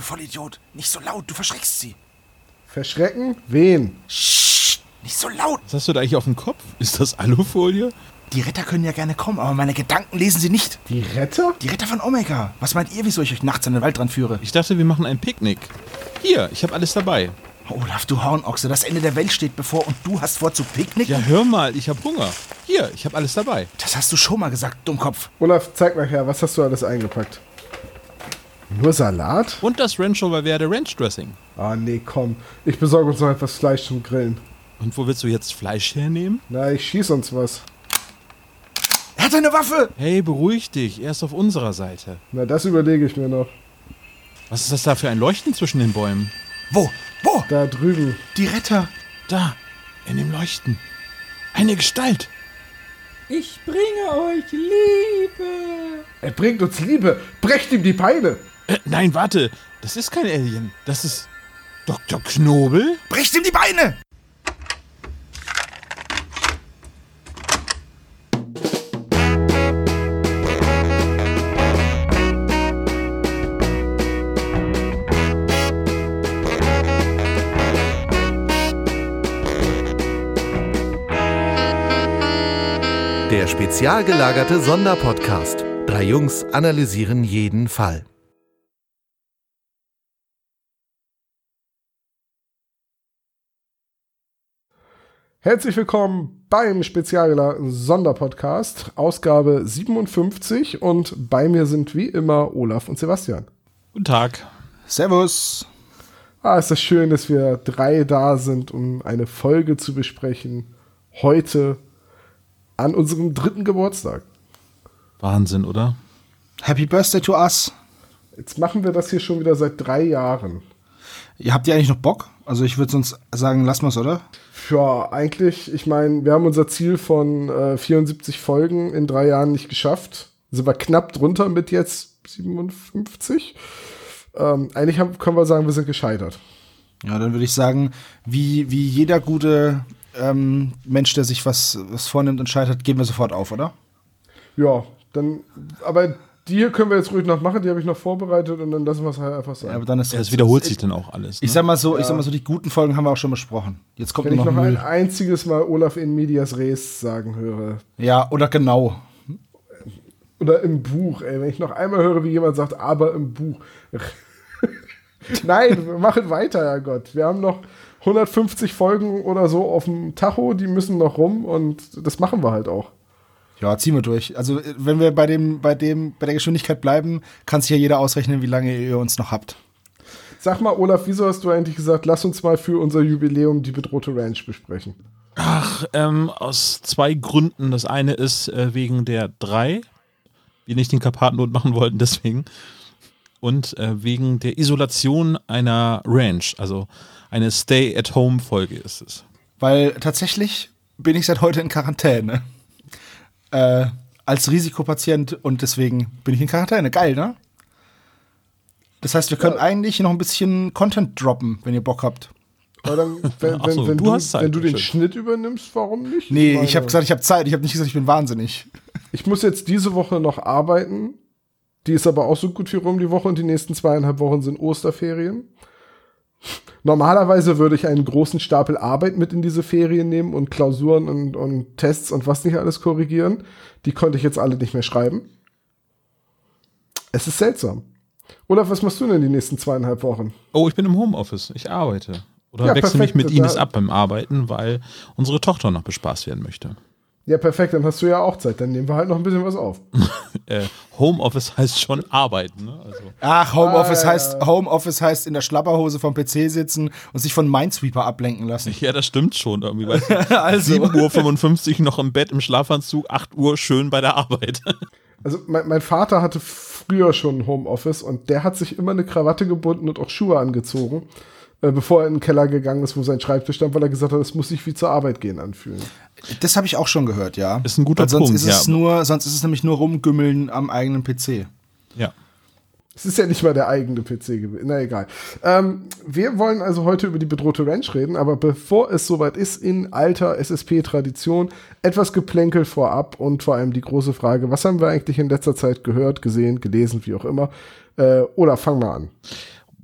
Vollidiot. Nicht so laut, du verschreckst sie. Verschrecken? Wen? Psst, nicht so laut. Was hast du da eigentlich auf dem Kopf? Ist das Alufolie? Die Ritter können ja gerne kommen, aber meine Gedanken lesen sie nicht. Die Retter? Die Ritter von Omega. Was meint ihr, wieso ich euch nachts in den Wald dran führe? Ich dachte, wir machen ein Picknick. Hier, ich habe alles dabei. Olaf, du Hornochse, das Ende der Welt steht bevor und du hast vor zu picknicken? Ja, hör mal, ich habe Hunger. Hier, ich habe alles dabei. Das hast du schon mal gesagt, Dummkopf. Olaf, zeig mal her, was hast du alles eingepackt? Nur Salat? Und das Rancho Valverde Ranch Dressing. Ah, nee, komm. Ich besorge uns noch etwas Fleisch zum Grillen. Und wo willst du jetzt Fleisch hernehmen? Na, ich schieß uns was. Er hat eine Waffe! Hey, beruhig dich, er ist auf unserer Seite. Na, das überlege ich mir noch. Was ist das da für ein Leuchten zwischen den Bäumen? Wo? Wo? Da drüben. Die Ritter. Da, in dem Leuchten. Eine Gestalt. Ich bringe euch Liebe. Er bringt uns Liebe. Brecht ihm die Beine. Nein, warte, das ist kein Alien. Das ist Dr. Knobel? Bricht ihm die Beine! Der spezial gelagerte Sonderpodcast. 3 Jungs analysieren jeden Fall. Herzlich willkommen beim spezial gelagerten Sonderpodcast, Ausgabe 57. Und bei mir sind wie immer Olaf und Sebastian. Guten Tag. Servus. Ist das schön, dass wir 3 da sind, um eine Folge zu besprechen. Heute an unserem 3. Geburtstag. Wahnsinn, oder? Happy Birthday to us. Jetzt machen wir das hier schon wieder seit 3 Jahren. Habt ihr eigentlich noch Bock? Also ich würde sonst sagen, lassen wir es, oder? Ja, eigentlich, ich meine, wir haben unser Ziel von 74 Folgen in 3 Jahren nicht geschafft. Sind wir knapp drunter mit jetzt 57. Eigentlich können wir sagen, wir sind gescheitert. Ja, dann würde ich sagen, wie jeder gute Mensch, der sich was vornimmt und scheitert, geben wir sofort auf, oder? Ja, dann, aber die hier können wir jetzt ruhig noch machen, die habe ich noch vorbereitet und dann lassen wir es halt einfach sein. Ja, aber dann ist Es wiederholt sich dann auch alles. Ne? Ich sag mal so, die guten Folgen haben wir auch schon besprochen. Jetzt kommt Wenn ich noch noch ein Müll. einziges Mal Olaf in medias res sagen höre. Ja, oder genau. Oder im Buch, ey. Wenn ich noch einmal höre, wie jemand sagt, aber im Buch. Nein, wir machen weiter, Herrgott. Wir haben noch 150 Folgen oder so auf dem Tacho, die müssen noch rum und das machen wir halt auch. Ja, ziehen wir durch. Also, wenn wir bei der Geschwindigkeit bleiben, kann sich ja jeder ausrechnen, wie lange ihr uns noch habt. Sag mal, Olaf, wieso hast du eigentlich gesagt, lass uns mal für unser Jubiläum die bedrohte Ranch besprechen? Ach, aus 2 Gründen. Das eine ist wegen der 3, wir nicht den Karpatennot machen wollten, deswegen. Und wegen der Isolation einer Ranch, also eine Stay-at-Home-Folge ist es. Weil tatsächlich bin ich seit heute in Quarantäne. Als Risikopatient und deswegen bin ich in Quarantäne. Geil, ne? Das heißt, wir können eigentlich noch ein bisschen Content droppen, wenn ihr Bock habt. Aber dann, wenn du den Schnitt übernimmst, warum nicht? Nee, ich habe gesagt, ich habe Zeit. Ich habe nicht gesagt, ich bin wahnsinnig. Ich muss jetzt diese Woche noch arbeiten. Die ist aber auch so gut wie rum die Woche und die nächsten 2,5 Wochen sind Osterferien. Normalerweise würde ich einen großen Stapel Arbeit mit in diese Ferien nehmen und Klausuren und Tests und was nicht alles korrigieren. Die konnte ich jetzt alle nicht mehr schreiben. Es ist seltsam. Olaf, was machst du denn die nächsten 2,5 Wochen? Oh, ich bin im Homeoffice. Ich arbeite. Oder Ja, wechsle mich perfekt. mit Ines ab beim Arbeiten, weil unsere Tochter noch bespaßt werden möchte. Ja, perfekt, dann hast du ja auch Zeit. Dann nehmen wir halt noch ein bisschen was auf. Homeoffice heißt schon arbeiten, ne? Also. Ach, Homeoffice heißt in der Schlapperhose vom PC sitzen und sich von Minesweeper ablenken lassen. Ja, das stimmt schon. Irgendwie, weißt du, Also. 7:55 Uhr noch im Bett im Schlafanzug, 8 Uhr schön bei der Arbeit. Also mein Vater hatte früher schon Homeoffice und der hat sich immer eine Krawatte gebunden und auch Schuhe angezogen, bevor er in den Keller gegangen ist, wo sein Schreibtisch stand, weil er gesagt hat, es muss sich wie zur Arbeit gehen anfühlen. Das habe ich auch schon gehört, ja. Ist ein guter Weil sonst Punkt, ist es sonst ist es nämlich nur rumgümmeln am eigenen PC. Ja. Es ist ja nicht mal der eigene PC gewesen. Na egal. Wir wollen also heute über die bedrohte Ranch reden, aber bevor es soweit ist, in alter SSP-Tradition, etwas Geplänkel vorab und vor allem die große Frage, was haben wir eigentlich in letzter Zeit gehört, gesehen, gelesen, wie auch immer. Oder fang mal an.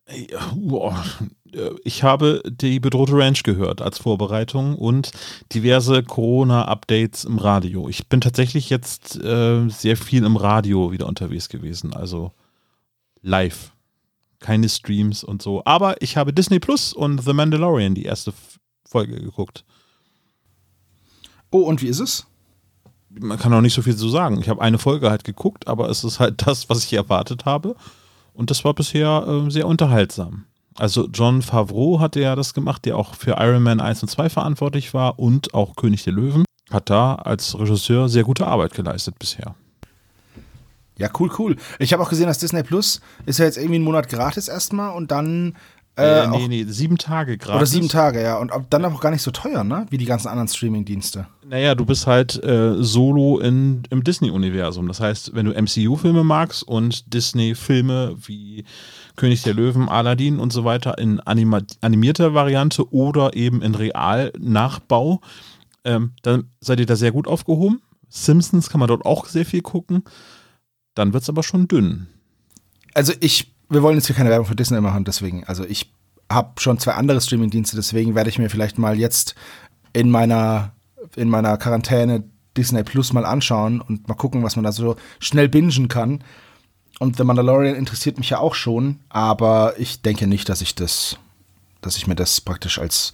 Ich habe die bedrohte Ranch gehört als Vorbereitung und diverse Corona-Updates im Radio. Ich bin tatsächlich jetzt sehr viel im Radio wieder unterwegs gewesen, also live. Keine Streams und so. Aber ich habe Disney Plus und The Mandalorian die erste Folge geguckt. Oh, und wie ist es? Man kann auch nicht so viel zu sagen. Ich habe eine Folge halt geguckt, aber es ist halt das, was ich erwartet habe. Und das war bisher sehr unterhaltsam. Also Jon Favreau hatte ja das gemacht, der auch für Iron Man 1 und 2 verantwortlich war und auch König der Löwen. Hat da als Regisseur sehr gute Arbeit geleistet bisher. Ja, cool. Ich habe auch gesehen, dass Disney Plus ist ja jetzt irgendwie einen Monat gratis erstmal und dann nee, 7 Tage gratis. Oder 7 Tage, ja. Und dann auch gar nicht so teuer, ne? Wie die ganzen anderen Streaming-Dienste. Naja, du bist halt solo im Disney-Universum. Das heißt, wenn du MCU-Filme magst und Disney-Filme wie König der Löwen, Aladdin und so weiter in animierter Variante oder eben in Real-Nachbau, dann seid ihr da sehr gut aufgehoben. Simpsons kann man dort auch sehr viel gucken. Dann wird es aber schon dünn. Also wir wollen jetzt hier keine Werbung für Disney machen, deswegen, also ich habe schon 2 andere Streaming-Dienste, deswegen werde ich mir vielleicht mal jetzt in meiner Quarantäne Disney Plus mal anschauen und mal gucken, was man da so schnell bingen kann. Und The Mandalorian interessiert mich ja auch schon, aber ich denke nicht, dass ich mir das praktisch als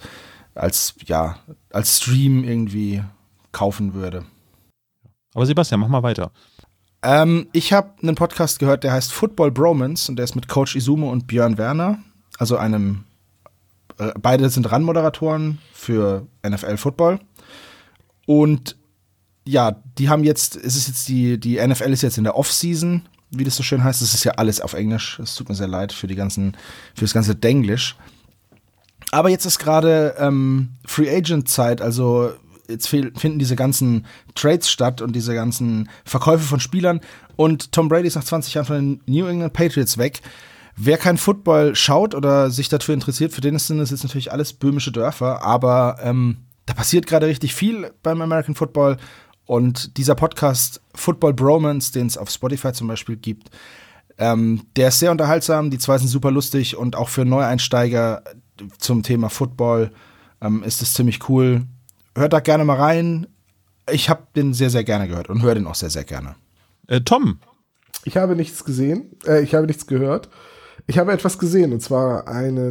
Stream irgendwie kaufen würde. Aber Sebastian, mach mal weiter. Ich habe einen Podcast gehört, der heißt Football Bromance und der ist mit Coach Izumo und Björn Werner, also beide sind RAN-Moderatoren für NFL Football. Und ja, die NFL ist jetzt in der Off-Season, wie das so schön heißt. Das ist ja alles auf Englisch. Es tut mir sehr leid für das ganze Denglisch. Aber jetzt ist gerade Free Agent Zeit, also jetzt finden diese ganzen Trades statt und diese ganzen Verkäufe von Spielern und Tom Brady ist nach 20 Jahren von den New England Patriots weg. Wer kein Football schaut oder sich dafür interessiert, für den sind das jetzt natürlich alles böhmische Dörfer, aber da passiert gerade richtig viel beim American Football und dieser Podcast Football Bromance, den es auf Spotify zum Beispiel gibt, der ist sehr unterhaltsam, die 2 sind super lustig und auch für Neueinsteiger zum Thema Football ist es ziemlich cool. Hört da gerne mal rein. Ich habe den sehr, sehr gerne gehört und höre den auch sehr, sehr gerne. Tom. Ich habe nichts gesehen. Ich habe nichts gehört. Ich habe etwas gesehen, und zwar eine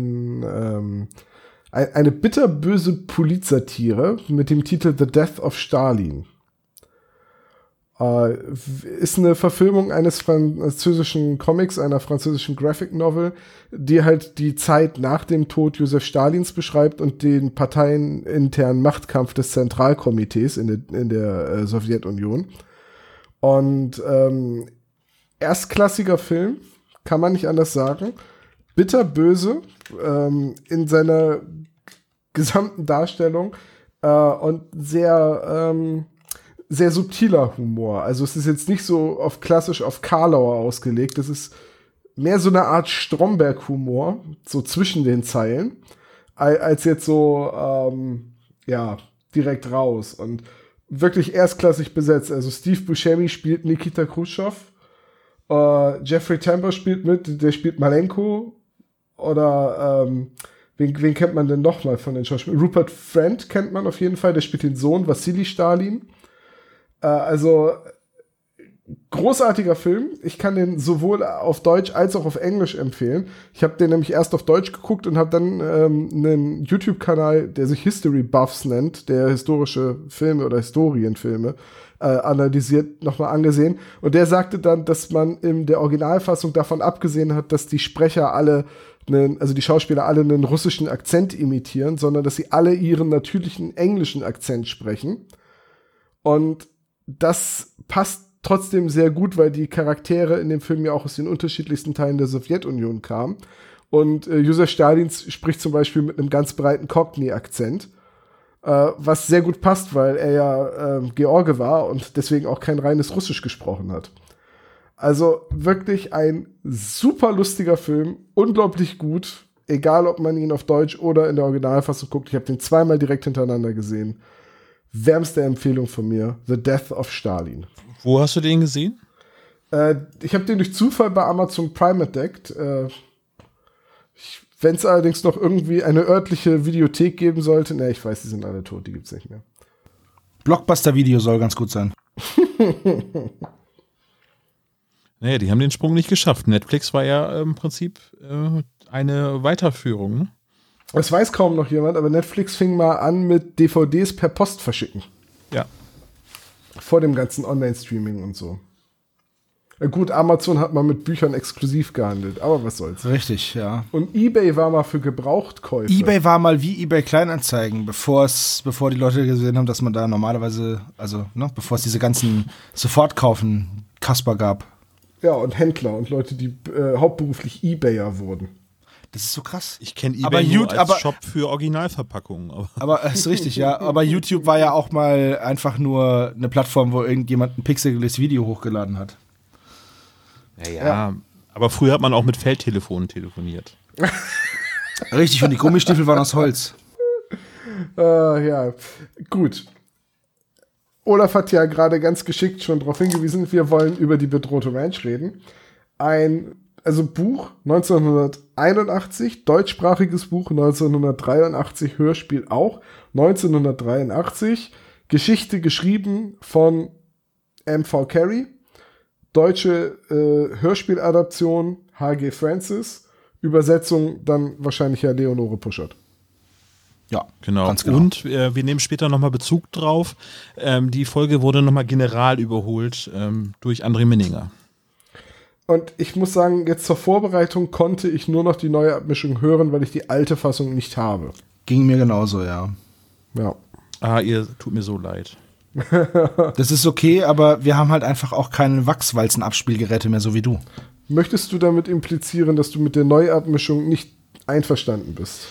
bitterböse Polizsatire mit dem Titel The Death of Stalin. Ist eine Verfilmung eines französischen Comics, einer französischen Graphic Novel, die halt die Zeit nach dem Tod Josef Stalins beschreibt und den parteieninternen Machtkampf des Zentralkomitees in der Sowjetunion. Und erstklassiger Film, kann man nicht anders sagen. Bitterböse in seiner gesamten Darstellung und sehr subtiler Humor. Also es ist jetzt nicht so klassisch auf Karlauer ausgelegt. Es ist mehr so eine Art Stromberg-Humor, so zwischen den Zeilen, als jetzt so, direkt raus. Und wirklich erstklassig besetzt. Also Steve Buscemi spielt Nikita Khrushchev, Jeffrey Tambor spielt mit, der spielt Malenko. Oder, wen kennt man denn noch mal von den Schauspielern? Rupert Friend kennt man auf jeden Fall, der spielt den Sohn Wassili Stalin. Also großartiger Film. Ich kann den sowohl auf Deutsch als auch auf Englisch empfehlen. Ich habe den nämlich erst auf Deutsch geguckt und habe dann einen YouTube-Kanal, der sich History Buffs nennt, der historische Filme oder Historienfilme analysiert, nochmal angesehen. Und der sagte dann, dass man in der Originalfassung davon abgesehen hat, dass die Sprecher die Schauspieler alle einen russischen Akzent imitieren, sondern dass sie alle ihren natürlichen englischen Akzent sprechen. Und das passt trotzdem sehr gut, weil die Charaktere in dem Film ja auch aus den unterschiedlichsten Teilen der Sowjetunion kamen. Und Josef Stalin spricht zum Beispiel mit einem ganz breiten Cockney-Akzent, was sehr gut passt, weil er ja George war und deswegen auch kein reines Russisch gesprochen hat. Also wirklich ein super lustiger Film, unglaublich gut, egal ob man ihn auf Deutsch oder in der Originalfassung guckt. Ich habe den 2-mal direkt hintereinander gesehen. Wärmste Empfehlung von mir, The Death of Stalin. Wo hast du den gesehen? Ich habe den durch Zufall bei Amazon Prime entdeckt. Wenn es allerdings noch irgendwie eine örtliche Videothek geben sollte, ich weiß, die sind alle tot, die gibt's nicht mehr. Blockbuster-Video soll ganz gut sein. Naja, die haben den Sprung nicht geschafft. Netflix war ja im Prinzip eine Weiterführung. Ne? Das weiß kaum noch jemand, aber Netflix fing mal an mit DVDs per Post verschicken. Ja. Vor dem ganzen Online-Streaming und so. Gut, Amazon hat mal mit Büchern exklusiv gehandelt, aber was soll's. Richtig, ja. Und eBay war mal für Gebrauchtkäufe. eBay war mal wie eBay Kleinanzeigen, bevor die Leute gesehen haben, dass man da normalerweise, bevor es diese ganzen Sofortkaufen Kasper gab. Ja, und Händler und Leute, die hauptberuflich eBayer wurden. Das ist so krass. Ich kenne eBay nur als Shop für Originalverpackungen. Aber ist richtig, ja. Aber YouTube war ja auch mal einfach nur eine Plattform, wo irgendjemand ein pixeliges Video hochgeladen hat. Ja, aber früher hat man auch mit Feldtelefonen telefoniert. Richtig, und die Gummistiefel waren aus Holz. Ja, gut. Olaf hat ja gerade ganz geschickt schon darauf hingewiesen, wir wollen über die bedrohte Ranch reden. Buch 1981, deutschsprachiges Buch 1983, Hörspiel auch 1983, Geschichte geschrieben von M.V. Carey, deutsche Hörspieladaption H.G. Francis, Übersetzung dann wahrscheinlich ja Leonore Puschert. Ja, genau. Ganz genau. Und wir nehmen später nochmal Bezug drauf. Die Folge wurde nochmal general überholt durch André Minninger. Und ich muss sagen, jetzt zur Vorbereitung konnte ich nur noch die neue Abmischung hören, weil ich die alte Fassung nicht habe. Ging mir genauso, ja. Ja. Ihr tut mir so leid. Das ist okay, aber wir haben halt einfach auch keine Wachswalzen-Abspielgeräte mehr, so wie du. Möchtest du damit implizieren, dass du mit der Neuabmischung nicht einverstanden bist?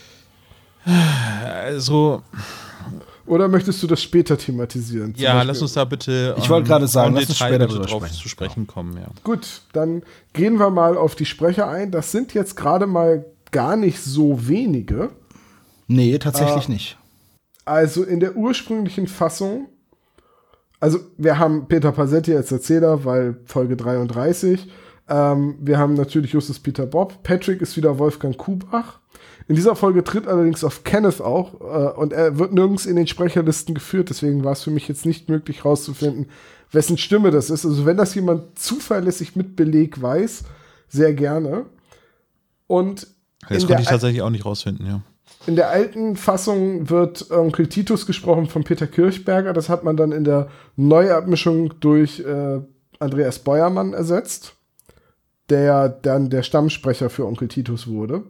Also. Oder möchtest du das später thematisieren? Ja, lass uns da bitte ich wollte gerade sagen, lass uns Detail später drauf zu sprechen kommen. Ja. Gut, dann gehen wir mal auf die Sprecher ein. Das sind jetzt gerade mal gar nicht so wenige. Nee, tatsächlich nicht. Also in der ursprünglichen Fassung, also wir haben Peter Pasetti als Erzähler, weil Folge 33. Wir haben natürlich Justus Peter Bob. Patrick ist wieder Wolfgang Kubach. In dieser Folge tritt allerdings auf Kenneth auch und er wird nirgends in den Sprecherlisten geführt. Deswegen war es für mich jetzt nicht möglich herauszufinden, wessen Stimme das ist. Also wenn das jemand zuverlässig mit Beleg weiß, sehr gerne. Und das konnte ich tatsächlich auch nicht rausfinden, ja. In der alten Fassung wird Onkel Titus gesprochen von Peter Kirchberger. Das hat man dann in der Neuabmischung durch Andreas Beuermann ersetzt, der dann der Stammsprecher für Onkel Titus wurde.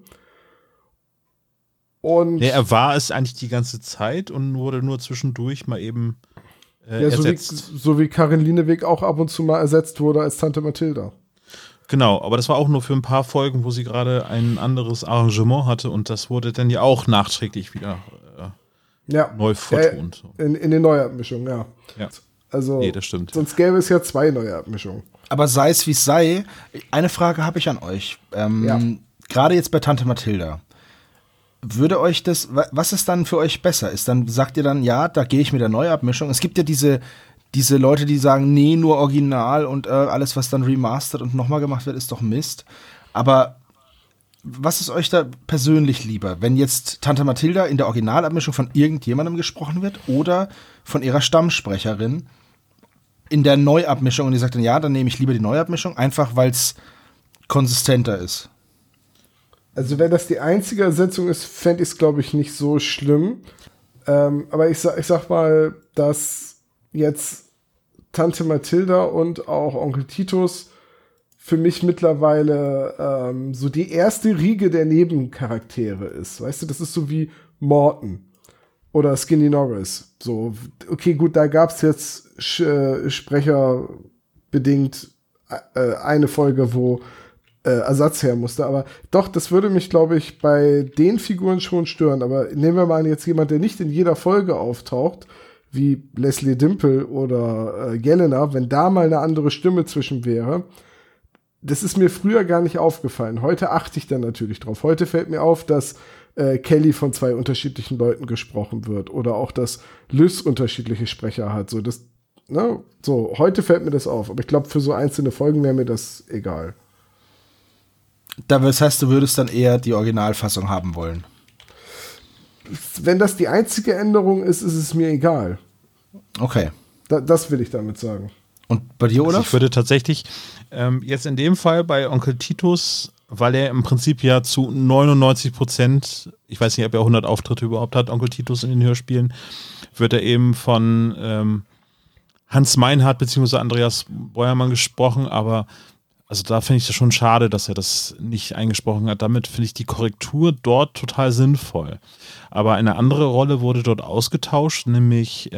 Und er war es eigentlich die ganze Zeit und wurde nur zwischendurch mal eben ersetzt. So wie Karin Lieneweg auch ab und zu mal ersetzt wurde als Tante Mathilda. Genau, aber das war auch nur für ein paar Folgen, wo sie gerade ein anderes Arrangement hatte und das wurde dann ja auch nachträglich wieder neu vertont. In den Neuabmischungen, ja. Also, nee, das stimmt. Sonst gäbe es ja 2 Neuabmischungen. Aber sei es wie es sei, eine Frage habe ich an euch. Gerade jetzt bei Tante Mathilda. Würde euch was ist dann für euch besser? Sagt ihr dann, ja, da gehe ich mit der Neuabmischung? Es gibt ja diese Leute, die sagen, nee, nur Original und alles, was dann remastert und nochmal gemacht wird, ist doch Mist. Aber was ist euch da persönlich lieber? Wenn jetzt Tante Mathilda in der Originalabmischung von irgendjemandem gesprochen wird oder von ihrer Stammsprecherin in der Neuabmischung und die sagt dann, ja, dann nehme ich lieber die Neuabmischung, einfach weil es konsistenter ist. Also wenn das die einzige Ersetzung ist, fände ich es, glaube ich, nicht so schlimm. Aber ich sag mal, dass jetzt Tante Mathilda und auch Onkel Titus für mich mittlerweile so die erste Riege der Nebencharaktere ist. Weißt du, das ist so wie Morton oder Skinny Norris. So, okay, gut, da gab es jetzt sprecherbedingt eine Folge, wo Ersatz her musste, aber doch, das würde mich, glaube ich, bei den Figuren schon stören. Aber nehmen wir mal jetzt jemand, der nicht in jeder Folge auftaucht, wie Leslie Dimple oder Jelena, wenn da mal eine andere Stimme zwischen wäre. Das ist mir früher gar nicht aufgefallen. Heute achte ich dann natürlich drauf. Heute fällt mir auf, dass Kelly von 2 unterschiedlichen Leuten gesprochen wird oder auch, dass Liz unterschiedliche Sprecher hat. So, heute fällt mir das auf. Aber ich glaube, für so einzelne Folgen wäre mir das egal. Das heißt, du würdest dann eher die Originalfassung haben wollen. Wenn das die einzige Änderung ist, ist es mir egal. Okay. Das will ich damit sagen. Und bei dir, Olaf? Ich würde tatsächlich jetzt in dem Fall bei Onkel Titus, weil er im Prinzip ja zu 99%, ich weiß nicht, ob er 100 Auftritte überhaupt hat, Onkel Titus in den Hörspielen, wird er eben von Hans Meinhardt bzw. Andreas Beuermann gesprochen, aber also da finde ich es schon schade, dass er das nicht eingesprochen hat. Damit finde ich die Korrektur dort total sinnvoll. Aber eine andere Rolle wurde dort ausgetauscht, nämlich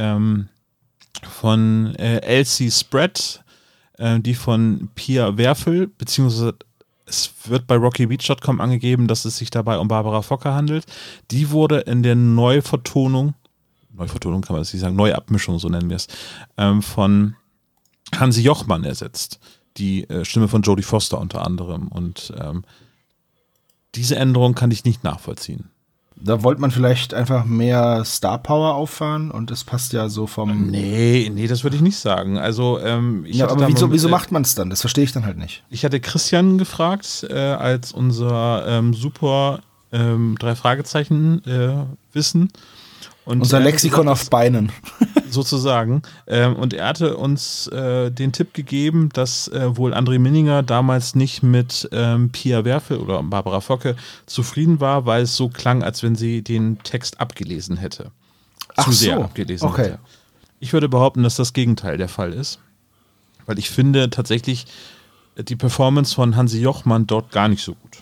von Elsie Spread, die von Pia Werfel, beziehungsweise es wird bei RockyBeach.com angegeben, dass es sich dabei um Barbara Fokker handelt. Die wurde in der Neuvertonung kann man das nicht sagen, Neuabmischung, so nennen wir es, von Hansi Jochmann ersetzt. Die Stimme von Jodie Foster unter anderem. Und diese Änderung kann ich nicht nachvollziehen. Da wollte man vielleicht einfach mehr Star Power auffahren und das passt ja so vom... Nee, das würde ich nicht sagen. Also, aber wieso macht man es dann? Das verstehe ich dann halt nicht. Ich hatte Christian gefragt, als unser super 3 Fragezeichen Wissen. Und unser Lexikon auf Beinen. Sozusagen. Und er hatte uns den Tipp gegeben, dass wohl André Minninger damals nicht mit Pia Werfel oder Barbara Focke zufrieden war, weil es so klang, als wenn sie den Text abgelesen hätte. Zu sehr abgelesen hätte. Ich würde behaupten, dass das Gegenteil der Fall ist. Weil ich finde tatsächlich die Performance von Hansi Jochmann dort gar nicht so gut.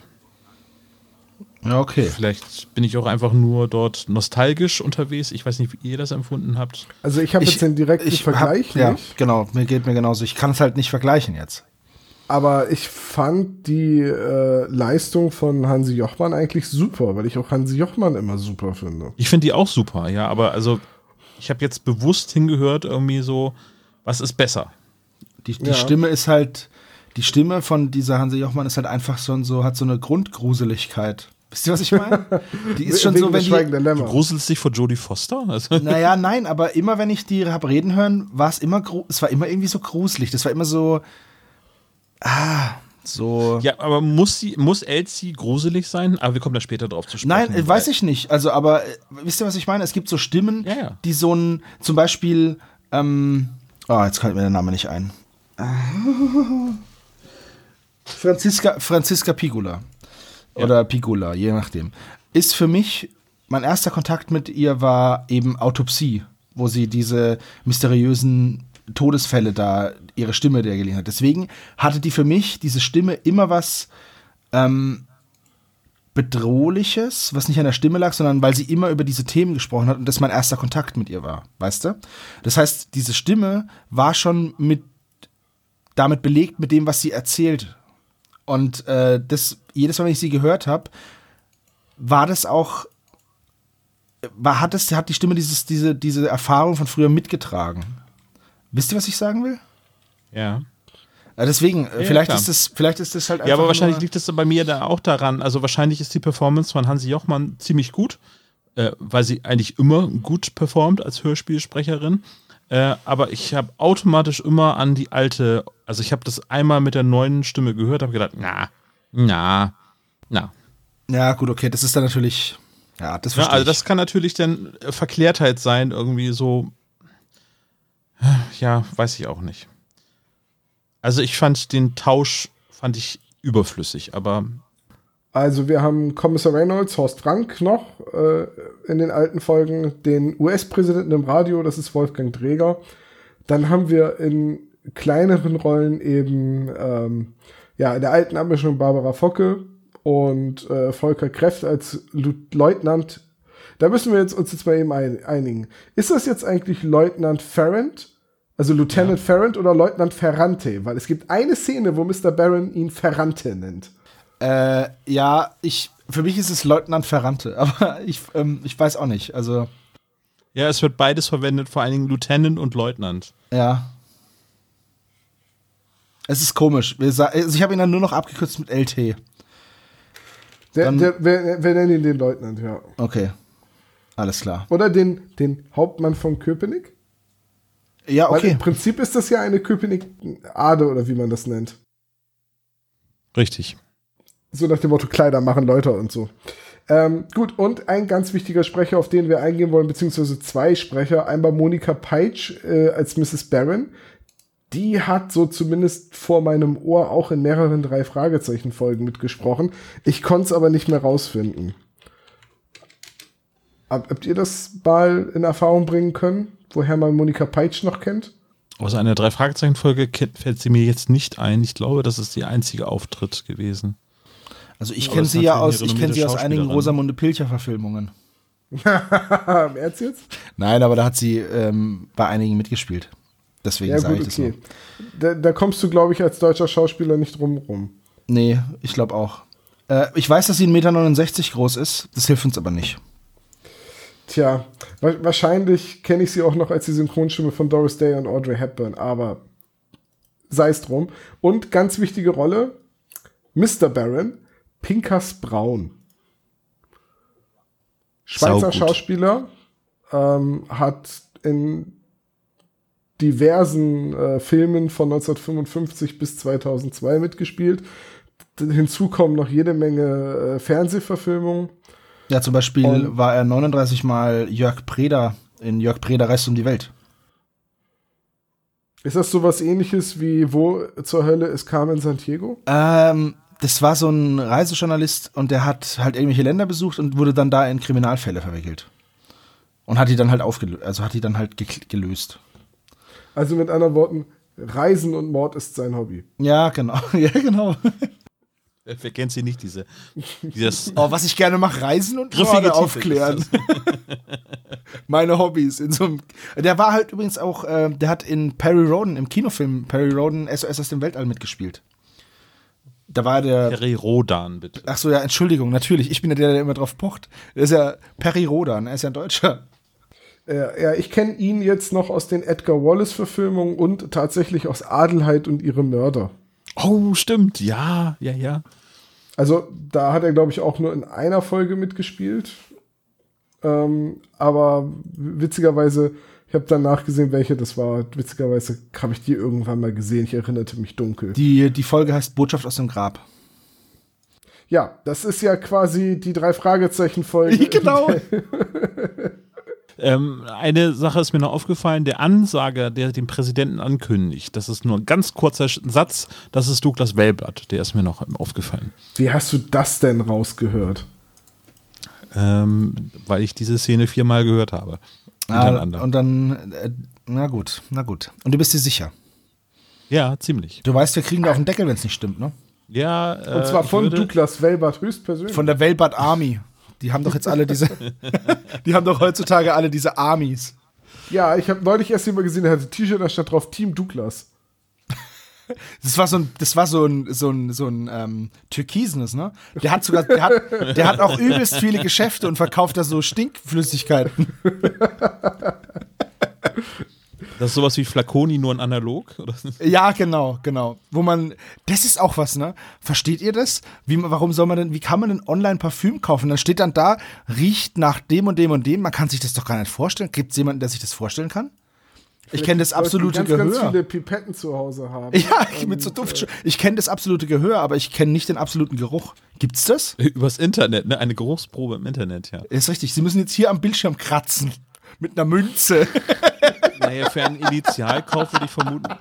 Ja, okay. Vielleicht bin ich auch einfach nur dort nostalgisch unterwegs. Ich weiß nicht, wie ihr das empfunden habt. Also ich habe jetzt den direkten Vergleich nicht. Ja, genau. Geht mir genauso. Ich kann es halt nicht vergleichen jetzt. Aber ich fand die Leistung von Hansi Jochmann eigentlich super, weil ich auch Hansi Jochmann immer super finde. Ich finde die auch super, ja. Aber also ich habe jetzt bewusst hingehört, irgendwie so, was ist besser? Die Stimme ist halt, die Stimme von dieser Hansi Jochmann ist halt einfach hat so eine Grundgruseligkeit. Wisst ihr, was ich meine? Die ist schon so, wenn du gruselst dich vor Jodie Foster? Also naja, nein, aber immer, wenn ich die hab reden hören, es war immer irgendwie so gruselig. Das war immer so, so. Ja, aber muss Elsie gruselig sein? Aber wir kommen da später drauf zu sprechen. Nein, weiß ich nicht. Also, aber wisst ihr, was ich meine? Es gibt so Stimmen, die so ein, zum Beispiel, jetzt fällt mir der Name nicht ein. Franziska Pigula. Oder Pigula, je nachdem. Ist für mich, mein erster Kontakt mit ihr war eben Autopsie, wo sie diese mysteriösen Todesfälle da, ihre Stimme der geliehen hat. Deswegen hatte die für mich, diese Stimme, immer was Bedrohliches, was nicht an der Stimme lag, sondern weil sie immer über diese Themen gesprochen hat und das mein erster Kontakt mit ihr war, weißt du? Das heißt, diese Stimme war schon damit belegt mit dem, was sie erzählt. Und jedes Mal, wenn ich sie gehört habe, hat die Stimme diese Erfahrung von früher mitgetragen. Wisst ihr, was ich sagen will? Ja. Deswegen, vielleicht ist das halt einfach. Ja, aber wahrscheinlich liegt es bei mir da auch daran. Also wahrscheinlich ist die Performance von Hansi Jochmann ziemlich gut, weil sie eigentlich immer gut performt als Hörspielsprecherin. Aber ich habe automatisch immer an die alte, also ich habe das einmal mit der neuen Stimme gehört, habe gedacht, na. Ja, gut, okay, das ist dann natürlich, das verstehe ich. Also das kann natürlich dann Verklärtheit sein, irgendwie so, weiß ich auch nicht. Also ich fand den Tausch überflüssig, aber... Also wir haben Kommissar Reynolds, Horst Frank noch in den alten Folgen, den US-Präsidenten im Radio, das ist Wolfgang Dreger. Dann haben wir in kleineren Rollen eben in der alten Abmischung Barbara Focke und Volker Kreft als Leutnant. Da müssen wir uns jetzt mal eben einigen. Ist das jetzt eigentlich Leutnant Ferrand? Also Lieutenant Ferrand oder Leutnant Ferrante? Weil es gibt eine Szene, wo Mr. Barron ihn Ferrante nennt. Für mich ist es Leutnant Ferrante, aber ich weiß auch nicht, also. Ja, es wird beides verwendet, vor allen Dingen Lieutenant und Leutnant. Ja. Es ist komisch. Also ich habe ihn dann nur noch abgekürzt mit LT. Wir nennen ihn den Leutnant, ja. Okay, alles klar. Oder den Hauptmann von Köpenick? Ja, okay. Weil im Prinzip ist das ja eine Köpenick-Ade, oder wie man das nennt. Richtig. So nach dem Motto, Kleider machen Leute und so. Gut, und ein ganz wichtiger Sprecher, auf den wir eingehen wollen, beziehungsweise 2 Sprecher. Einmal Monica Peitsch als Mrs. Barron. Die hat so zumindest vor meinem Ohr auch in mehreren 3-Fragezeichen-Folgen mitgesprochen. Ich konnte es aber nicht mehr rausfinden. Habt ihr das mal in Erfahrung bringen können, woher man Monica Peitsch noch kennt? Aus einer 3-Fragezeichen-Folge fällt sie mir jetzt nicht ein. Ich glaube, das ist die einzige Auftritt gewesen. Also ich kenne sie ja aus einigen Rosamunde Pilcher-Verfilmungen. Im Ernst jetzt? Nein, aber da hat sie bei einigen mitgespielt. Deswegen ja, sage gut, ich das okay. so. Da kommst du, glaube ich, als deutscher Schauspieler nicht drum rum. Nee, ich glaube auch. Ich weiß, dass sie 1,69 Meter groß ist. Das hilft uns aber nicht. Tja, wahrscheinlich kenne ich sie auch noch als die Synchronstimme von Doris Day und Audrey Hepburn, aber sei es drum. Und ganz wichtige Rolle, Mr. Barron, Pinkas Braun. Schweizer Schauspieler, hat in diversen Filmen von 1955 bis 2002 mitgespielt. Hinzu kommen noch jede Menge Fernsehverfilmungen. Ja, zum Beispiel war er 39 Mal Jörg Breder in Jörg Breder reist um die Welt. Ist das sowas Ähnliches wie Wo zur Hölle ist Carmen Sandiego? Das war so ein Reisejournalist und der hat halt irgendwelche Länder besucht und wurde dann da in Kriminalfälle verwickelt. Und hat die dann halt gelöst. Also mit anderen Worten, Reisen und Mord ist sein Hobby. Ja, genau. Ja, genau. Wer kennt sie nicht, dieses was ich gerne mache, Reisen und Morde aufklären. Meine Hobbys. Der war halt übrigens auch, der hat in Perry Rhodan, im Kinofilm Perry Rhodan, SOS aus dem Weltall mitgespielt. Da war der Perry Rhodan, bitte. Ach so, ja, Entschuldigung, natürlich. Ich bin ja der immer drauf pocht. Der ist ja Perry Rhodan, er ist ja ein Deutscher. Ja, ich kenne ihn jetzt noch aus den Edgar Wallace-Verfilmungen und tatsächlich aus Adelheid und ihre Mörder. Oh, stimmt. Ja. Also, da hat er, glaube ich, auch nur in einer Folge mitgespielt. Aber witzigerweise, ich habe dann nachgesehen, welche das war. Witzigerweise habe ich die irgendwann mal gesehen. Ich erinnerte mich dunkel. Die Folge heißt Botschaft aus dem Grab. Ja, das ist ja quasi die 3-Fragezeichen-Folge. Genau. Eine Sache ist mir noch aufgefallen, der Ansager, der den Präsidenten ankündigt, das ist nur ein ganz kurzer Satz, das ist Douglas Wellblatt, der ist mir noch aufgefallen. Wie hast du das denn rausgehört? Weil ich diese Szene 4-mal gehört habe. Und dann, na gut. Und du bist dir sicher? Ja, ziemlich. Du weißt, wir kriegen da auf den Deckel, wenn es nicht stimmt, ne? Ja. Und zwar von Douglas Wellblatt höchstpersönlich. Von der Wellblatt Army. Die haben doch jetzt alle die haben doch heutzutage alle diese Armies. Ja, ich habe neulich erst jemand gesehen, der hatte ein T-Shirt, da stand drauf Team Douglas. Das war so ein türkisenes, ne? Der hat auch übelst viele Geschäfte und verkauft da so Stinkflüssigkeiten. Das ist sowas wie Flaconi, nur ein Analog? Oder? Ja, genau. Das ist auch was, ne? Versteht ihr das? Wie kann man denn online Parfüm kaufen? Dann steht dann da, riecht nach dem und dem und dem. Man kann sich das doch gar nicht vorstellen. Gibt es jemanden, der sich das vorstellen kann? Ich kenne das absolute Gehör. Ganz viele Pipetten zu Hause haben. Ja, mit so Duft. Ich kenne das absolute Gehör, aber ich kenne nicht den absoluten Geruch. Gibt's das? Übers Internet, ne? Eine Geruchsprobe im Internet, ja. Ist richtig. Sie müssen jetzt hier am Bildschirm kratzen. Mit einer Münze. Naja, für einen Initialkauf würde ich vermuten.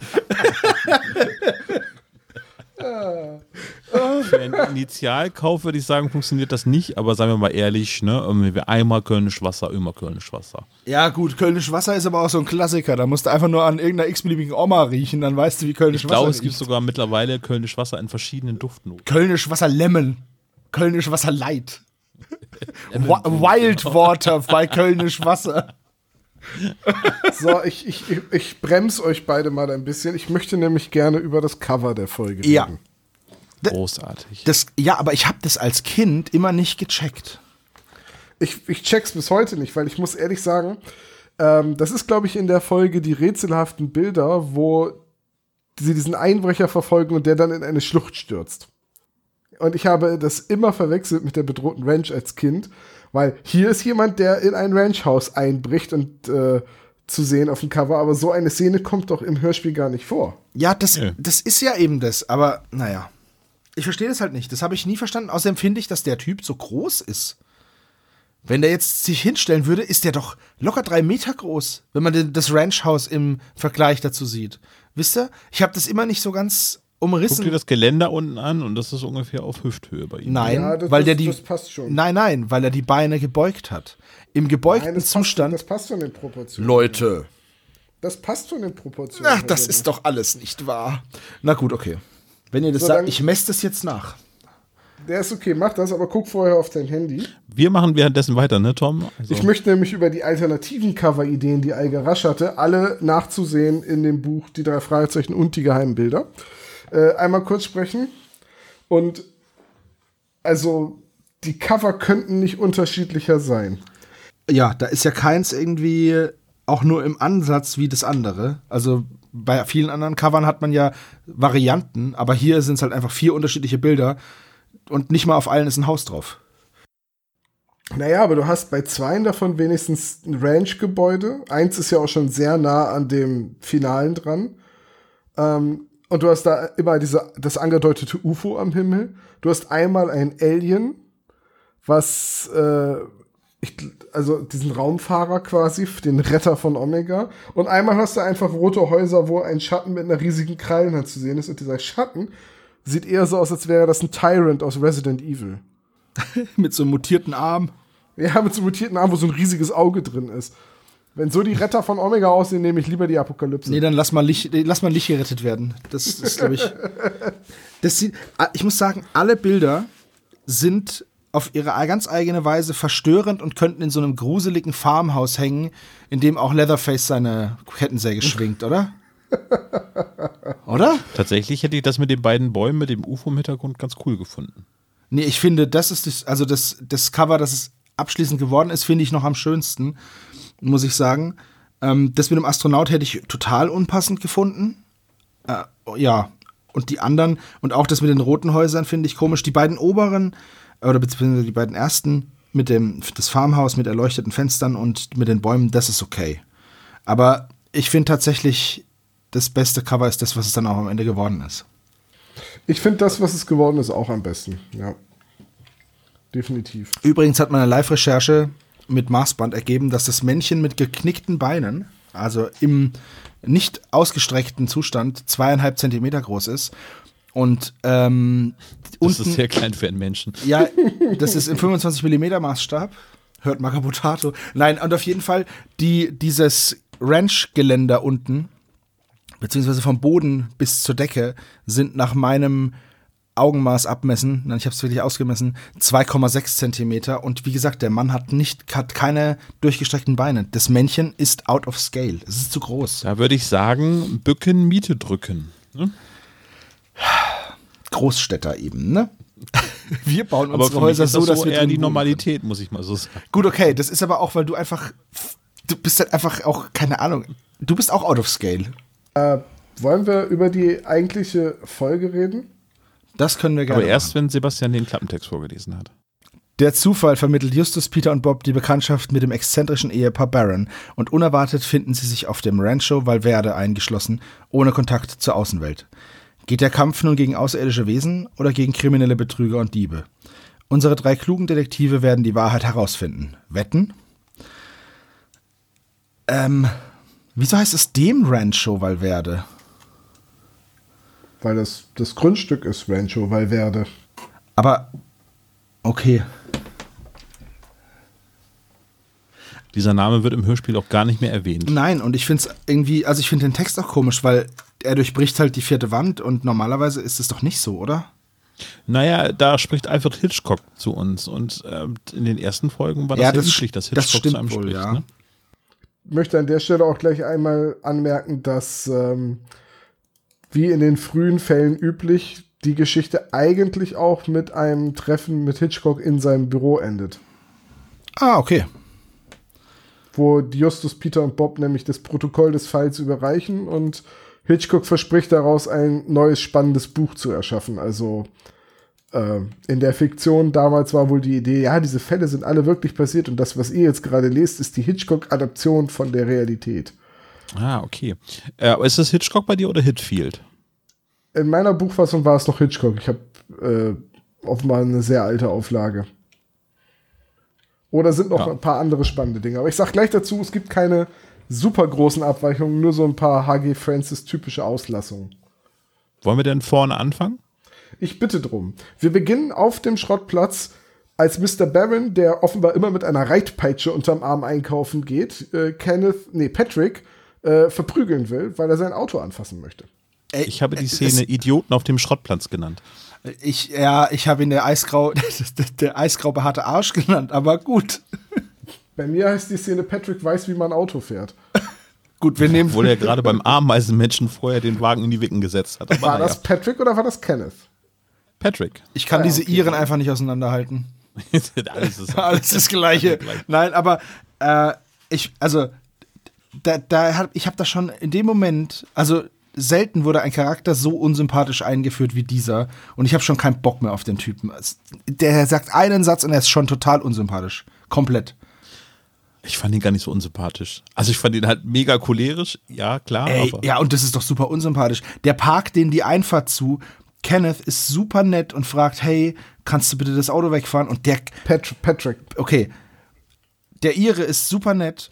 Für einen Initialkauf würde ich sagen, funktioniert das nicht, aber seien wir mal ehrlich, ne? Einmal Kölnisch Wasser, immer Kölnisch Wasser. Ja, gut, Kölnisch Wasser ist aber auch so ein Klassiker. Da musst du einfach nur an irgendeiner x-beliebigen Oma riechen, dann weißt du, wie Kölnisch Wasser ist. Ich glaube, es gibt sogar mittlerweile Kölnisch Wasser in verschiedenen Duftnoten. Kölnisch Wasser Lemon. Kölnisch Wasser Light. Wild Water bei Kölnisch Wasser. So, ich bremse euch beide mal ein bisschen. Ich möchte nämlich gerne über das Cover der Folge reden. Ja. Großartig. Aber ich habe das als Kind immer nicht gecheckt. Ich check's bis heute nicht, weil ich muss ehrlich sagen, das ist, glaube ich, in der Folge die rätselhaften Bilder, wo sie diesen Einbrecher verfolgen und der dann in eine Schlucht stürzt. Und ich habe das immer verwechselt mit der bedrohten Ranch als Kind, weil hier ist jemand, der in ein Ranchhaus einbricht und zu sehen auf dem Cover, aber so eine Szene kommt doch im Hörspiel gar nicht vor. Ja, das ist ja eben das, aber naja. Ich verstehe das halt nicht. Das habe ich nie verstanden. Außerdem finde ich, dass der Typ so groß ist. Wenn der jetzt sich hinstellen würde, ist der doch locker 3 Meter groß, wenn man das Ranchhaus im Vergleich dazu sieht. Wisst ihr? Ich habe das immer nicht so ganz umrissen. Guck dir das Geländer unten an und das ist ungefähr auf Hüfthöhe bei ihm. Nein, Ja, das passt schon. Nein, weil er die Beine gebeugt hat. Im gebeugten Zustand. Das passt schon in Proportionen. Leute. Das passt schon in Proportionen. Ach, das ist doch alles nicht wahr. Na gut, okay. Wenn ihr das sagt, ich messe das jetzt nach. Der ist okay, mach das, aber guck vorher auf dein Handy. Wir machen währenddessen weiter, ne, Tom? Also. Ich möchte nämlich über die alternativen Cover-Ideen, die Eiger Rasch hatte, alle nachzusehen in dem Buch Die 3 Fragezeichen und die geheimen Bilder. Einmal kurz sprechen. Und also die Cover könnten nicht unterschiedlicher sein. Ja, da ist ja keins irgendwie auch nur im Ansatz wie das andere. Also bei vielen anderen Covern hat man ja Varianten, aber hier sind es halt einfach 4 unterschiedliche Bilder und nicht mal auf allen ist ein Haus drauf. Naja, aber du hast bei 2 davon wenigstens ein Ranch-Gebäude. 1 ist ja auch schon sehr nah an dem Finalen dran. Und du hast da immer das angedeutete UFO am Himmel. Du hast einmal ein Alien, was also diesen Raumfahrer quasi, den Retter von Omega. Und einmal hast du einfach rote Häuser, wo ein Schatten mit einer riesigen Krallenhand zu sehen ist. Und dieser Schatten sieht eher so aus, als wäre das ein Tyrant aus Resident Evil. Mit so einem mutierten Arm. Ja, mit so einem mutierten Arm, wo so ein riesiges Auge drin ist. Wenn so die Retter von Omega aussehen, nehme ich lieber die Apokalypse. Nee, dann lass mal Licht gerettet werden. Das ist, glaube ich. Ich muss sagen, alle Bilder sind auf ihre ganz eigene Weise verstörend und könnten in so einem gruseligen Farmhaus hängen, in dem auch Leatherface seine Kettensäge schwingt, oder? Oder? Tatsächlich hätte ich das mit den beiden Bäumen mit dem UFO im Hintergrund ganz cool gefunden. Nee, ich finde, das ist das Cover, das es abschließend geworden ist, finde ich noch am schönsten, muss ich sagen. Das mit dem Astronaut hätte ich total unpassend gefunden. Ja, und die anderen, und auch das mit den roten Häusern finde ich komisch. Die beiden oberen, oder beziehungsweise die beiden ersten, mit das Farmhaus mit erleuchteten Fenstern und mit den Bäumen, das ist okay. Aber ich finde tatsächlich, das beste Cover ist das, was es dann auch am Ende geworden ist. Ich finde das, was es geworden ist, auch am besten. Ja. Definitiv. Übrigens hat meine Live-Recherche mit Maßband ergeben, dass das Männchen mit geknickten Beinen, also im nicht ausgestreckten Zustand, 2,5 Zentimeter groß ist. Und das ist sehr klein für einen Menschen. Ja, das ist im 25 mm Maßstab. Hört Magabotato. Nein, und auf jeden Fall dieses Ranch-Geländer unten, beziehungsweise vom Boden bis zur Decke, sind nach meinem Augenmaß abmessen, ich habe es wirklich ausgemessen, 2,6 Zentimeter. Und wie gesagt, der Mann hat keine durchgestreckten Beine. Das Männchen ist out of scale. Es ist zu groß. Da würde ich sagen, bücken, Miete drücken. Ne? Großstädter eben, ne? Wir bauen aber unsere Häuser so, dass wir eher drin die wohnen Normalität, muss ich mal so sagen. Gut, okay, das ist aber auch, weil du bist halt einfach auch, keine Ahnung, du bist auch out of scale. Wollen wir über die eigentliche Folge reden? Das können wir gerne Aber erst, wenn Sebastian den Klappentext vorgelesen hat. Der Zufall vermittelt Justus, Peter und Bob die Bekanntschaft mit dem exzentrischen Ehepaar Barron und unerwartet finden sie sich auf dem Rancho Valverde eingeschlossen, ohne Kontakt zur Außenwelt. Geht der Kampf nun gegen außerirdische Wesen oder gegen kriminelle Betrüger und Diebe? Unsere 3 klugen Detektive werden die Wahrheit herausfinden. Wetten? Wieso heißt es dem Rancho Valverde? Weil das Grundstück ist Rancho Valverde. Aber, okay. Dieser Name wird im Hörspiel auch gar nicht mehr erwähnt. Nein, und ich finde es irgendwie, also ich finde den Text auch komisch, weil er durchbricht halt die 4. Wand und normalerweise ist es doch nicht so, oder? Naja, da spricht Alfred Hitchcock zu uns und in den ersten Folgen war das ja üblich, dass Hitchcock zu einem spricht. Ja. Ne? Ich möchte an der Stelle auch gleich einmal anmerken, dass wie in den frühen Fällen üblich, die Geschichte eigentlich auch mit einem Treffen mit Hitchcock in seinem Büro endet. Ah, okay. Wo Justus, Peter und Bob nämlich das Protokoll des Falls überreichen und Hitchcock verspricht daraus ein neues, spannendes Buch zu erschaffen. Also in der Fiktion damals war wohl die Idee, ja, diese Fälle sind alle wirklich passiert und das, was ihr jetzt gerade lest, ist die Hitchcock-Adaption von der Realität. Ah, okay. Ist das Hitchcock bei dir oder Hitfield? in meiner Buchfassung war es noch Hitchcock. Ich habe offenbar eine sehr alte Auflage. Oder sind noch ein paar andere spannende Dinge. Aber ich sag gleich dazu, es gibt keine super großen Abweichungen, nur so ein paar H.G. Francis typische Auslassungen. Wollen wir denn vorne anfangen? Ich bitte drum. Wir beginnen auf dem Schrottplatz, als Mr. Barron, der offenbar immer mit einer Reitpeitsche unterm Arm einkaufen geht, Patrick verprügeln will, weil er sein Auto anfassen möchte. Ich habe die Szene Idioten auf dem Schrottplatz genannt. Ich habe ihn der eisgrau behaarte Arsch genannt, aber gut. Bei mir heißt die Szene, Patrick weiß, wie man Auto fährt. Gut, wir nehmen. Obwohl er gerade beim Ameisenmenschen vorher den Wagen in die Wicken gesetzt hat. War das Patrick oder war das Kenneth? Patrick. Ich kann diese Iren einfach nicht auseinanderhalten. Alles ist das Gleiche. Nein, aber ich habe das schon in dem Moment, also selten wurde ein Charakter so unsympathisch eingeführt wie dieser und ich habe schon keinen Bock mehr auf den Typen. Der sagt einen Satz und er ist schon total unsympathisch. Komplett. Ich fand ihn gar nicht so unsympathisch. Also ich fand ihn halt mega cholerisch, ja klar. Aber Ja, und das ist doch super unsympathisch. Der parkt denen die Einfahrt zu. Kenneth ist super nett und fragt, hey, kannst du bitte das Auto wegfahren? Und der Patrick. Okay. Der Ire ist super nett.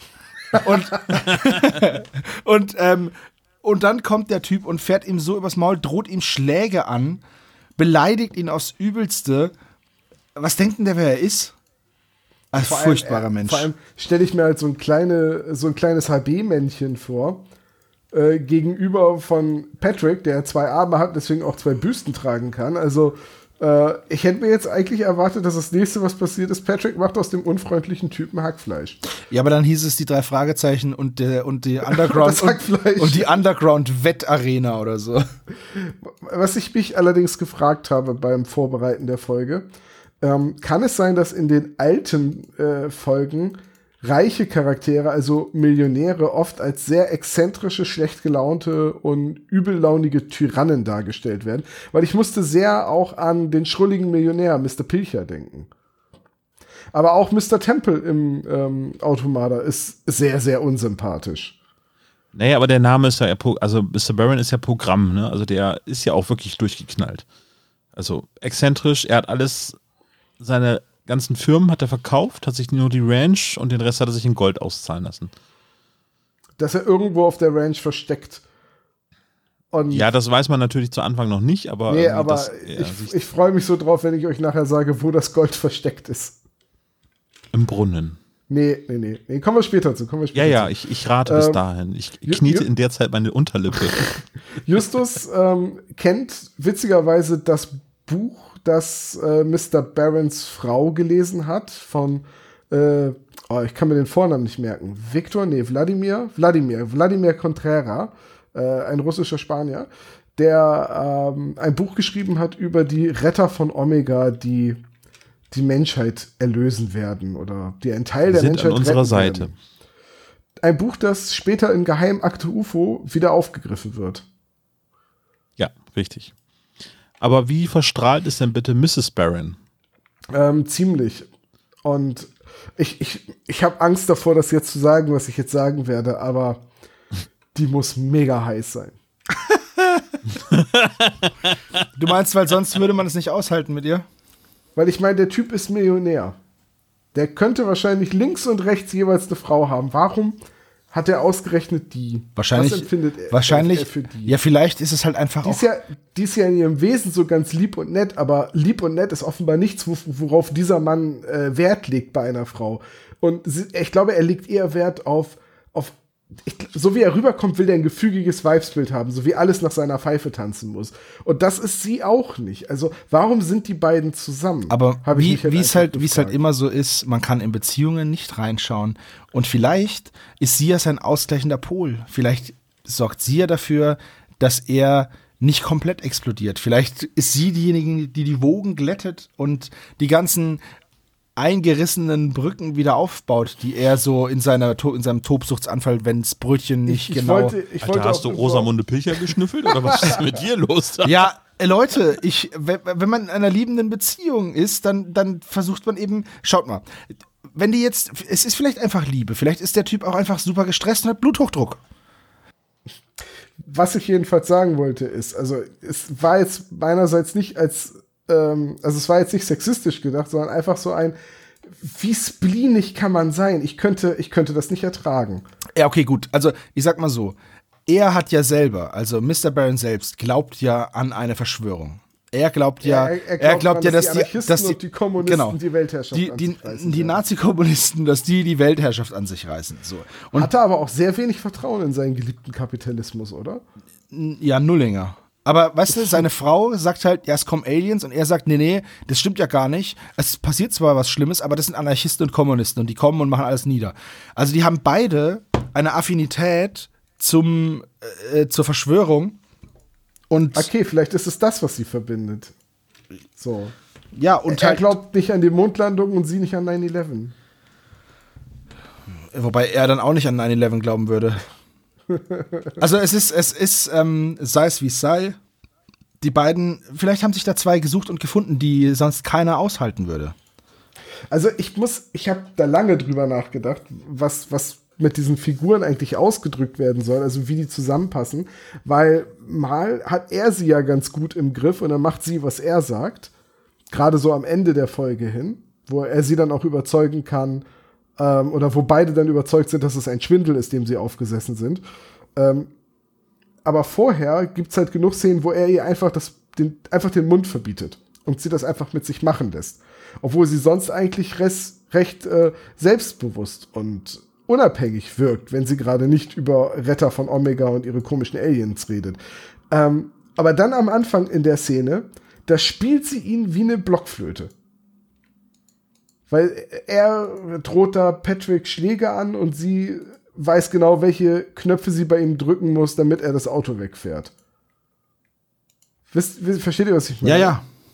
Und dann kommt der Typ und fährt ihm so übers Maul, droht ihm Schläge an, beleidigt ihn aufs Übelste. Was denkt denn der, wer er ist? Ein furchtbarer Mensch. Vor allem stelle ich mir halt so ein kleines HB-Männchen vor, gegenüber von Patrick, der 2 Arme hat, deswegen auch 2 Büsten tragen kann. Also ich hätte mir jetzt eigentlich erwartet, dass das nächste, was passiert ist, Patrick macht aus dem unfreundlichen Typen Hackfleisch. Ja, aber dann hieß es die 3 Fragezeichen und die Underground und die Underground-Wettarena oder so. Was ich mich allerdings gefragt habe beim Vorbereiten der Folge, kann es sein, dass in den alten Folgen reiche Charaktere, also Millionäre, oft als sehr exzentrische, schlecht gelaunte und übellaunige Tyrannen dargestellt werden? Weil ich musste sehr auch an den schrulligen Millionär Mr. Pilcher denken. Aber auch Mr. Temple im Automata ist sehr, sehr unsympathisch. Naja, aber der Name ist ja, also Mr. Barron ist ja Programm, ne? Also der ist ja auch wirklich durchgeknallt. Also exzentrisch, er hat alles, seine ganzen Firmen hat er verkauft, hat sich nur die Ranch und den Rest hat er sich in Gold auszahlen lassen. Dass er irgendwo auf der Ranch versteckt. Und ja, das weiß man natürlich zu Anfang noch nicht, aber... Nee, aber ich freue mich so drauf, wenn ich euch nachher sage, wo das Gold versteckt ist. Im Brunnen. Nee, kommen wir später zu. Ja, ich rate bis dahin. Ich kniete in der Zeit meine Unterlippe. Justus kennt witzigerweise das Buch, das Mr. Barrons Frau gelesen hat, von, ich kann mir den Vornamen nicht merken, Wladimir Contreras, ein russischer Spanier, der ein Buch geschrieben hat über die Retter von Omega, die die Menschheit erlösen werden oder die einen Teil der Menschheit an unserer Seite. Werden. Ein Buch, das später in Geheimakte UFO wieder aufgegriffen wird. Ja, richtig. Aber wie verstrahlt ist denn bitte Mrs. Barron? Ziemlich. Und ich habe Angst davor, das jetzt zu sagen, was ich jetzt sagen werde, aber die muss mega heiß sein. Du meinst, weil sonst würde man es nicht aushalten mit ihr? Weil ich meine, der Typ ist Millionär. Der könnte wahrscheinlich links und rechts jeweils eine Frau haben. Warum hat er ausgerechnet die? Wahrscheinlich, was empfindet er für die? Ja, vielleicht ist es halt einfach die ist ja in ihrem Wesen so ganz lieb und nett, aber lieb und nett ist offenbar nichts, worauf dieser Mann Wert legt bei einer Frau. Und ich glaube, er legt eher Wert auf so wie er rüberkommt, will er ein gefügiges Weibsbild haben, so wie alles nach seiner Pfeife tanzen muss. Und das ist sie auch nicht. Also warum sind die beiden zusammen? Aber wie es halt immer so ist, man kann in Beziehungen nicht reinschauen. Und vielleicht ist sie ja sein ausgleichender Pol. Vielleicht sorgt sie ja dafür, dass er nicht komplett explodiert. Vielleicht ist sie diejenige, die die Wogen glättet und die ganzen eingerissenen Brücken wieder aufbaut, die er so in seinem Tobsuchtsanfall, wenn das Brötchen nicht genau... Alter, hast du Rosamunde Pilcher geschnüffelt oder was ist mit dir los? Ja, Leute, wenn man in einer liebenden Beziehung ist, dann versucht man eben, schaut mal, wenn die jetzt, es ist vielleicht einfach Liebe, vielleicht ist der Typ auch einfach super gestresst und hat Bluthochdruck. was ich jedenfalls sagen wollte ist, also es war jetzt meinerseits nicht es war jetzt nicht sexistisch gedacht, sondern einfach so wie spleenig kann man sein? Ich könnte das nicht ertragen. Ja, okay, gut. Also, ich sag mal so. Er hat ja selber, also Mr. Baron selbst, glaubt ja an eine Verschwörung. Er glaubt ja, er glaubt ja, dass die Kommunisten die Weltherrschaft an sich reißen. Die Nazi-Kommunisten, dass die Weltherrschaft an sich reißen. So. Und hatte aber auch sehr wenig Vertrauen in seinen geliebten Kapitalismus, oder? Ja, Nullinger. Aber weißt du, seine Frau sagt halt, ja, es kommen Aliens, und er sagt, nee, das stimmt ja gar nicht. Es passiert zwar was Schlimmes, aber das sind Anarchisten und Kommunisten und die kommen und machen alles nieder. Also die haben beide eine Affinität zur Verschwörung. Und okay, vielleicht ist es das, was sie verbindet. So. Ja, und er glaubt nicht an die Mondlandung und sie nicht an 9/11. Wobei er dann auch nicht an 9/11 glauben würde. Also es ist, sei es wie es sei. Die beiden, vielleicht haben sich da zwei gesucht und gefunden, die sonst keiner aushalten würde. Also ich habe da lange drüber nachgedacht, was mit diesen Figuren eigentlich ausgedrückt werden soll, also wie die zusammenpassen, weil mal hat er sie ja ganz gut im Griff und dann macht sie, was er sagt, gerade so am Ende der Folge hin, wo er sie dann auch überzeugen kann, oder wo beide dann überzeugt sind, dass es ein Schwindel ist, dem sie aufgesessen sind. Aber vorher gibt's halt genug Szenen, wo er ihr einfach den Mund verbietet und sie das einfach mit sich machen lässt. Obwohl sie sonst eigentlich recht selbstbewusst und unabhängig wirkt, wenn sie gerade nicht über Retter von Omega und ihre komischen Aliens redet. Aber dann am Anfang in der Szene, da spielt sie ihn wie eine Blockflöte. Weil er droht da Patrick Schläge an und sie weiß genau, welche Knöpfe sie bei ihm drücken muss, damit er das Auto wegfährt. Versteht ihr, was ich meine?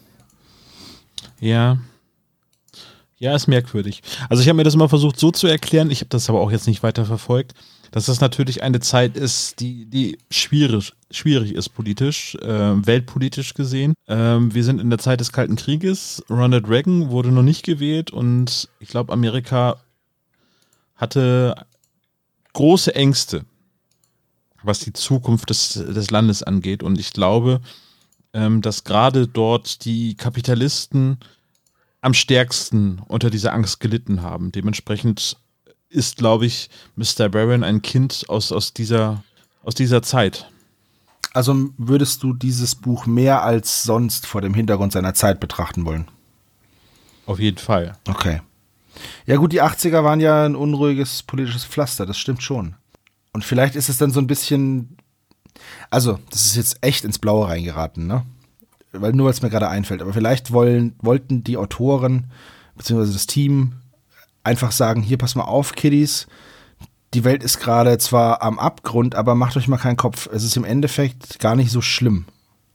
Ja. Ja, ist merkwürdig. Also ich habe mir das immer versucht so zu erklären, ich habe das aber auch jetzt nicht weiter verfolgt, dass das natürlich eine Zeit ist, die schwierig ist politisch, weltpolitisch gesehen. Wir sind in der Zeit des Kalten Krieges, Ronald Reagan wurde noch nicht gewählt und ich glaube, Amerika hatte große Ängste, was die Zukunft des Landes angeht, und ich glaube, dass gerade dort die Kapitalisten am stärksten unter dieser Angst gelitten haben. Dementsprechend ist, glaube ich, Mr. Baron ein Kind aus dieser Zeit. Also würdest du dieses Buch mehr als sonst vor dem Hintergrund seiner Zeit betrachten wollen? Auf jeden Fall. Okay. Ja gut, die 80er waren ja ein unruhiges politisches Pflaster, das stimmt schon. Und vielleicht ist es dann so ein bisschen, also das ist jetzt echt ins Blaue reingeraten, ne? Weil es mir gerade einfällt, aber vielleicht wollten die Autoren beziehungsweise das Team einfach sagen, hier, pass mal auf, Kiddies, die Welt ist gerade zwar am Abgrund, aber macht euch mal keinen Kopf, es ist im Endeffekt gar nicht so schlimm.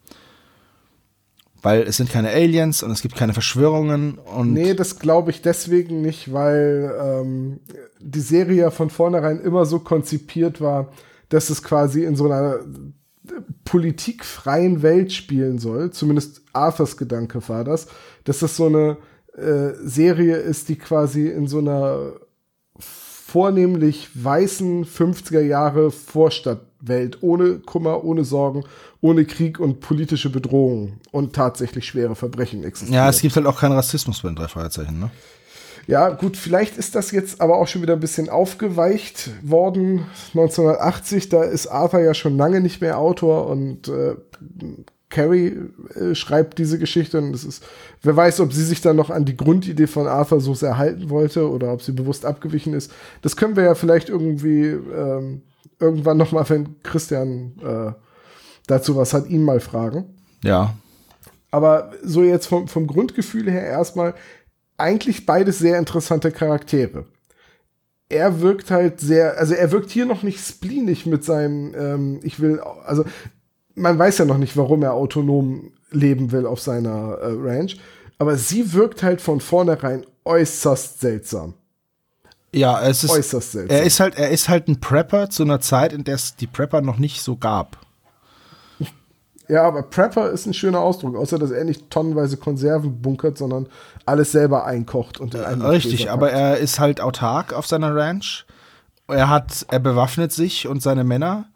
Weil es sind keine Aliens und es gibt keine Verschwörungen. Und nee, das glaube ich deswegen nicht, weil die Serie ja von vornherein immer so konzipiert war, dass es quasi in so einer politikfreien Welt spielen soll. Zumindest Arthurs Gedanke war das, dass das so eine Serie ist, die quasi in so einer vornehmlich weißen 50er Jahre Vorstadtwelt, ohne Kummer, ohne Sorgen, ohne Krieg und politische Bedrohungen und tatsächlich schwere Verbrechen existiert. Ja, es gibt halt auch keinen Rassismus bei den 3 Fragezeichen, ne? Ja, gut, vielleicht ist das jetzt aber auch schon wieder ein bisschen aufgeweicht worden. 1980, da ist Arthur ja schon lange nicht mehr Autor und Carrie schreibt diese Geschichte und es ist, wer weiß, ob sie sich dann noch an die Grundidee von Arthur so sehr halten wollte oder ob sie bewusst abgewichen ist. Das können wir ja vielleicht irgendwie irgendwann noch mal, wenn Christian dazu was hat, ihn mal fragen. Ja. Aber so jetzt vom Grundgefühl her erstmal eigentlich beides sehr interessante Charaktere. Er wirkt halt er wirkt hier noch nicht spleenig mit seinem, man weiß ja noch nicht, warum er autonom leben will auf seiner Ranch, aber sie wirkt halt von vornherein äußerst seltsam. Ja, es ist äußerst seltsam. Er ist halt ein Prepper zu einer Zeit, in der es die Prepper noch nicht so gab. Ja, aber Prepper ist ein schöner Ausdruck, außer dass er nicht tonnenweise Konserven bunkert, sondern alles selber einkocht und in einen richtig, aber er ist halt autark auf seiner Ranch. Er bewaffnet sich und seine Männer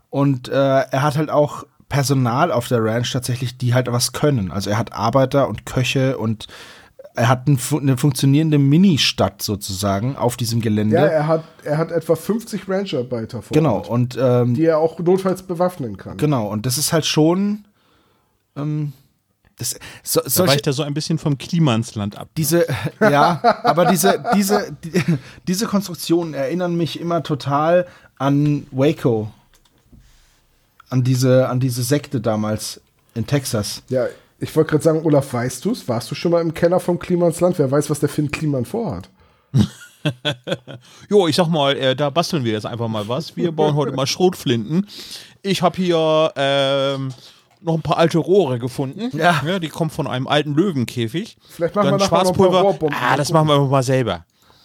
Und er hat halt auch Personal auf der Ranch tatsächlich, die halt was können. Also er hat Arbeiter und Köche und er hat eine funktionierende Ministadt sozusagen auf diesem Gelände. Ja, er hat etwa 50 Ranch-Arbeiter vor Genau, Ort, und die er auch notfalls bewaffnen kann. genau, und das ist halt schon Da weicht er so ein bisschen vom Klimansland ab. aber diese Konstruktionen erinnern mich immer total an Waco. An diese Sekte damals in Texas. Ja, ich wollte gerade sagen, Olaf, weißt du's? Warst du schon mal im Keller vom Klimansland? Wer weiß, was der Finn Kliman vorhat? Jo, ich sag mal, da basteln wir jetzt einfach mal was. Wir bauen heute mal Schrotflinten. Ich habe hier noch ein paar alte Rohre gefunden. Ja, die kommen von einem alten Löwenkäfig. Vielleicht machen wir Dann nachher noch ein paar Schwarzpulver. Rohrbomben. Das machen wir mal selber.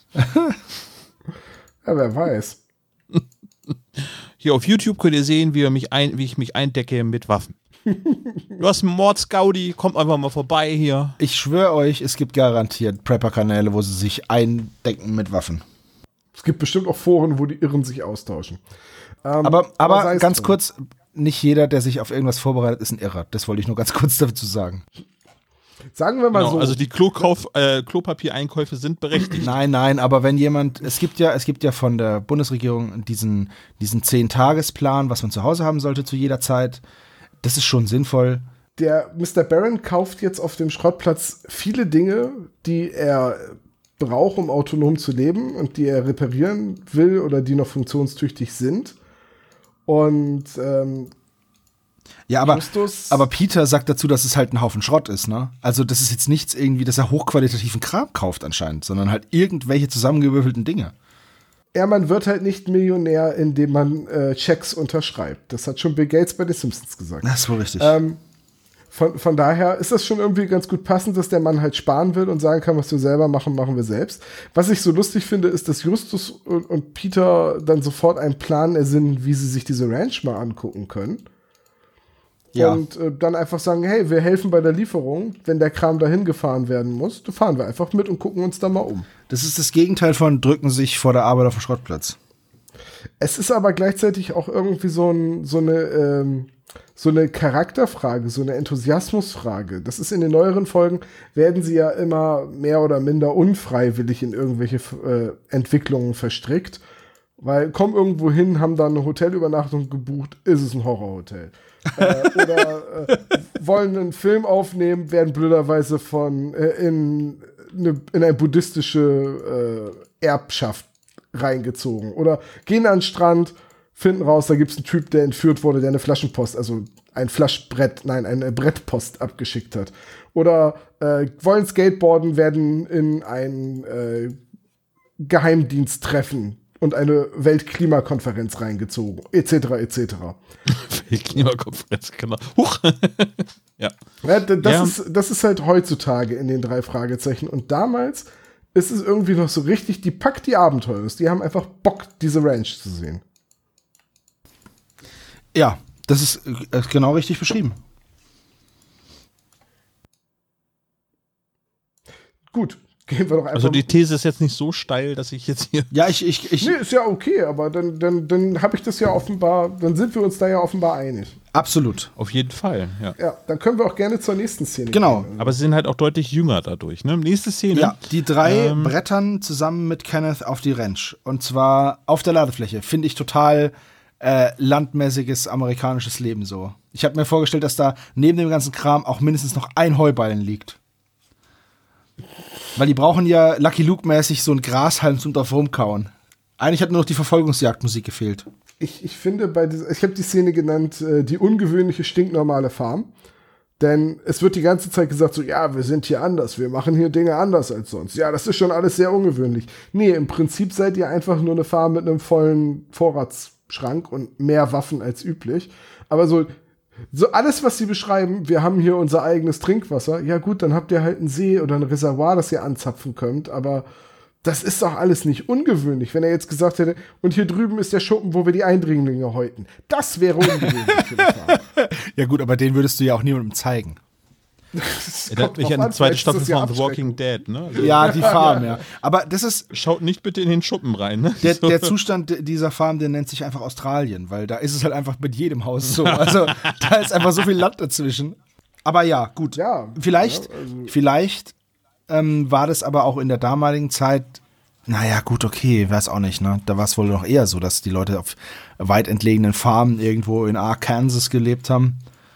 Ja, wer weiß. Hier auf YouTube könnt ihr sehen, wie ich mich eindecke mit Waffen. Du hast einen Mordsgaudi, kommt einfach mal vorbei hier. Ich schwöre euch, es gibt garantiert Prepper-Kanäle, wo sie sich eindecken mit Waffen. Es gibt bestimmt auch Foren, wo die Irren sich austauschen. Aber sei es ganz drum. kurz, nicht jeder, der sich auf irgendwas vorbereitet, ist ein Irrer. Das wollte ich nur ganz kurz dazu sagen. Sagen wir mal Genau, so. also die Klopapiereinkäufe sind berechtigt. Nein, aber wenn jemand, es gibt ja von der Bundesregierung diesen 10-Tagesplan, was man zu Hause haben sollte zu jeder Zeit. Das ist schon sinnvoll. Der Mr. Barron kauft jetzt auf dem Schrottplatz viele Dinge, die er braucht, um autonom zu leben und die er reparieren will oder die noch funktionstüchtig sind. Und Ja, Justus- aber Peter sagt dazu, dass es halt ein Haufen Schrott ist, ne? Also das ist jetzt nichts irgendwie, dass er hochqualitativen Kram kauft anscheinend, sondern halt irgendwelche zusammengewürfelten Dinge. ja, man wird halt nicht Millionär, indem man Checks unterschreibt. Das hat schon Bill Gates bei den Simpsons gesagt. Das ist wohl richtig. Von daher ist das schon irgendwie ganz gut passend, dass der Mann halt sparen will und sagen kann, was wir selber machen, machen wir selbst. Was ich so lustig finde, ist, dass Justus und Peter dann sofort einen Plan ersinnen, wie sie sich diese Ranch mal angucken können. Ja. Und dann einfach sagen, hey, wir helfen bei der Lieferung. Wenn der Kram dahin gefahren werden muss, dann fahren wir einfach mit und gucken uns da mal um. Das ist das Gegenteil von drücken sich vor der Arbeit auf dem Schrottplatz. Es ist aber gleichzeitig auch irgendwie so eine Charakterfrage, so eine Enthusiasmusfrage. Das ist in den neueren Folgen, werden sie ja immer mehr oder minder unfreiwillig in irgendwelche Entwicklungen verstrickt. Weil kommen irgendwo hin, haben da eine Hotelübernachtung gebucht, ist es ein Horrorhotel. Oder wollen einen Film aufnehmen, werden blöderweise in eine buddhistische Erbschaft reingezogen. Oder gehen an den Strand, finden raus, da gibt es einen Typ, der entführt wurde, der eine Flaschenpost, also eine Brettpost abgeschickt hat. Oder wollen Skateboarden, werden in ein Geheimdiensttreffen und eine Weltklimakonferenz reingezogen, etc., etc. Weltklimakonferenz, genau. Huch! Ja. Das ist halt heutzutage in den 3 Fragezeichen. Und damals ist es irgendwie noch so richtig, die packt die Abenteuer. Die haben einfach Bock, diese Ranch zu sehen. Ja, das ist genau richtig beschrieben. Gut, gehen wir doch einfach. Also die These ist jetzt nicht so steil, dass ich jetzt hier. Ja, ich Nee, ist ja okay, aber dann habe ich das ja offenbar, dann sind wir uns da ja offenbar einig. absolut. Auf jeden Fall, ja. Ja, dann können wir auch gerne zur nächsten Szene Genau. gehen. Aber sie sind halt auch deutlich jünger dadurch. Ne? Nächste Szene. Ja, die 3 brettern zusammen mit Kenneth auf die Ranch. Und zwar auf der Ladefläche. Finde ich total landmäßiges amerikanisches Leben so. Ich habe mir vorgestellt, dass da neben dem ganzen Kram auch mindestens noch ein Heuballen liegt. Weil die brauchen ja Lucky Luke-mäßig so einen Grashalm zum drauf rumkauen. Eigentlich hat nur noch die Verfolgungsjagdmusik gefehlt. Ich finde, ich habe die Szene genannt, die ungewöhnliche, stinknormale Farm. Denn es wird die ganze Zeit gesagt, so, ja, wir sind hier anders, wir machen hier Dinge anders als sonst. Ja, das ist schon alles sehr ungewöhnlich. Nee, im Prinzip seid ihr einfach nur eine Farm mit einem vollen Vorratsschrank und mehr Waffen als üblich. Aber so alles, was sie beschreiben, wir haben hier unser eigenes Trinkwasser, ja gut, dann habt ihr halt einen See oder ein Reservoir, das ihr anzapfen könnt, aber das ist doch alles nicht ungewöhnlich. Wenn er jetzt gesagt hätte, und hier drüben ist der Schuppen, wo wir die Eindringlinge häuten. Das wäre ungewöhnlich für die Farm. Ja gut, aber den würdest du ja auch niemandem zeigen. Erinnert mich an die zweite Staffel von The Walking Dead, ne? Also Ja, die Farm, ja. Aber das ist, schaut nicht bitte in den Schuppen rein, ne? der Zustand dieser Farm, der nennt sich einfach Australien, weil da ist es halt einfach mit jedem Haus so. Also da ist einfach so viel Land dazwischen. Aber ja, gut. Ja, Vielleicht war das aber auch in der damaligen Zeit, naja, gut, okay, weiß auch nicht, ne? Da war es wohl noch eher so, dass die Leute auf weit entlegenen Farmen irgendwo in Arkansas gelebt haben.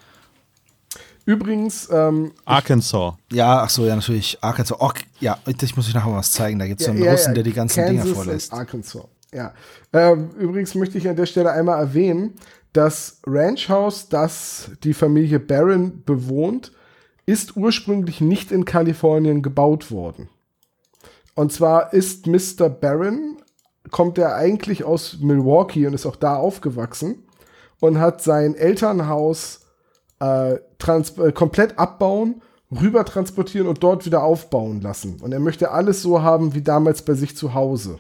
Übrigens, Arkansas. Ja, ach so, ja, natürlich. Arkansas. Oh, ja, ich muss euch nachher mal was zeigen. Da gibt es so einen Russen, der die ganzen Kansas Dinger vorlässt. Und Arkansas, ja. Übrigens möchte ich an der Stelle einmal erwähnen, das Ranchhaus, das die Familie Barron bewohnt, ist ursprünglich nicht in Kalifornien gebaut worden. Und zwar ist Mr. Barron, kommt er eigentlich aus Milwaukee und ist auch da aufgewachsen und hat sein Elternhaus komplett abbauen, rüber transportieren und dort wieder aufbauen lassen. Und er möchte alles so haben wie damals bei sich zu Hause.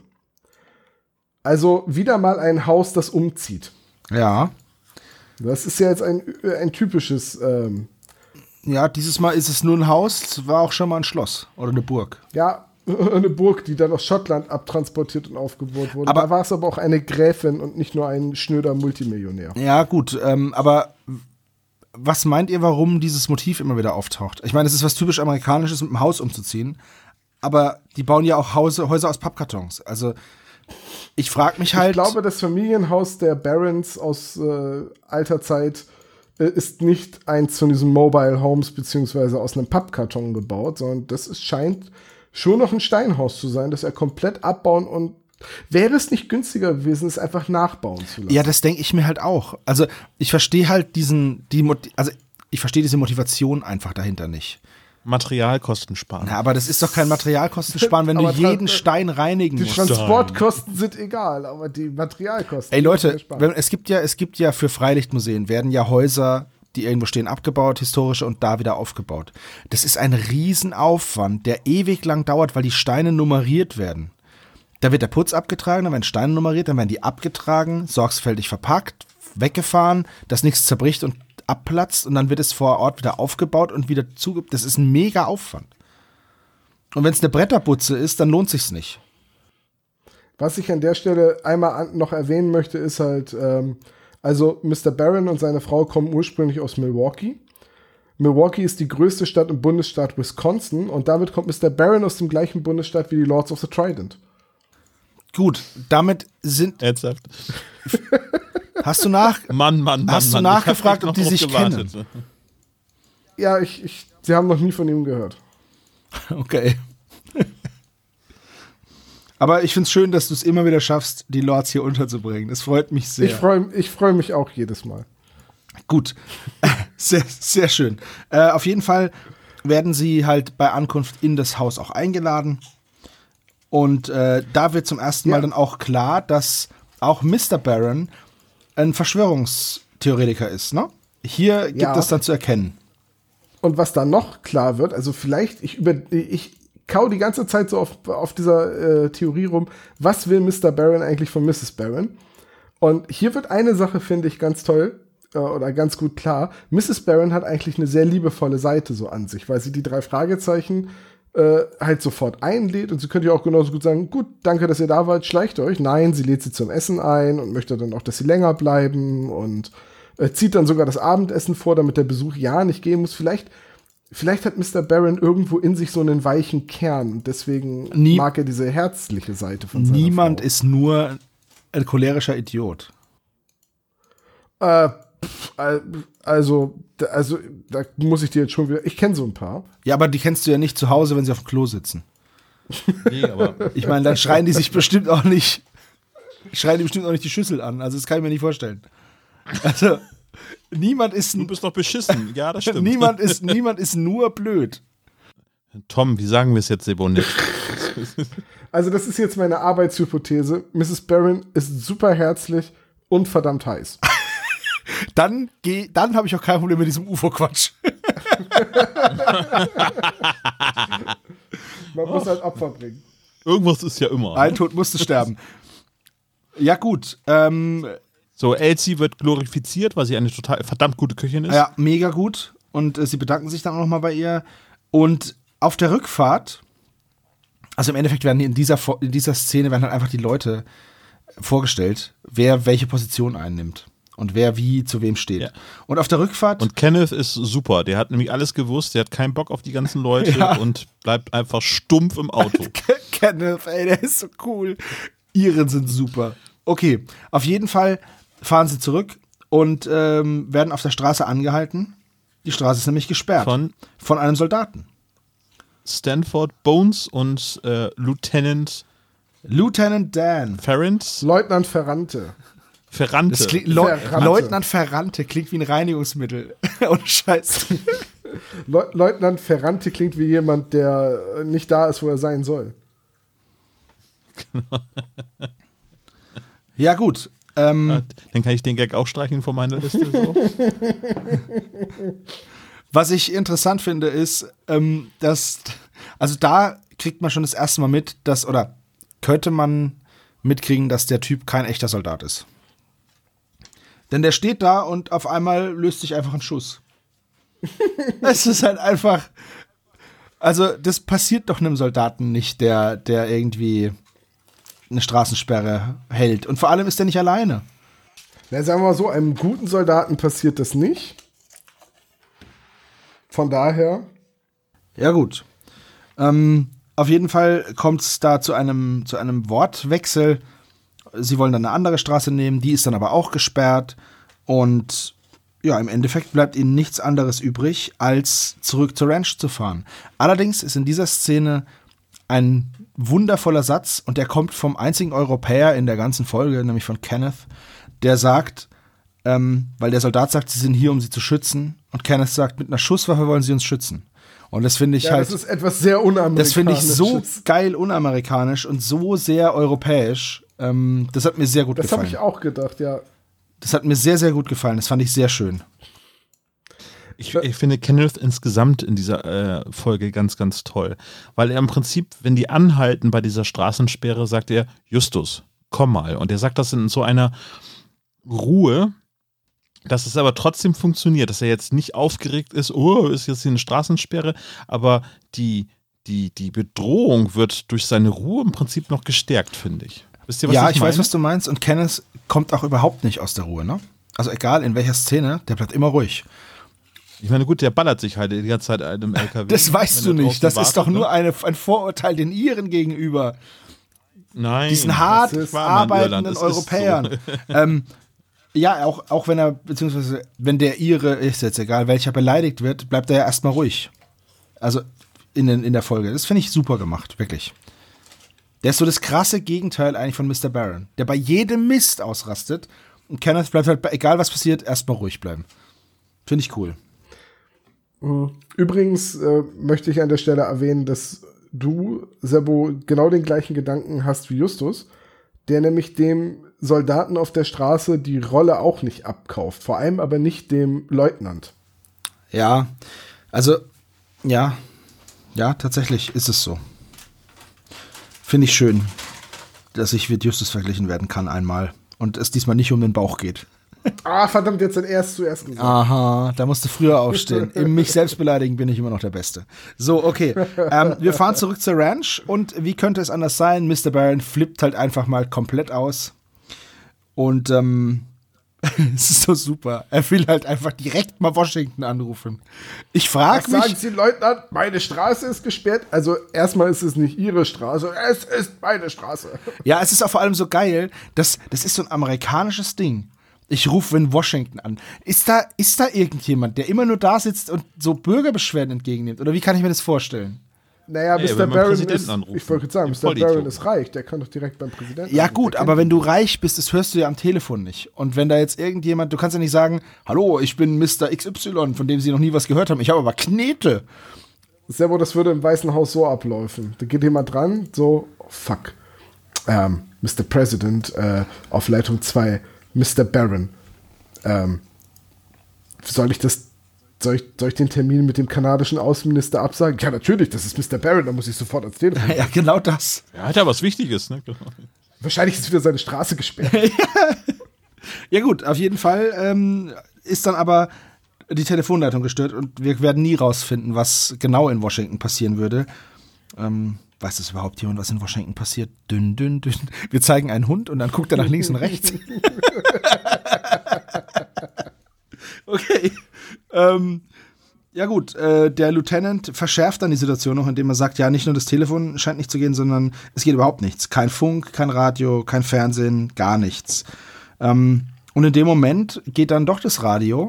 Also wieder mal ein Haus, das umzieht. Ja. Das ist ja jetzt ein typisches. Ja, dieses Mal ist es nur ein Haus, es war auch schon mal ein Schloss oder eine Burg. Ja, eine Burg, die dann aus Schottland abtransportiert und aufgebaut wurde. Aber da war es aber auch eine Gräfin und nicht nur ein schnöder Multimillionär. Ja, gut, aber was meint ihr, warum dieses Motiv immer wieder auftaucht? Ich meine, es ist was typisch Amerikanisches, mit einem Haus umzuziehen, aber die bauen ja auch Häuser aus Pappkartons. Also ich frage mich halt. Ich glaube, das Familienhaus der Barons aus alter Zeit ist nicht eins von diesen Mobile Homes beziehungsweise aus einem Pappkarton gebaut, sondern das scheint schon noch ein Steinhaus zu sein, das er komplett abbauen und wäre es nicht günstiger gewesen, es einfach nachbauen zu lassen? Ja, das denke ich mir halt auch. Also ich verstehe halt ich verstehe diese Motivation einfach dahinter nicht. Materialkosten sparen. Ja, aber das ist doch kein Materialkosten sparen, wenn du jeden Stein reinigen Die musst. Transportkosten sind egal, aber die Materialkosten. Ey Leute, es gibt ja für Freilichtmuseen werden ja Häuser, die irgendwo stehen, abgebaut, historische, und da wieder aufgebaut. Das ist ein Riesenaufwand, der ewig lang dauert, weil die Steine nummeriert werden. Da wird der Putz abgetragen, dann werden Steine nummeriert, dann werden die abgetragen, sorgfältig verpackt, weggefahren, dass nichts zerbricht und abplatzt, und dann wird es vor Ort wieder aufgebaut und wieder zugebaut. Das ist ein mega Aufwand. Und wenn es eine Bretterbutze ist, dann lohnt sich's nicht. Was ich an der Stelle einmal noch erwähnen möchte, ist halt, also Mr. Barron und seine Frau kommen ursprünglich aus Milwaukee. Milwaukee ist die größte Stadt im Bundesstaat Wisconsin und damit kommt Mr. Barron aus dem gleichen Bundesstaat wie die Lords of the Trident. Gut, damit sind. Ernsthaft? Hast du Hast du nachgefragt, ob die sich kennen? Ja, sie haben noch nie von ihm gehört. Okay. Aber ich find's schön, dass du es immer wieder schaffst, die Lords hier unterzubringen. Das freut mich sehr. Ich freu mich auch jedes Mal. Gut. Sehr, sehr schön. Auf jeden Fall werden sie halt bei Ankunft in das Haus auch eingeladen. Und da wird zum ersten Mal dann auch klar, dass auch Mr. Barron ein Verschwörungstheoretiker ist, ne? Hier gibt es dann zu erkennen. Und was dann noch klar wird, also vielleicht, ich kau die ganze Zeit so auf dieser Theorie rum, was will Mr. Barron eigentlich von Mrs. Barron? Und hier wird eine Sache, finde ich, ganz toll oder ganz gut klar. Mrs. Barron hat eigentlich eine sehr liebevolle Seite so an sich, weil sie die 3 Fragezeichen halt sofort einlädt, und sie könnte ja auch genauso gut sagen, gut, danke, dass ihr da wart, schleicht euch. Nein, sie lädt sie zum Essen ein und möchte dann auch, dass sie länger bleiben, und zieht dann sogar das Abendessen vor, damit der Besuch ja nicht gehen muss. Vielleicht hat Mr. Barron irgendwo in sich so einen weichen Kern und deswegen mag er diese herzliche Seite von seiner Niemand Frau. ist nur ein cholerischer Idiot. Also, da muss ich dir jetzt schon wieder. Ich kenne so ein paar. Ja, aber die kennst du ja nicht zu Hause, wenn sie auf dem Klo sitzen. Nee, aber Ich meine, dann schreien die sich bestimmt auch nicht. Die Schüssel an. Also, das kann ich mir nicht vorstellen. Also, niemand ist. du bist doch beschissen. Ja, das stimmt. niemand ist nur blöd. Tom, wie sagen wir es jetzt, Sebo, Also, das ist jetzt meine Arbeitshypothese. Mrs. Barron ist super herzlich und verdammt heiß. Dann habe ich auch kein Problem mit diesem UFO-Quatsch. Man muss halt Opfer bringen. Irgendwas ist ja immer. Ein Tod musste sterben. Ja, gut. So, Elsie wird glorifiziert, weil sie eine total verdammt gute Köchin ist. Ja, mega gut. und sie bedanken sich dann auch nochmal bei ihr. Und auf der Rückfahrt, also im Endeffekt werden in dieser Szene werden halt einfach die Leute vorgestellt, wer welche Position einnimmt und wer wie zu wem steht. Ja. Und auf der Rückfahrt... Und Kenneth ist super, der hat nämlich alles gewusst, der hat keinen Bock auf die ganzen Leute und bleibt einfach stumpf im Auto. Kenneth, ey, der ist so cool. Iren sind super. Okay, auf jeden Fall fahren sie zurück und werden auf der Straße angehalten. Die Straße ist nämlich gesperrt. Von einem Soldaten. Stanford Bones und Lieutenant Dan. Ferrance? Leutnant Ferrante. Leutnant Ferrante klingt wie ein Reinigungsmittel. Ohne Scheiß. Leutnant Ferrante klingt wie jemand, der nicht da ist, wo er sein soll. Ja, gut. Dann kann ich den Gag auch streichen von meiner Liste. So. Was ich interessant finde, ist, dass, also da kriegt man schon das erste Mal mit, oder könnte man mitkriegen, dass der Typ kein echter Soldat ist. Denn der steht da und auf einmal löst sich einfach ein Schuss. Es ist halt einfach, also das passiert doch einem Soldaten nicht, der irgendwie eine Straßensperre hält. Und vor allem ist er nicht alleine. Na, sagen wir mal so, einem guten Soldaten passiert das nicht. Von daher. Ja, gut. Auf jeden Fall kommt es da zu einem Wortwechsel. Sie wollen dann eine andere Straße nehmen, die ist dann aber auch gesperrt. Und ja, im Endeffekt bleibt ihnen nichts anderes übrig, als zurück zur Ranch zu fahren. Allerdings ist in dieser Szene ein wundervoller Satz und der kommt vom einzigen Europäer in der ganzen Folge, nämlich von Kenneth, der sagt, weil der Soldat sagt, sie sind hier, um sie zu schützen, und Kenneth sagt, mit einer Schusswaffe wollen sie uns schützen. Und das finde ich halt. Das ist etwas sehr unamerikanisch. Das finde ich so geil unamerikanisch und so sehr europäisch. Das hat mir sehr gut gefallen. Das habe ich auch gedacht, ja. Das hat mir sehr, sehr gut gefallen. Das fand ich sehr schön. Ich finde Kenneth insgesamt in dieser Folge ganz, ganz toll. Weil er im Prinzip, wenn die anhalten bei dieser Straßensperre, sagt er, Justus, komm mal. Und er sagt das in so einer Ruhe, dass es aber trotzdem funktioniert, dass er jetzt nicht aufgeregt ist, ist jetzt hier eine Straßensperre, aber die Bedrohung wird durch seine Ruhe im Prinzip noch gestärkt, finde ich. Wisst ihr, was ja, ich weiß, was du meinst, und Kenneth kommt auch überhaupt nicht aus der Ruhe, ne? Also egal in welcher Szene, der bleibt immer ruhig. Ich meine, gut, der ballert sich halt die ganze Zeit einem LKW. Das weißt du nicht, das ist doch nur ein Vorurteil den Iren gegenüber. Nein. Diesen hart arbeitenden Europäern. So. Ja, auch wenn er, beziehungsweise wenn der Ire, ist jetzt egal, welcher beleidigt wird, bleibt er ja erstmal ruhig. Also in der Folge. Das finde ich super gemacht, wirklich. Der ist so das krasse Gegenteil eigentlich von Mr. Barron, der bei jedem Mist ausrastet, und Kenneth bleibt halt, egal was passiert, erstmal ruhig bleiben. Finde ich cool. Übrigens möchte ich an der Stelle erwähnen, dass du, Sebo, genau den gleichen Gedanken hast wie Justus, der nämlich dem Soldaten auf der Straße die Rolle auch nicht abkauft. Vor allem aber nicht dem Leutnant. Ja, also, ja, tatsächlich ist es so. Finde ich schön, dass ich mit Justus verglichen werden kann einmal und es diesmal nicht um den Bauch geht. Ah, verdammt, jetzt hat er es zuerst gesagt. Aha, da musst du früher aufstehen. Im mich selbst beleidigen bin ich immer noch der Beste. So, okay. Wir fahren zurück zur Ranch und wie könnte es anders sein? Mr. Barron flippt halt einfach mal komplett aus. Und es ist so super. Er will halt einfach direkt mal Washington anrufen. Ich frage mich. Sagen Sie, Leutnant, meine Straße ist gesperrt. Also erstmal ist es nicht Ihre Straße, es ist meine Straße. Ja, es ist auch vor allem so geil, das ist so ein amerikanisches Ding. Ich rufe in Washington an. Ist da irgendjemand, der immer nur da sitzt und so Bürgerbeschwerden entgegennimmt? Oder wie kann ich mir das vorstellen? Naja, Mr. Barron ist, ich wollte sagen, Mr. Barron ist reich, der kann doch direkt beim Präsidenten. Ja gut, aber wenn du reich bist, das hörst du ja am Telefon nicht. Und wenn da jetzt irgendjemand, du kannst ja nicht sagen, hallo, ich bin Mr. XY, von dem Sie noch nie was gehört haben, ich habe aber Knete. Servo, das würde im Weißen Haus so ablaufen. Da geht jemand dran, so, oh, fuck. Mr. President, auf Leitung 2, Mr. Barron. Soll ich den Termin mit dem kanadischen Außenminister absagen? Ja, natürlich, das ist Mr. Barron, da muss ich sofort ans Telefon. Ja, genau das. Er hat ja was Wichtiges, ne? Wahrscheinlich ist wieder seine Straße gesperrt. Ja gut, auf jeden Fall ist dann aber die Telefonleitung gestört und wir werden nie rausfinden, was genau in Washington passieren würde. Weiß das überhaupt jemand, was in Washington passiert? Dünn, dünn, dünn. Wir zeigen einen Hund und dann guckt er nach links und rechts. Okay. Ja gut, der Lieutenant verschärft dann die Situation noch, indem er sagt, ja, nicht nur das Telefon scheint nicht zu gehen, sondern es geht überhaupt nichts. Kein Funk, kein Radio, kein Fernsehen, gar nichts. Und in dem Moment geht dann doch das Radio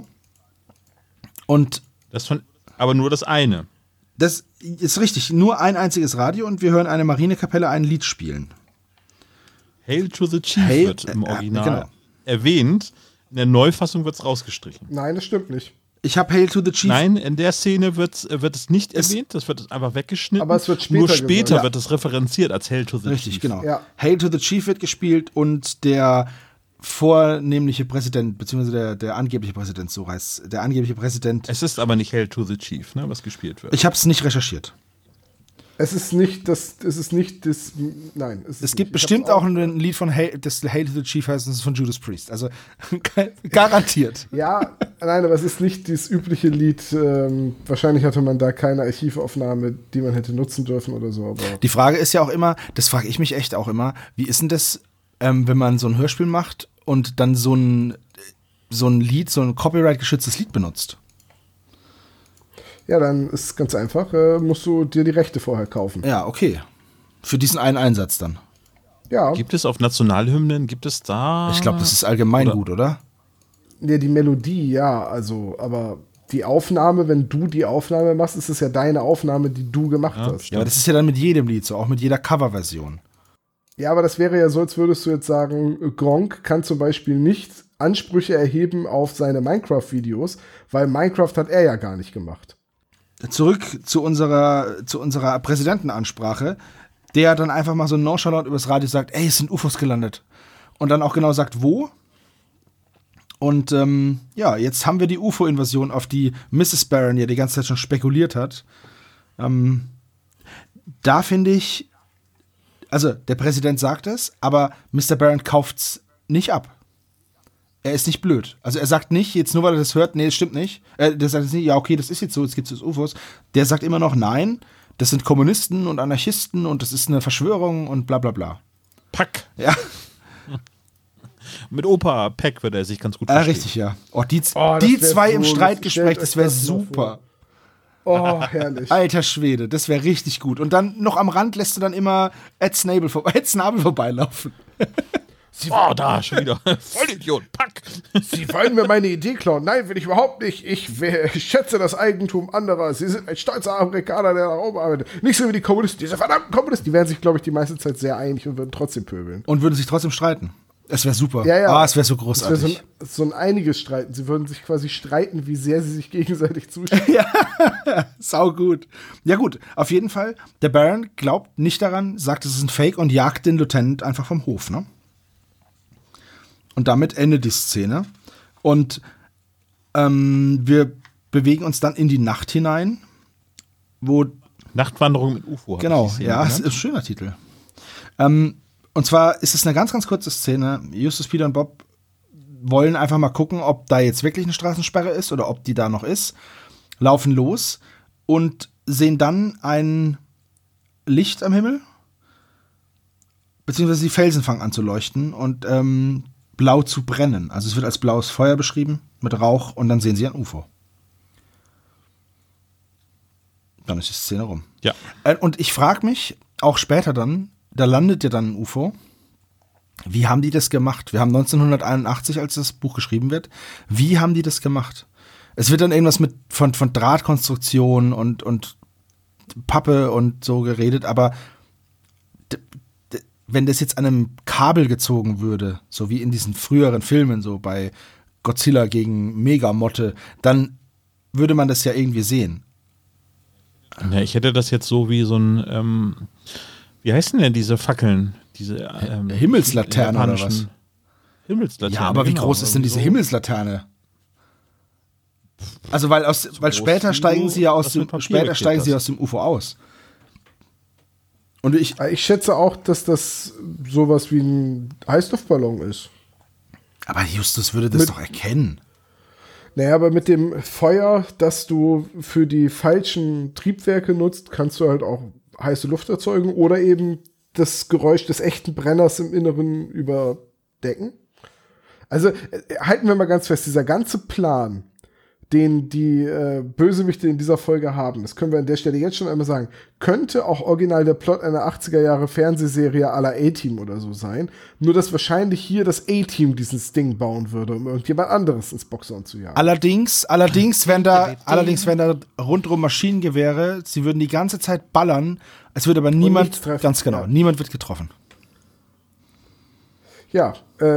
und aber nur das eine. das ist richtig, nur ein einziges Radio und wir hören eine Marinekapelle ein Lied spielen. Hail to the Chief Hail- wird im Original genau. erwähnt. In der Neufassung wird es rausgestrichen. Nein, das stimmt nicht. Ich habe Hail to the Chief. Nein, in der Szene wird es nicht erwähnt, das wird einfach weggeschnitten. Aber es wird später Nur später gesagt. wird es referenziert als Hail to the Richtig, Chief. genau. Ja. Hail to the Chief wird gespielt und der vornehmliche Präsident, beziehungsweise der angebliche Präsident, so heißt der angebliche Präsident. Es ist aber nicht Hail to the Chief, ne, was gespielt wird. Ich habe es nicht recherchiert. Es ist nicht das, nein. Es gibt bestimmt auch ein Lied von Hail to the Chief, heißt es von Judas Priest. Also garantiert. Ja, nein, aber es ist nicht das übliche Lied. Wahrscheinlich hatte man da keine Archivaufnahme, die man hätte nutzen dürfen oder so. Aber Die Frage ist ja auch immer, das frage ich mich echt auch immer, wie ist denn das, wenn man so ein Hörspiel macht und dann so ein Lied, so ein Copyright-geschütztes Lied benutzt? ja, dann ist es ganz einfach, musst du dir die Rechte vorher kaufen. Ja, okay. Für diesen einen Einsatz dann. Ja, Gibt es auf Nationalhymnen, gibt es da... Ich glaube, das ist Allgemeingut, oder? ja, die Melodie, ja, also, aber die Aufnahme, wenn du die Aufnahme machst, ist es ja deine Aufnahme, die du gemacht hast. Ja, aber das ist ja dann mit jedem Lied so, auch mit jeder Coverversion. Ja, aber das wäre ja so, als würdest du jetzt sagen, Gronkh kann zum Beispiel nicht Ansprüche erheben auf seine Minecraft-Videos, weil Minecraft hat er ja gar nicht gemacht. Zurück zu unserer Präsidentenansprache, der dann einfach mal so nonchalant übers Radio sagt, ey, es sind UFOs gelandet. Und dann auch genau sagt, wo. Und ja, jetzt haben wir die UFO-Invasion, auf die Mrs. Barron ja die ganze Zeit schon spekuliert hat. Da finde ich, also der Präsident sagt es, aber Mr. Barron kauft's nicht ab. Er ist nicht blöd. Also er sagt nicht, jetzt nur weil er das hört, nee, das stimmt nicht. Der sagt jetzt nicht, ja okay, das ist jetzt so, jetzt gibt es UFOs. Der sagt immer noch, nein, das sind Kommunisten und Anarchisten und das ist eine Verschwörung und bla bla bla. Pack. Ja, Mit Opa Peck würde er sich ganz gut verstehen. richtig, ja. Oh, die das die wär zwei so im lustig. Streitgespräch, das wäre Stellt euch das mal super. Oh, herrlich. Alter Schwede, das wäre richtig gut. Und dann noch am Rand lässt du dann immer Ed Snabel vorbeilaufen. Oh, da schon wieder. Vollidiot, Pack. Sie wollen mir meine Idee klauen. Nein, will ich überhaupt nicht. Ich schätze das Eigentum anderer. Sie sind ein stolzer Amerikaner, der nach oben arbeitet. Nicht so wie die Kommunisten. Diese verdammten Kommunisten. Die wären sich, glaube ich, die meiste Zeit sehr einig und würden trotzdem pöbeln. Und würden sich trotzdem streiten. Es wäre super. Ja, ja. Ah, es wäre so Das großartig. wäre so ein einiges Streiten. Sie würden sich quasi streiten, wie sehr sie sich gegenseitig zustimmen. Sau gut. Ja gut, auf jeden Fall, der Baron glaubt nicht daran, sagt, es ist ein Fake und jagt den Lieutenant einfach vom Hof, ne? Und damit endet die Szene. Und wir bewegen uns dann in die Nacht hinein, wo Nachtwanderung mit UFO. genau, hab ich die Szene ja, es genannt. ist ein schöner Titel. Und zwar ist es eine ganz, ganz kurze Szene. Justus, Peter und Bob wollen einfach mal gucken, ob da jetzt wirklich eine Straßensperre ist oder ob die da noch ist. Laufen los und sehen dann ein Licht am Himmel, beziehungsweise die Felsen fangen an zu leuchten und blau zu brennen. Also es wird als blaues Feuer beschrieben mit Rauch und dann sehen sie ein UFO. Dann ist die Szene rum. Ja. Und ich frage mich, auch später dann, da landet ja dann ein UFO. Wie haben die das gemacht? Wir haben 1981, als das Buch geschrieben wird. Wie haben die das gemacht? Es wird dann irgendwas von Drahtkonstruktion und Pappe und so geredet, aber wenn das jetzt an einem Kabel gezogen würde, so wie in diesen früheren Filmen, so bei Godzilla gegen Megamotte, dann würde man das ja irgendwie sehen. Ja, ich hätte das jetzt so wie so ein, wie heißen denn diese Fackeln? Diese Himmelslaternen oder was? japanischen Himmelslaternen. Ja, aber wie genau, groß ist denn diese so. Himmelslaterne? Also weil später steigen sie ja aus dem UFO aus. Und ich schätze auch, dass das sowas wie ein Heißluftballon ist. aber Justus würde das doch erkennen. Naja, aber mit dem Feuer, das du für die falschen Triebwerke nutzt, kannst du halt auch heiße Luft erzeugen oder eben das Geräusch des echten Brenners im Inneren überdecken. Also halten wir mal ganz fest, dieser ganze Plan, den die Bösewichte in dieser Folge haben, das können wir an der Stelle jetzt schon einmal sagen, könnte auch original der Plot einer 80er-Jahre-Fernsehserie à la A-Team oder so sein, nur dass wahrscheinlich hier das A-Team dieses Ding bauen würde, um irgendjemand anderes ins Boxhorn zu jagen. Allerdings wären da rundrum Maschinengewehre, sie würden die ganze Zeit ballern, es wird aber niemand, ganz genau, ja. Niemand wird getroffen. Ja,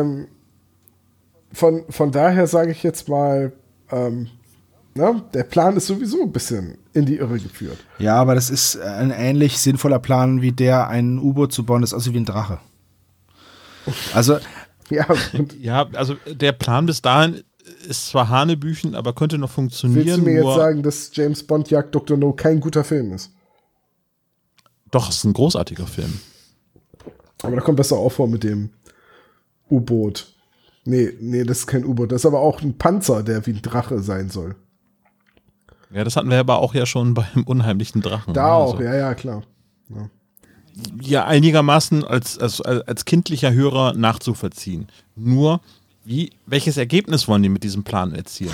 von daher sage ich jetzt mal, der Plan ist sowieso ein bisschen in die Irre geführt. Ja, aber das ist ein ähnlich sinnvoller Plan wie der, ein U-Boot zu bauen, das aussieht wie ein Drache. Also ja, also der Plan bis dahin ist zwar Hanebüchen, aber könnte noch funktionieren. Willst du mir jetzt sagen, dass James Bond Jagd Dr. No kein guter Film ist? Doch, es ist ein großartiger Film. Aber da kommt besser auch vor mit dem U-Boot. Nee, das ist kein U-Boot. Das ist aber auch ein Panzer, der wie ein Drache sein soll. Ja, das hatten wir aber auch ja schon beim unheimlichen Drachen. Da auch, ja, klar. Ja, einigermaßen als kindlicher Hörer nachzuvollziehen. Nur, welches Ergebnis wollen die mit diesem Plan erzielen?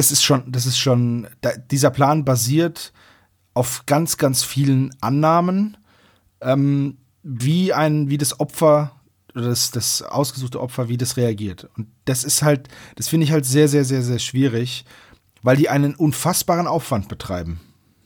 Dieser Plan basiert auf ganz, ganz vielen Annahmen, wie das Opfer oder das ausgesuchte Opfer, wie das reagiert. Und das finde ich halt sehr, sehr, sehr, sehr schwierig, weil die einen unfassbaren Aufwand betreiben.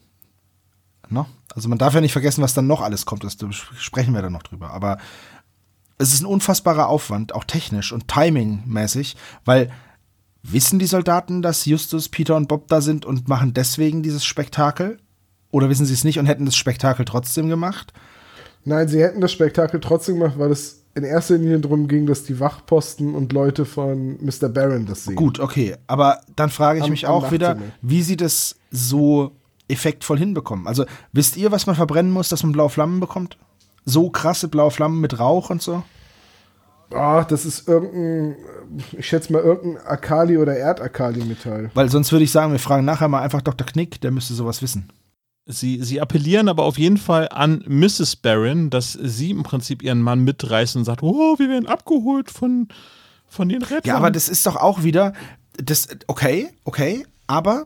No? Also man darf ja nicht vergessen, was dann noch alles kommt, da sprechen wir dann noch drüber. Aber es ist ein unfassbarer Aufwand, auch technisch und timingmäßig, weil wissen die Soldaten, dass Justus, Peter und Bob da sind und machen deswegen dieses Spektakel? Oder wissen sie es nicht und hätten das Spektakel trotzdem gemacht? Nein, sie hätten das Spektakel trotzdem gemacht, weil es in erster Linie darum ging, dass die Wachposten und Leute von Mr. Barron das sehen. Gut, okay. Aber dann frage ich mich auch wieder, wie sie das so effektvoll hinbekommen. Also, wisst ihr, was man verbrennen muss, dass man blaue Flammen bekommt? So krasse blaue Flammen mit Rauch und so? Das ist ich schätze mal irgendein Akali- oder Erdakali-Metall. Weil sonst würde ich sagen, wir fragen nachher mal einfach Dr. Knick, der müsste sowas wissen. Sie appellieren aber auf jeden Fall an Mrs. Barron, dass sie im Prinzip ihren Mann mitreißt und sagt, oh, wir werden abgeholt von den Rettern. Ja, aber das ist doch auch wieder, okay, aber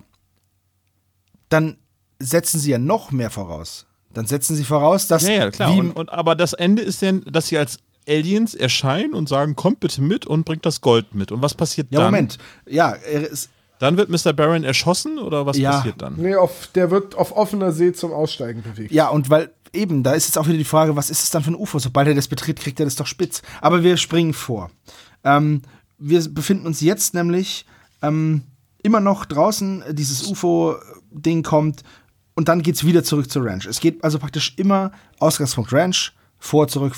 dann setzen sie ja noch mehr voraus. Dann setzen sie voraus, dass... Ja, klar, aber das Ende ist dann, dass sie als Aliens erscheinen und sagen, kommt bitte mit und bringt das Gold mit. Und was passiert dann? Ja, Moment. Ja, dann wird Mr. Barron erschossen oder was passiert dann? Nee, der wird auf offener See zum Aussteigen bewegt. Ja, und weil eben, da ist jetzt auch wieder die Frage, was ist es dann für ein UFO? Sobald er das betritt, kriegt er das doch spitz. Aber wir springen vor. Wir befinden uns jetzt nämlich immer noch draußen, dieses UFO-Ding kommt und dann geht's wieder zurück zur Ranch. Es geht also praktisch immer Ausgangspunkt Ranch, vor, zurück.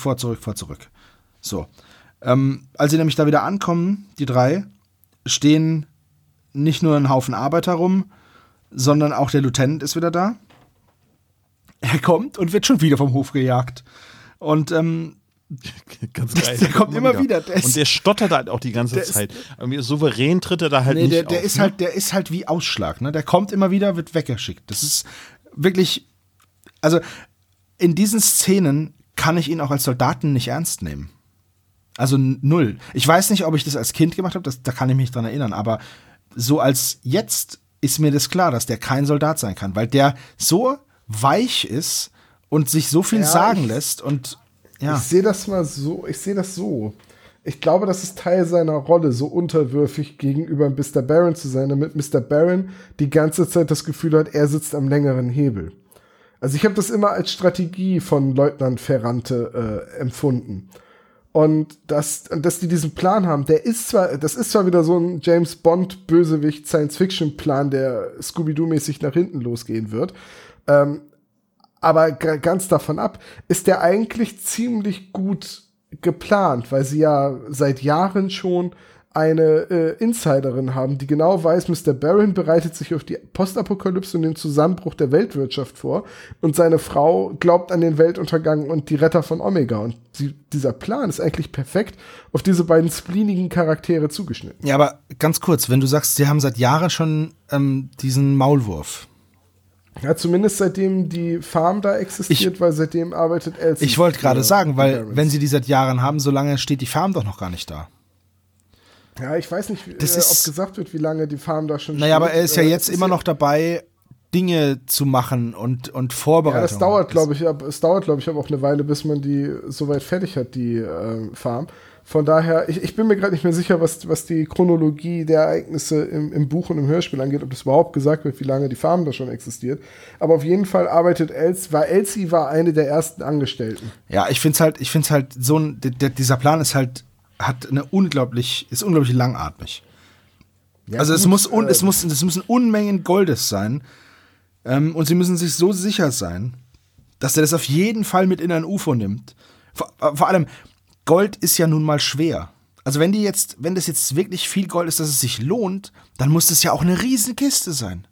So. Als sie nämlich da wieder ankommen, die drei, stehen nicht nur ein Haufen Arbeiter rum, sondern auch der Lieutenant ist wieder da. Er kommt und wird schon wieder vom Hof gejagt. Und ganz geil. Der kommt immer wieder. Und der stottert halt auch die ganze Zeit. Irgendwie souverän tritt er da halt nicht auf. Der ist halt wie Ausschlag. Ne? Der kommt immer wieder, wird weggeschickt. Das ist wirklich, also in diesen Szenen kann ich ihn auch als Soldaten nicht ernst nehmen. Also null. Ich weiß nicht, ob ich das als Kind gemacht habe, da kann ich mich dran erinnern, aber so als jetzt ist mir das klar, dass der kein Soldat sein kann, weil der so weich ist und sich so viel sagen lässt und ja. Ich sehe das so. Ich glaube, das ist Teil seiner Rolle, so unterwürfig gegenüber Mr. Barron zu sein, damit Mr. Barron die ganze Zeit das Gefühl hat, er sitzt am längeren Hebel. Also ich habe das immer als Strategie von Leutnant Ferrante empfunden. Und dass die diesen Plan haben, das ist zwar wieder so ein James Bond Bösewicht Science-Fiction-Plan, der Scooby-Doo-mäßig nach hinten losgehen wird. Aber ganz davon ab, ist der eigentlich ziemlich gut geplant, weil sie ja seit Jahren schon eine Insiderin haben, die genau weiß, Mr. Baron bereitet sich auf die Postapokalypse und den Zusammenbruch der Weltwirtschaft vor und seine Frau glaubt an den Weltuntergang und die Retter von Omega. Und dieser Plan ist eigentlich perfekt auf diese beiden spleenigen Charaktere zugeschnitten. Ja, aber ganz kurz, wenn du sagst, sie haben seit Jahren schon diesen Maulwurf. Ja, zumindest seitdem die Farm da existiert, weil seitdem arbeitet Elsie. Ich wollte gerade sagen, weil wenn sie die seit Jahren haben, so lange steht die Farm doch noch gar nicht da. Ja, ich weiß nicht, ob gesagt wird, wie lange die Farm da schon steht. Naja, aber er ist ja jetzt immer noch dabei, Dinge zu machen und Vorbereitungen. Ja, das dauert, glaube ich, aber auch eine Weile, bis man die soweit fertig hat, die Farm. Von daher, ich bin mir gerade nicht mehr sicher, was die Chronologie der Ereignisse im Buch und im Hörspiel angeht, ob das überhaupt gesagt wird, wie lange die Farm da schon existiert. Aber auf jeden Fall arbeitet Elsie war eine der ersten Angestellten. Ja, ich finde es halt so dieser Plan ist unglaublich langatmig. Ja, also es müssen Unmengen Goldes sein. Und sie müssen sich so sicher sein, dass er das auf jeden Fall mit in ein UFO nimmt. Vor allem, Gold ist ja nun mal schwer. Also wenn das jetzt wirklich viel Gold ist, dass es sich lohnt, dann muss das ja auch eine Riesenkiste sein.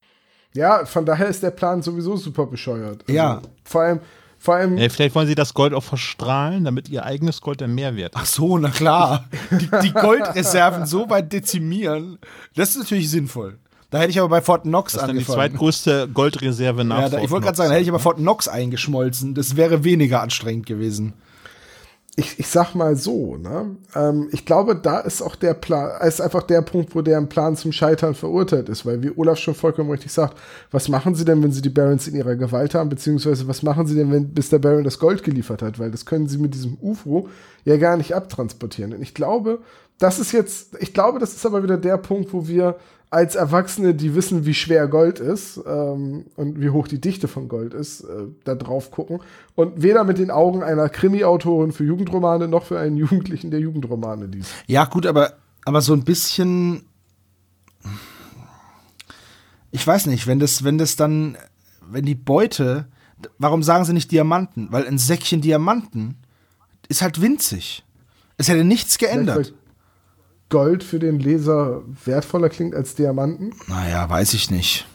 Ja, von daher ist der Plan sowieso super bescheuert. Also ja. Vor allem vielleicht wollen sie das Gold auch verstrahlen, damit ihr eigenes Gold dann mehr wert ist. Ach so, na klar. Die Goldreserven so weit dezimieren, das ist natürlich sinnvoll. Da hätte ich aber bei Fort Knox angefangen. Das ist dann die zweitgrößte Goldreserve nach Fort Knox. Ich wollte gerade sagen, da hätte ich aber Fort Knox eingeschmolzen. Das wäre weniger anstrengend gewesen. Ich sag mal so, ne? Ich glaube, da ist auch der Plan, ist einfach der Punkt, wo deren Plan zum Scheitern verurteilt ist, weil wie Olaf schon vollkommen richtig sagt, was machen sie denn, wenn sie die Barons in ihrer Gewalt haben, beziehungsweise was machen sie denn, wenn bis der Baron das Gold geliefert hat, weil das können sie mit diesem UFO ja gar nicht abtransportieren. Und ich glaube, das ist aber wieder der Punkt, wo wir als Erwachsene, die wissen, wie schwer Gold ist und wie hoch die Dichte von Gold ist, da drauf gucken. Und weder mit den Augen einer Krimi-Autorin für Jugendromane noch für einen Jugendlichen, der Jugendromane liest. Ja, gut, aber so ein bisschen. Ich weiß nicht, wenn die Beute. Warum sagen sie nicht Diamanten? Weil ein Säckchen Diamanten ist halt winzig. Es hätte nichts geändert. Gold für den Leser wertvoller klingt als Diamanten? Naja, weiß ich nicht.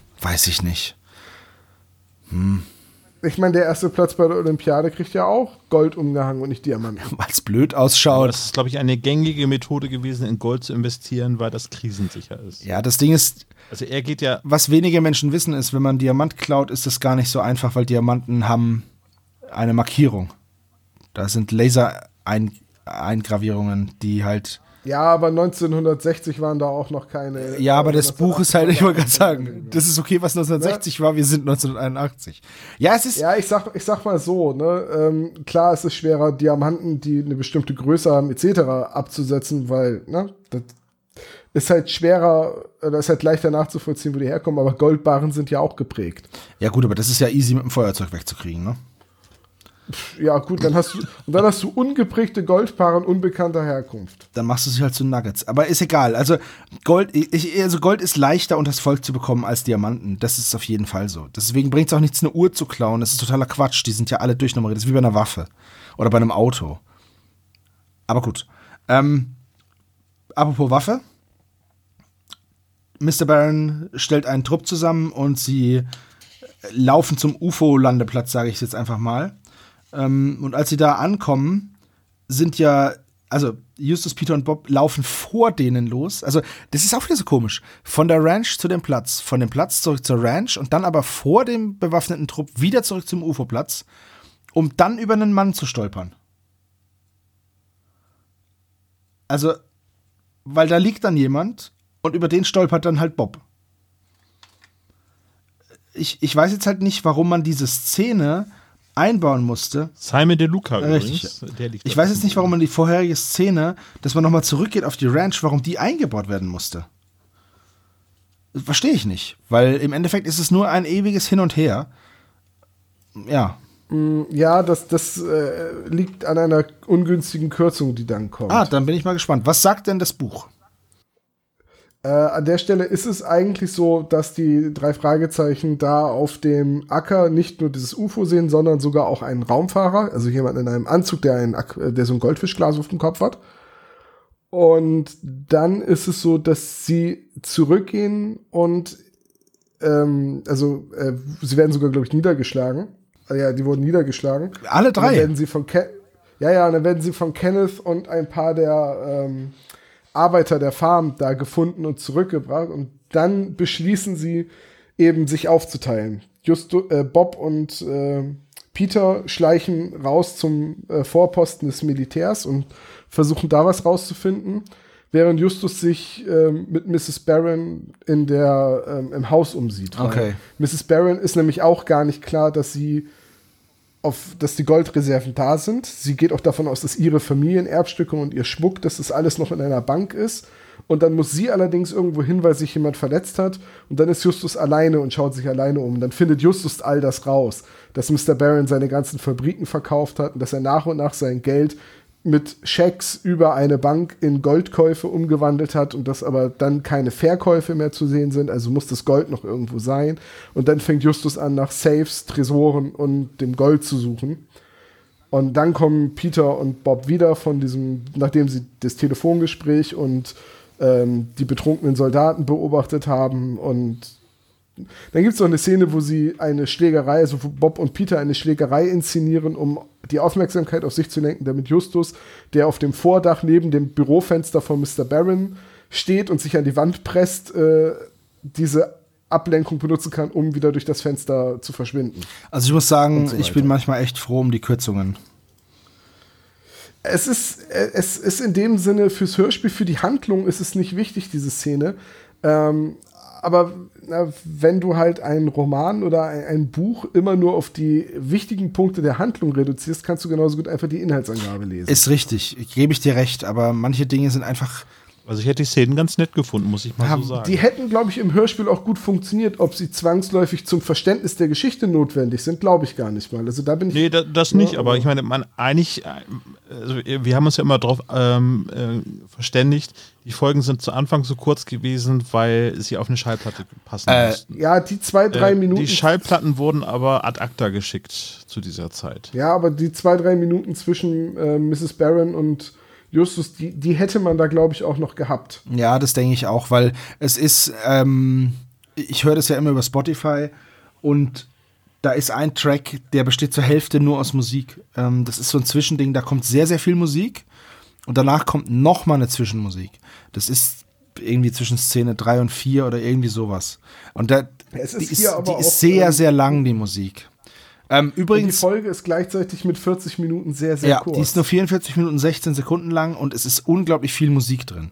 Ich meine, der erste Platz bei der Olympiade kriegt ja auch Gold umgehangen und nicht Diamanten. Weil es blöd ausschaut. Aber das ist, glaube ich, eine gängige Methode gewesen, in Gold zu investieren, weil das krisensicher ist. Ja, das Ding ist, also er geht ja. Was wenige Menschen wissen, ist, wenn man Diamant klaut, ist das gar nicht so einfach, weil Diamanten haben eine Markierung. Da sind Laser-Eingravierungen, die halt. Ja, aber 1960 waren da auch noch keine. Ja, aber das Buch ist halt, ich wollte gerade sagen, das ist okay, was 1960 war, wir sind 1981. Ja, es ist. Ja, ich sag mal so, ne, klar, es ist schwerer, Diamanten, die eine bestimmte Größe haben, etc. abzusetzen, weil, ne, das ist halt schwerer, das ist halt leichter nachzuvollziehen, wo die herkommen, aber Goldbarren sind ja auch geprägt. Ja, gut, aber das ist ja easy mit dem Feuerzeug wegzukriegen, ne? Ja, gut, dann hast du ungeprägte Goldbarren unbekannter Herkunft. Dann machst du sie halt zu Nuggets. Aber ist egal. Also Gold ist leichter unters Volk zu bekommen als Diamanten. Das ist auf jeden Fall so. Deswegen bringt es auch nichts, eine Uhr zu klauen. Das ist totaler Quatsch. Die sind ja alle durchnummeriert. Das ist wie bei einer Waffe. Oder bei einem Auto. Aber gut. Apropos Waffe. Mr. Baron stellt einen Trupp zusammen und sie laufen zum UFO-Landeplatz, sage ich jetzt einfach mal. Und als sie da ankommen, sind ja, also Justus, Peter und Bob laufen vor denen los. Also das ist auch wieder so komisch. Von der Ranch zu dem Platz, von dem Platz zurück zur Ranch und dann aber vor dem bewaffneten Trupp wieder zurück zum UFO-Platz, um dann über einen Mann zu stolpern. Also, weil da liegt dann jemand und über den stolpert dann halt Bob. Ich weiß jetzt halt nicht, warum man diese Szene einbauen musste. Simon DeLuca übrigens. Ich weiß jetzt nicht, warum man die vorherige Szene, dass man nochmal zurückgeht auf die Ranch, warum die eingebaut werden musste. Verstehe ich nicht. Weil im Endeffekt ist es nur ein ewiges Hin und Her. Ja. Ja, das liegt an einer ungünstigen Kürzung, die dann kommt. Dann bin ich mal gespannt. Was sagt denn das Buch? An der Stelle ist es eigentlich so, dass die 3 Fragezeichen da auf dem Acker nicht nur dieses UFO sehen, sondern sogar auch einen Raumfahrer, also jemand in einem Anzug, der so ein Goldfischglas auf dem Kopf hat. Und dann ist es so, dass sie zurückgehen und sie werden sogar, glaube ich, niedergeschlagen. Ja, die wurden niedergeschlagen. Alle 3? Und dann werden sie von dann werden sie von Kenneth und ein paar der Arbeiter der Farm da gefunden und zurückgebracht. Und dann beschließen sie eben, sich aufzuteilen. Bob und Peter schleichen raus zum Vorposten des Militärs und versuchen da was rauszufinden, während Justus sich mit Mrs. Barron im Haus umsieht. Okay. Mrs. Barron ist nämlich auch gar nicht klar, dass die Goldreserven da sind. Sie geht auch davon aus, dass ihre Familienerbstücke und ihr Schmuck, dass das alles noch in einer Bank ist. Und dann muss sie allerdings irgendwo hin, weil sich jemand verletzt hat. Und dann ist Justus alleine und schaut sich alleine um. Dann findet Justus all das raus, dass Mr. Barron seine ganzen Fabriken verkauft hat und dass er nach und nach sein Geld mit Schecks über eine Bank in Goldkäufe umgewandelt hat und dass aber dann keine Verkäufe mehr zu sehen sind, also muss das Gold noch irgendwo sein. Und dann fängt Justus an, nach Safes, Tresoren und dem Gold zu suchen. Und dann kommen Peter und Bob wieder nachdem sie das Telefongespräch und die betrunkenen Soldaten beobachtet haben. Und dann gibt es noch eine Szene, wo sie eine Schlägerei, also wo Bob und Peter eine Schlägerei inszenieren, um die Aufmerksamkeit auf sich zu lenken, damit Justus, der auf dem Vordach neben dem Bürofenster von Mr. Barron steht und sich an die Wand presst, diese Ablenkung benutzen kann, um wieder durch das Fenster zu verschwinden. Also ich muss sagen, ich bin manchmal echt froh um die Kürzungen. Es ist in dem Sinne fürs Hörspiel, für die Handlung ist es nicht wichtig, diese Szene. Aber wenn du halt einen Roman oder ein Buch immer nur auf die wichtigen Punkte der Handlung reduzierst, kannst du genauso gut einfach die Inhaltsangabe lesen. Ist richtig, gebe ich dir recht, aber manche Dinge sind einfach... Also ich hätte die Szenen ganz nett gefunden, muss ich mal so sagen. Die hätten, glaube ich, im Hörspiel auch gut funktioniert. Ob sie zwangsläufig zum Verständnis der Geschichte notwendig sind, glaube ich gar nicht mal. Also da bin ich. Nee, das nicht, aber ich meine, wir haben uns ja immer darauf verständigt, die Folgen sind zu Anfang so kurz gewesen, weil sie auf eine Schallplatte passen mussten. Ja, die 2-3 Minuten. Die Schallplatten wurden aber ad acta geschickt zu dieser Zeit. Ja, aber die 2-3 Minuten zwischen Mrs. Barron und Justus, die hätte man da, glaube ich, auch noch gehabt. Ja, das denke ich auch, weil es ist, ich höre das ja immer über Spotify und da ist ein Track, der besteht zur Hälfte nur aus Musik. Das ist so ein Zwischending, da kommt sehr, sehr viel Musik und danach kommt noch mal eine Zwischenmusik. Das ist irgendwie zwischen Szene 3 und 4 oder irgendwie sowas. Und die ist sehr, sehr lang, die Musik. Übrigens, die Folge ist gleichzeitig mit 40 Minuten sehr, sehr kurz. Ja, die ist nur 44 Minuten 16 Sekunden lang und es ist unglaublich viel Musik drin.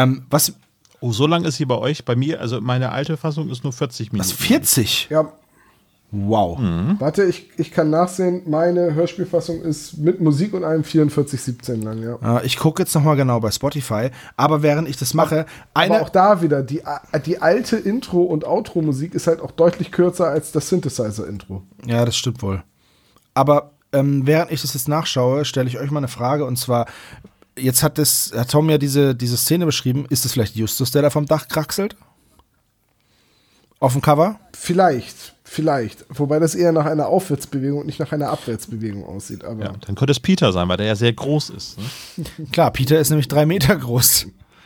So lang ist sie bei euch? Bei mir, also meine alte Fassung ist nur 40 Minuten. Was, 40? Ja. Wow. Warte, ich kann nachsehen, meine Hörspielfassung ist mit Musik und allem 44,17 lang, ja. Ich gucke jetzt nochmal genau bei Spotify, aber während ich das mache, aber auch da wieder, die alte Intro- und Outro-Musik ist halt auch deutlich kürzer als das Synthesizer-Intro. Ja, das stimmt wohl. Aber während ich das jetzt nachschaue, stelle ich euch mal eine Frage, und zwar, jetzt hat Tom ja diese Szene beschrieben, ist es vielleicht Justus, der da vom Dach kraxelt? Auf dem Cover? Vielleicht. Wobei das eher nach einer Aufwärtsbewegung und nicht nach einer Abwärtsbewegung aussieht. Aber ja, dann könnte es Peter sein, weil der ja sehr groß ist. Ne? Klar, Peter ist nämlich 3 Meter groß.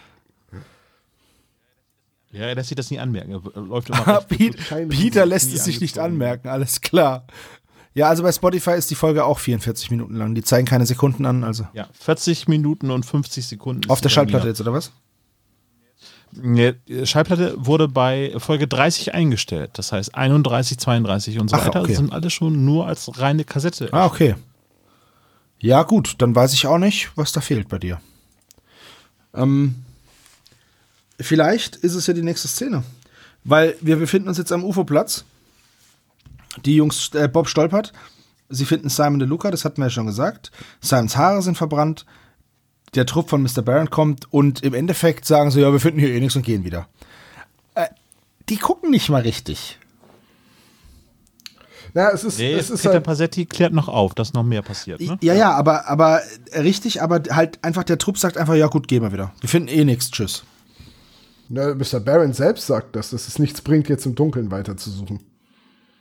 Ja, er lässt sich das nie anmerken. Er läuft immer Peter lässt es sich nicht anmerken, alles klar. Ja, also bei Spotify ist die Folge auch 44 Minuten lang. Die zeigen keine Sekunden an. Also. Ja, 40 Minuten und 50 Sekunden. Auf der Schallplatte jetzt, oder was? Die Schallplatte wurde bei Folge 30 eingestellt. Das heißt 31, 32 und so weiter. Okay. Das sind alle schon nur als reine Kassette. Ah, okay. Ja, gut, dann weiß ich auch nicht, was da fehlt bei dir. Vielleicht ist es ja die nächste Szene. Weil wir befinden uns jetzt am UFO-Platz. Die Jungs, Bob stolpert. Sie finden Simon DeLuca, das hatten wir ja schon gesagt. Simons Haare sind verbrannt. Der Trupp von Mr. Barron kommt und im Endeffekt sagen sie, ja, wir finden hier eh nichts und gehen wieder. Die gucken nicht mal richtig. Ja, es ist Peter halt Passetti klärt noch auf, dass noch mehr passiert. Ne? Ja, aber richtig, aber halt einfach der Trupp sagt einfach, ja gut, gehen wir wieder. Wir finden eh nichts, tschüss. Na, Mr. Barron selbst sagt dass es nichts bringt, jetzt im Dunkeln weiterzusuchen.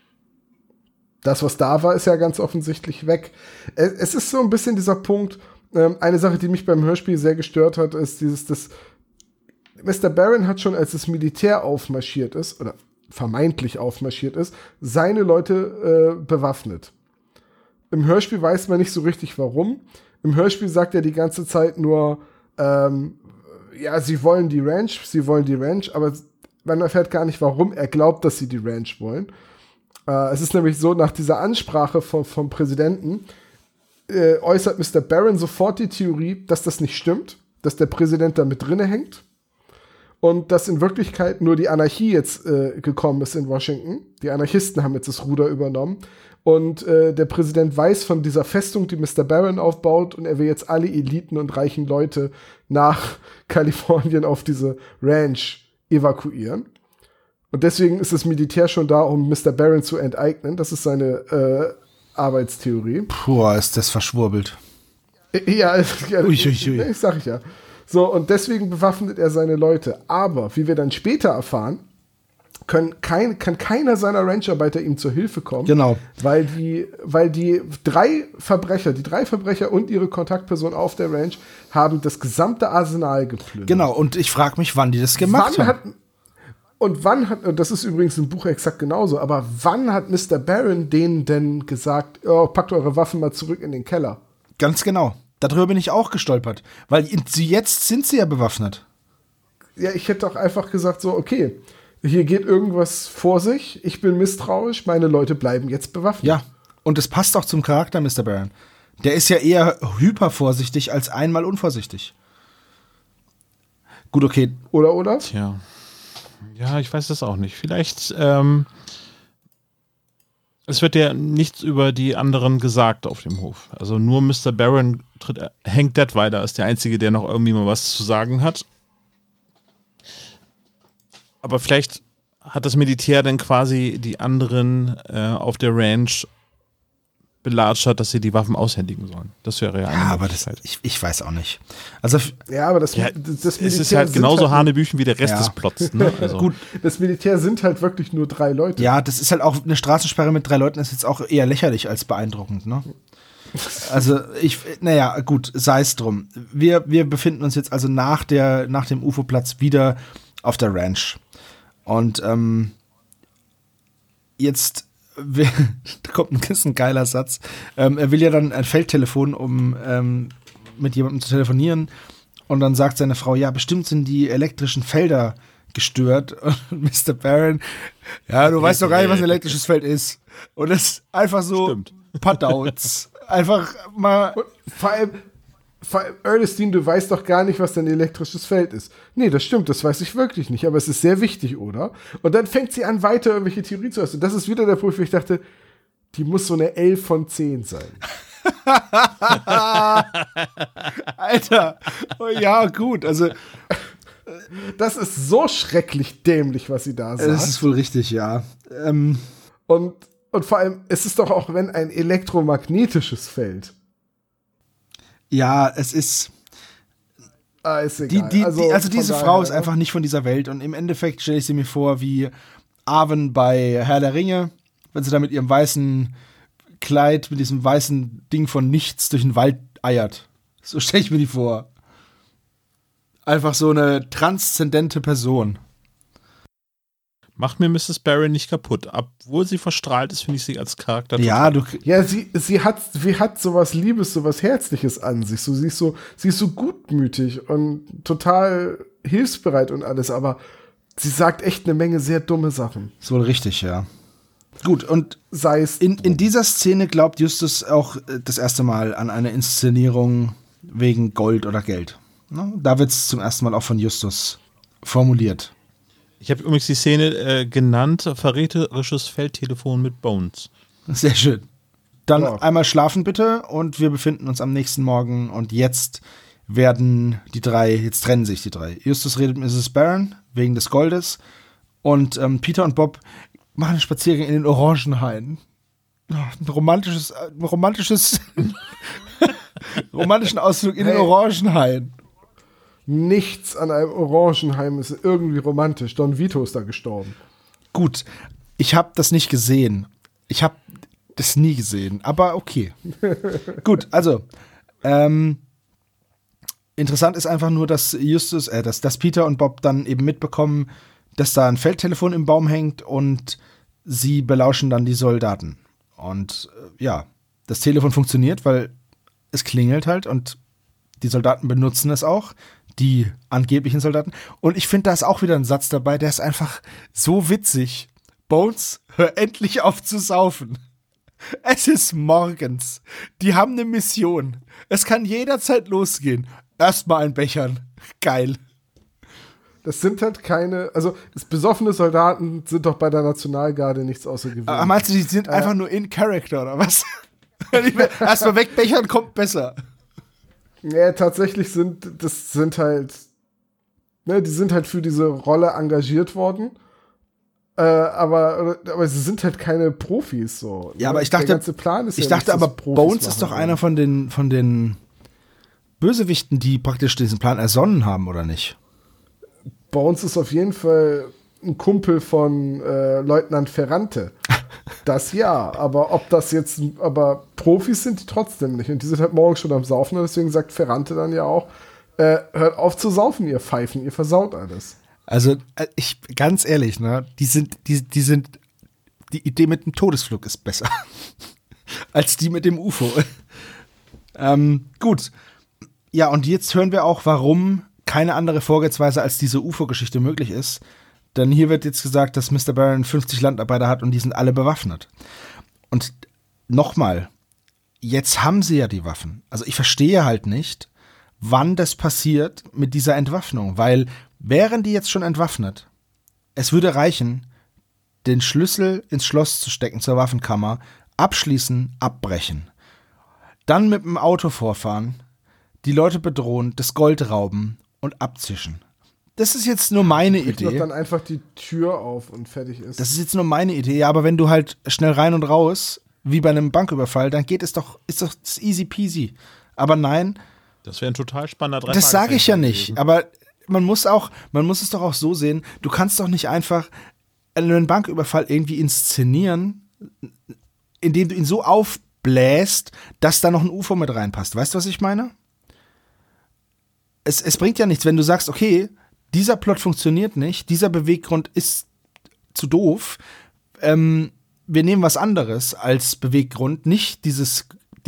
Das, was da war, ist ja ganz offensichtlich weg. Es ist so ein bisschen dieser Punkt, Eine Sache, die mich beim Hörspiel sehr gestört hat, ist das Mr. Barron hat schon, als das Militär aufmarschiert ist, oder vermeintlich aufmarschiert ist, seine Leute bewaffnet. Im Hörspiel weiß man nicht so richtig, warum. Im Hörspiel sagt er die ganze Zeit nur, sie wollen die Ranch, aber man erfährt gar nicht, warum er glaubt, dass sie die Ranch wollen. Es ist nämlich so, nach dieser Ansprache vom Präsidenten äußert Mr. Barron sofort die Theorie, dass das nicht stimmt, dass der Präsident da mit drinne hängt und dass in Wirklichkeit nur die Anarchie jetzt gekommen ist in Washington. Die Anarchisten haben jetzt das Ruder übernommen und der Präsident weiß von dieser Festung, die Mr. Barron aufbaut, und er will jetzt alle Eliten und reichen Leute nach Kalifornien auf diese Ranch evakuieren. Und deswegen ist das Militär schon da, um Mr. Barron zu enteignen. Das ist seine Arbeitstheorie. Puh, ist das verschwurbelt. Ja, Ui. Ich sag ja. So, und deswegen bewaffnet er seine Leute. Aber, wie wir dann später erfahren, kann keiner seiner Rancharbeiter ihm zur Hilfe kommen. Genau. Weil die drei Verbrecher und ihre Kontaktperson auf der Ranch haben das gesamte Arsenal geplündert. Genau, und ich frage mich, wann die das gemacht haben. Und das ist übrigens im Buch exakt genauso, aber wann hat Mr. Barron denen denn gesagt, packt eure Waffen mal zurück in den Keller? Ganz genau. Darüber bin ich auch gestolpert. Weil jetzt sind sie ja bewaffnet. Ja, ich hätte doch einfach gesagt so, okay, hier geht irgendwas vor sich, ich bin misstrauisch, meine Leute bleiben jetzt bewaffnet. Ja, und es passt auch zum Charakter Mr. Barron. Der ist ja eher hypervorsichtig als einmal unvorsichtig. Gut, okay. Oder? Tja. Ja, ich weiß das auch nicht. Vielleicht, es wird ja nichts über die anderen gesagt auf dem Hof. Also nur Mr. Barron Hank Detweiler ist der Einzige, der noch irgendwie mal was zu sagen hat. Aber vielleicht hat das Militär dann quasi die anderen auf der Ranch belatschert, dass sie die Waffen aushändigen sollen. Das wäre ja eine Möglichkeit. Aber ich weiß auch nicht. Also, ja, aber das Militär es ist halt halt genauso Hanebüchen wie der Rest des Plots. Ne? Also. Gut, das Militär sind halt wirklich nur 3 Leute. Ja, das ist halt auch eine Straßensperre mit 3 Leuten, ist jetzt auch eher lächerlich als beeindruckend, ne? Also, gut, sei es drum. Wir befinden uns jetzt also nach dem UFO-Platz wieder auf der Ranch. Und jetzt da kommt ein geiler Satz. Er will ja dann ein Feldtelefon, um mit jemandem zu telefonieren. Und dann sagt seine Frau, ja, bestimmt sind die elektrischen Felder gestört. Und Mr. Barron, ja, du weißt doch gar nicht, was ein elektrisches Feld ist. Und das ist einfach so Padauts. Einfach mal. Vor allem, Ernestine, du weißt doch gar nicht, was dein elektrisches Feld ist. Nee, das stimmt, das weiß ich wirklich nicht, aber es ist sehr wichtig, oder? Und dann fängt sie an, weiter irgendwelche Theorien zu erzählen. Das ist wieder der Punkt, wo ich dachte, die muss so eine 11 von 10 sein. Alter, oh, ja, gut, also das ist so schrecklich dämlich, was sie da sagt. Das ist wohl richtig, ja. Und vor allem, es ist doch auch, wenn ein elektromagnetisches Feld. Ja, es ist. Ist egal. Also diese Frau ist einfach nicht von dieser Welt. Und im Endeffekt stelle ich sie mir vor wie Arwen bei Herr der Ringe, wenn sie da mit ihrem weißen Kleid, mit diesem weißen Ding von nichts durch den Wald eiert. So stelle ich mir die vor. Einfach so eine transzendente Person. Macht mir Mrs. Barron nicht kaputt. Obwohl sie verstrahlt ist, finde ich sie als Charakter total. Ja, sie hat sowas Liebes, sowas Herzliches an sich. Sie ist so gutmütig und total hilfsbereit und alles, aber sie sagt echt eine Menge sehr dumme Sachen. Ist wohl richtig, ja. Gut, und sei es in dieser Szene glaubt Justus auch das erste Mal an eine Inszenierung wegen Gold oder Geld. Da wird es zum ersten Mal auch von Justus formuliert. Ich habe übrigens die Szene genannt, verräterisches Feldtelefon mit Bones. Sehr schön. Dann einmal schlafen bitte und wir befinden uns am nächsten Morgen und jetzt trennen sich die 3. Justus redet mit Mrs. Barron wegen des Goldes und Peter und Bob machen einen Spaziergang in den Orangenhain. Ein romantischen Ausflug in den Orangenhain. Nichts an einem Orangenheim ist irgendwie romantisch. Don Vito ist da gestorben. Gut, ich habe das nicht gesehen. Ich habe das nie gesehen, aber okay. Gut, also interessant ist einfach nur, dass dass Peter und Bob dann eben mitbekommen, dass da ein Feldtelefon im Baum hängt und sie belauschen dann die Soldaten. Und das Telefon funktioniert, weil es klingelt halt und die Soldaten benutzen es auch, die angeblichen Soldaten. Und ich finde, da ist auch wieder ein Satz dabei, der ist einfach so witzig. Bones, hör endlich auf zu saufen. Es ist morgens. Die haben eine Mission. Es kann jederzeit losgehen. Erstmal ein Bechern. Geil. Das sind halt keine, also besoffene Soldaten sind doch bei der Nationalgarde nichts außergewöhnliches. Meinst du, die sind einfach nur in Character, oder was? Erstmal wegbechern kommt besser. Ja, tatsächlich die sind halt für diese Rolle engagiert worden. Aber sie sind halt keine Profis so. Ja, aber ich dachte, der ganze Plan ist aber Bones ist doch einer von den Bösewichten, die praktisch diesen Plan ersonnen haben, oder nicht? Bones ist auf jeden Fall ein Kumpel von Leutnant Ferrante. Das ja, aber aber Profis sind die trotzdem nicht. Und die sind halt morgens schon am Saufen und deswegen sagt Ferrante dann ja auch, hört auf zu saufen, ihr Pfeifen, ihr versaut alles. Also, ganz ehrlich, ne, die Idee mit dem Todesflug ist besser als die mit dem UFO. Gut. Ja, und jetzt hören wir auch, warum keine andere Vorgehensweise als diese UFO-Geschichte möglich ist. Denn hier wird jetzt gesagt, dass Mr. Barron 50 Landarbeiter hat und die sind alle bewaffnet. Und nochmal, jetzt haben sie ja die Waffen. Also ich verstehe halt nicht, wann das passiert mit dieser Entwaffnung, weil wären die jetzt schon entwaffnet, es würde reichen, den Schlüssel ins Schloss zu stecken zur Waffenkammer, abschließen, abbrechen. Dann mit dem Auto vorfahren, die Leute bedrohen, das Gold rauben und abzischen. Das ist jetzt nur meine Idee. Doch dann einfach die Tür auf und fertig ist. Das ist jetzt nur meine Idee, ja, aber wenn du halt schnell rein und raus, wie bei einem Banküberfall, dann ist doch easy peasy. Aber nein. Das wäre ein total spannender Das sage ich ja nicht, aber man muss es doch auch so sehen, du kannst doch nicht einfach einen Banküberfall irgendwie inszenieren, indem du ihn so aufbläst, dass da noch ein UFO mit reinpasst. Weißt du, was ich meine? Es bringt ja nichts, wenn du sagst, okay, dieser Plot funktioniert nicht, dieser Beweggrund ist zu doof, wir nehmen was anderes als Beweggrund, nicht diese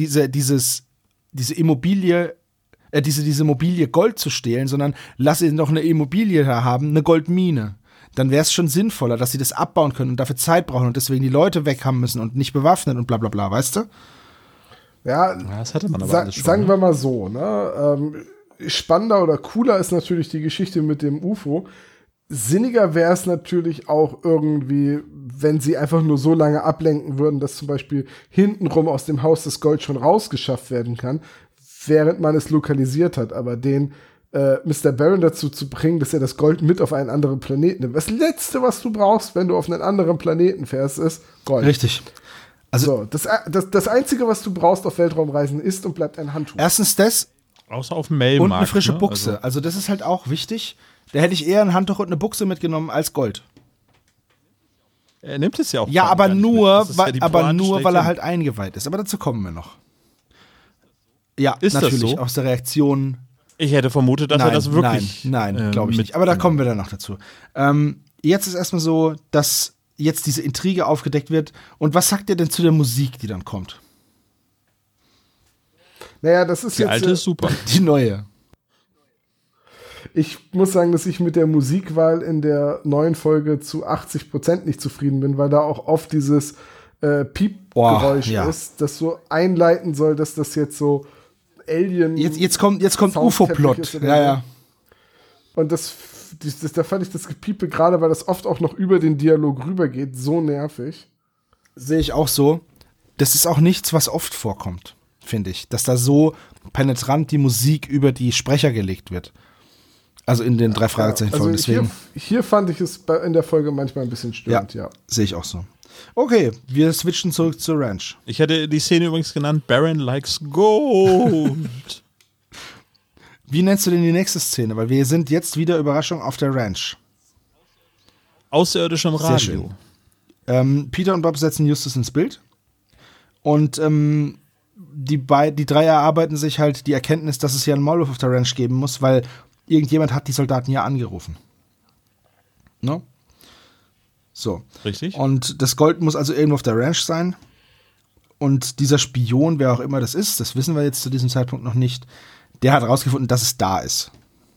Immobilie, diese Immobilie Gold zu stehlen, sondern lass sie noch eine Immobilie da haben, eine Goldmine. Dann wäre es schon sinnvoller, dass sie das abbauen können und dafür Zeit brauchen und deswegen die Leute weg haben müssen und nicht bewaffnet und bla bla bla, weißt du? Ja, das hatte man aber alles schon. Sagen wir mal so, ne? Spannender oder cooler ist natürlich die Geschichte mit dem UFO. Sinniger wäre es natürlich auch irgendwie, wenn sie einfach nur so lange ablenken würden, dass zum Beispiel hintenrum aus dem Haus das Gold schon rausgeschafft werden kann, während man es lokalisiert hat. Aber den Mr. Barron dazu zu bringen, dass er das Gold mit auf einen anderen Planeten nimmt. Das Letzte, was du brauchst, wenn du auf einen anderen Planeten fährst, ist Gold. Richtig. Also das Einzige, was du brauchst auf Weltraumreisen, ist und bleibt ein Handtuch. Erstens das. Außer auf dem Mailmarkt. Und eine frische Buchse. Also das ist halt auch wichtig. Da hätte ich eher ein Handtuch und eine Buchse mitgenommen als Gold. Er nimmt es ja auch. Ja, aber nur, weil er halt eingeweiht ist. Aber dazu kommen wir noch. Ja, ist natürlich. Das so? Aus der Reaktion. Ich hätte vermutet, dass er das wirklich. Nein, glaube ich nicht. Aber da kommen wir dann noch dazu. Jetzt ist erstmal so, dass jetzt diese Intrige aufgedeckt wird. Und was sagt ihr denn zu der Musik, die dann kommt? Naja, das ist die jetzt. Die alte ist super. Die neue. Ich muss sagen, dass ich mit der Musikwahl in der neuen Folge zu 80% nicht zufrieden bin, weil da auch oft dieses Piep-Geräusch ist, das so einleiten soll, dass das jetzt so Alien. Jetzt kommt UFO-Plot. Ja. Und da fand ich das Gepiepe, gerade weil das oft auch noch über den Dialog rübergeht, so nervig. Sehe ich auch so. Das ist auch nichts, was oft vorkommt, finde ich. Dass da so penetrant die Musik über die Sprecher gelegt wird. Also in den 3 Fragezeichen-Folgen. Also deswegen. Hier fand ich es in der Folge manchmal ein bisschen störend, ja. Sehe ich auch so. Okay, wir switchen zurück zur Ranch. Ich hätte die Szene übrigens genannt, Baron likes Gold. Wie nennst du denn die nächste Szene? Weil wir sind jetzt wieder, Überraschung, auf der Ranch. Außerirdisch im Radio. Peter und Bob setzen Justus ins Bild. Und die drei erarbeiten sich halt die Erkenntnis, dass es ja einen Maulwurf auf der Ranch geben muss, weil irgendjemand hat die Soldaten ja angerufen. Ne? So. Richtig. Und das Gold muss also irgendwo auf der Ranch sein. Und dieser Spion, wer auch immer das ist, das wissen wir jetzt zu diesem Zeitpunkt noch nicht, der hat rausgefunden, dass es da ist.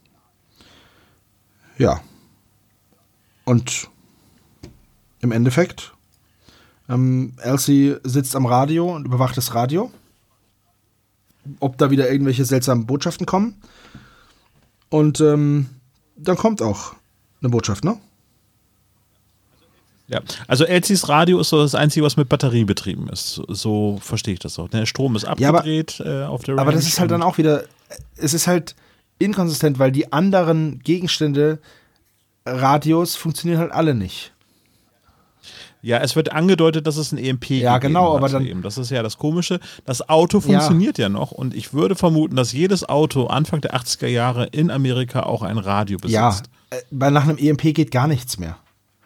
Ja. Und im Endeffekt, Elsie sitzt am Radio und überwacht das Radio, ob da wieder irgendwelche seltsamen Botschaften kommen. Und dann kommt auch eine Botschaft, ne? Ja, also Elsies Radio ist so das Einzige, was mit Batterie betrieben ist. So verstehe ich das auch. Der Strom ist abgedreht auf der Range. Aber das ist halt dann auch wieder, es ist halt inkonsistent, weil die anderen Gegenstände, Radios, funktionieren halt alle nicht. Ja, es wird angedeutet, dass es ein EMP Ja, genau, aber dann eben. Das ist ja das Komische. Das Auto funktioniert ja noch und ich würde vermuten, dass jedes Auto Anfang der 80er Jahre in Amerika auch ein Radio besitzt. Ja, weil nach einem EMP geht gar nichts mehr.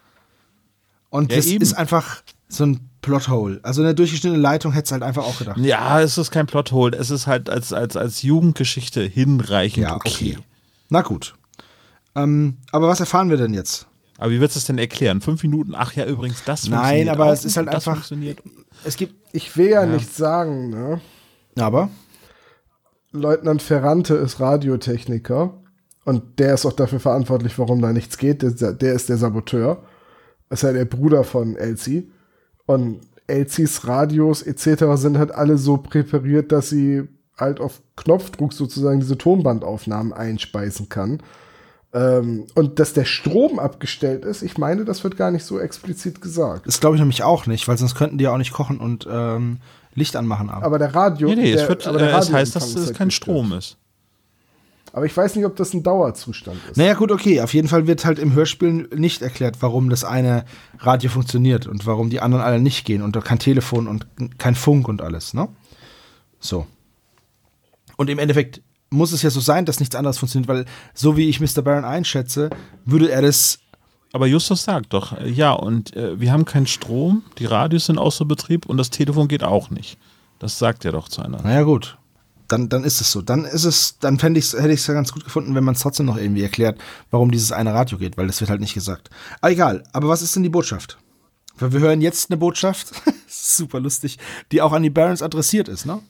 Und Ja, das eben. ist einfach so ein Plothole. Also eine durchgeschnittene Leitung hätte es halt einfach auch gedacht. Ja, es ist kein Plothole. Es ist halt als Jugendgeschichte hinreichend Ja, okay. Na gut. Aber was erfahren wir denn jetzt? Aber wie willst du das denn erklären? 5 Minuten? Ach ja, übrigens, das Nein, funktioniert aber auch es ist halt und das einfach. funktioniert. Es gibt. Ich will ja nichts sagen, ne? Aber. Leutnant Ferrante ist Radiotechniker und der ist auch dafür verantwortlich, warum da nichts geht. Der ist der Saboteur. Das ist ja der Bruder von Elsie. Und Elsies Radios etc. sind halt alle so präpariert, dass sie halt auf Knopfdruck sozusagen diese Tonbandaufnahmen einspeisen kann. Und dass der Strom abgestellt ist, ich meine, das wird gar nicht so explizit gesagt. Das glaube ich nämlich auch nicht, weil sonst könnten die ja auch nicht kochen und Licht anmachen abends. Aber der Radio. Nee, der, es heißt, dass Radioempfang ist es halt kein gestört. Strom ist. Aber ich weiß nicht, ob das ein Dauerzustand ist. Naja, gut, okay. Auf jeden Fall wird halt im Hörspiel nicht erklärt, warum das eine Radio funktioniert und warum die anderen alle nicht gehen und kein Telefon und kein Funk und alles, ne? So. Und im Endeffekt muss es ja so sein, dass nichts anderes funktioniert, weil so wie ich Mr. Barron einschätze, würde er das. Aber Justus sagt doch, ja, und wir haben keinen Strom, die Radios sind außer Betrieb und das Telefon geht auch nicht. Das sagt er doch zu einer. Naja, gut. Dann ist es so. Dann hätte ich es ja ganz gut gefunden, wenn man es trotzdem noch irgendwie erklärt, warum dieses eine Radio geht, weil das wird halt nicht gesagt. Aber egal. Aber was ist denn die Botschaft? Weil wir hören jetzt eine Botschaft, super lustig, die auch an die Barons adressiert ist, ne?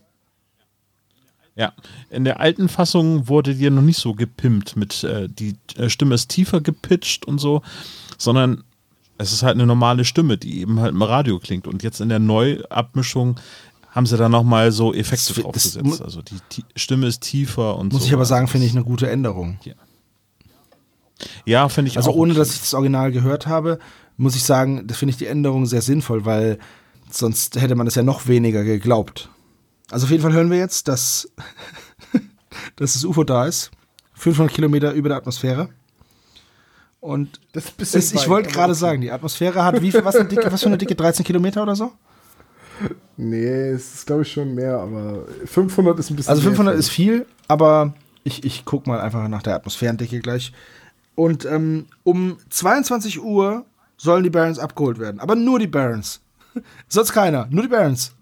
Ja, in der alten Fassung wurde die noch nicht so gepimpt mit, die Stimme ist tiefer gepitcht und so, sondern es ist halt eine normale Stimme, die eben halt im Radio klingt. Und jetzt in der Neuabmischung haben sie da nochmal so Effekte draufgesetzt. Also die Stimme ist tiefer und so. Muss ich aber sagen, finde ich eine gute Änderung. Ja, finde ich also auch. Also ohne, okay. dass ich das Original gehört habe, muss ich sagen, das finde ich die Änderung sehr sinnvoll, weil sonst hätte man das ja noch weniger geglaubt. Also auf jeden Fall hören wir jetzt, dass das UFO da ist. 500 Kilometer über der Atmosphäre. Und Das ist ein bisschen ich wollte gerade sagen, die Atmosphäre hat was für eine Dicke? 13 Kilometer oder so? Nee, es ist glaube ich schon mehr, aber 500 ist ein bisschen Also 500 mehr. ist viel, aber ich guck mal einfach nach der Atmosphärendicke gleich. Und um 22 Uhr sollen die Barons abgeholt werden. Aber nur die Barons. Sonst keiner, nur die Barons.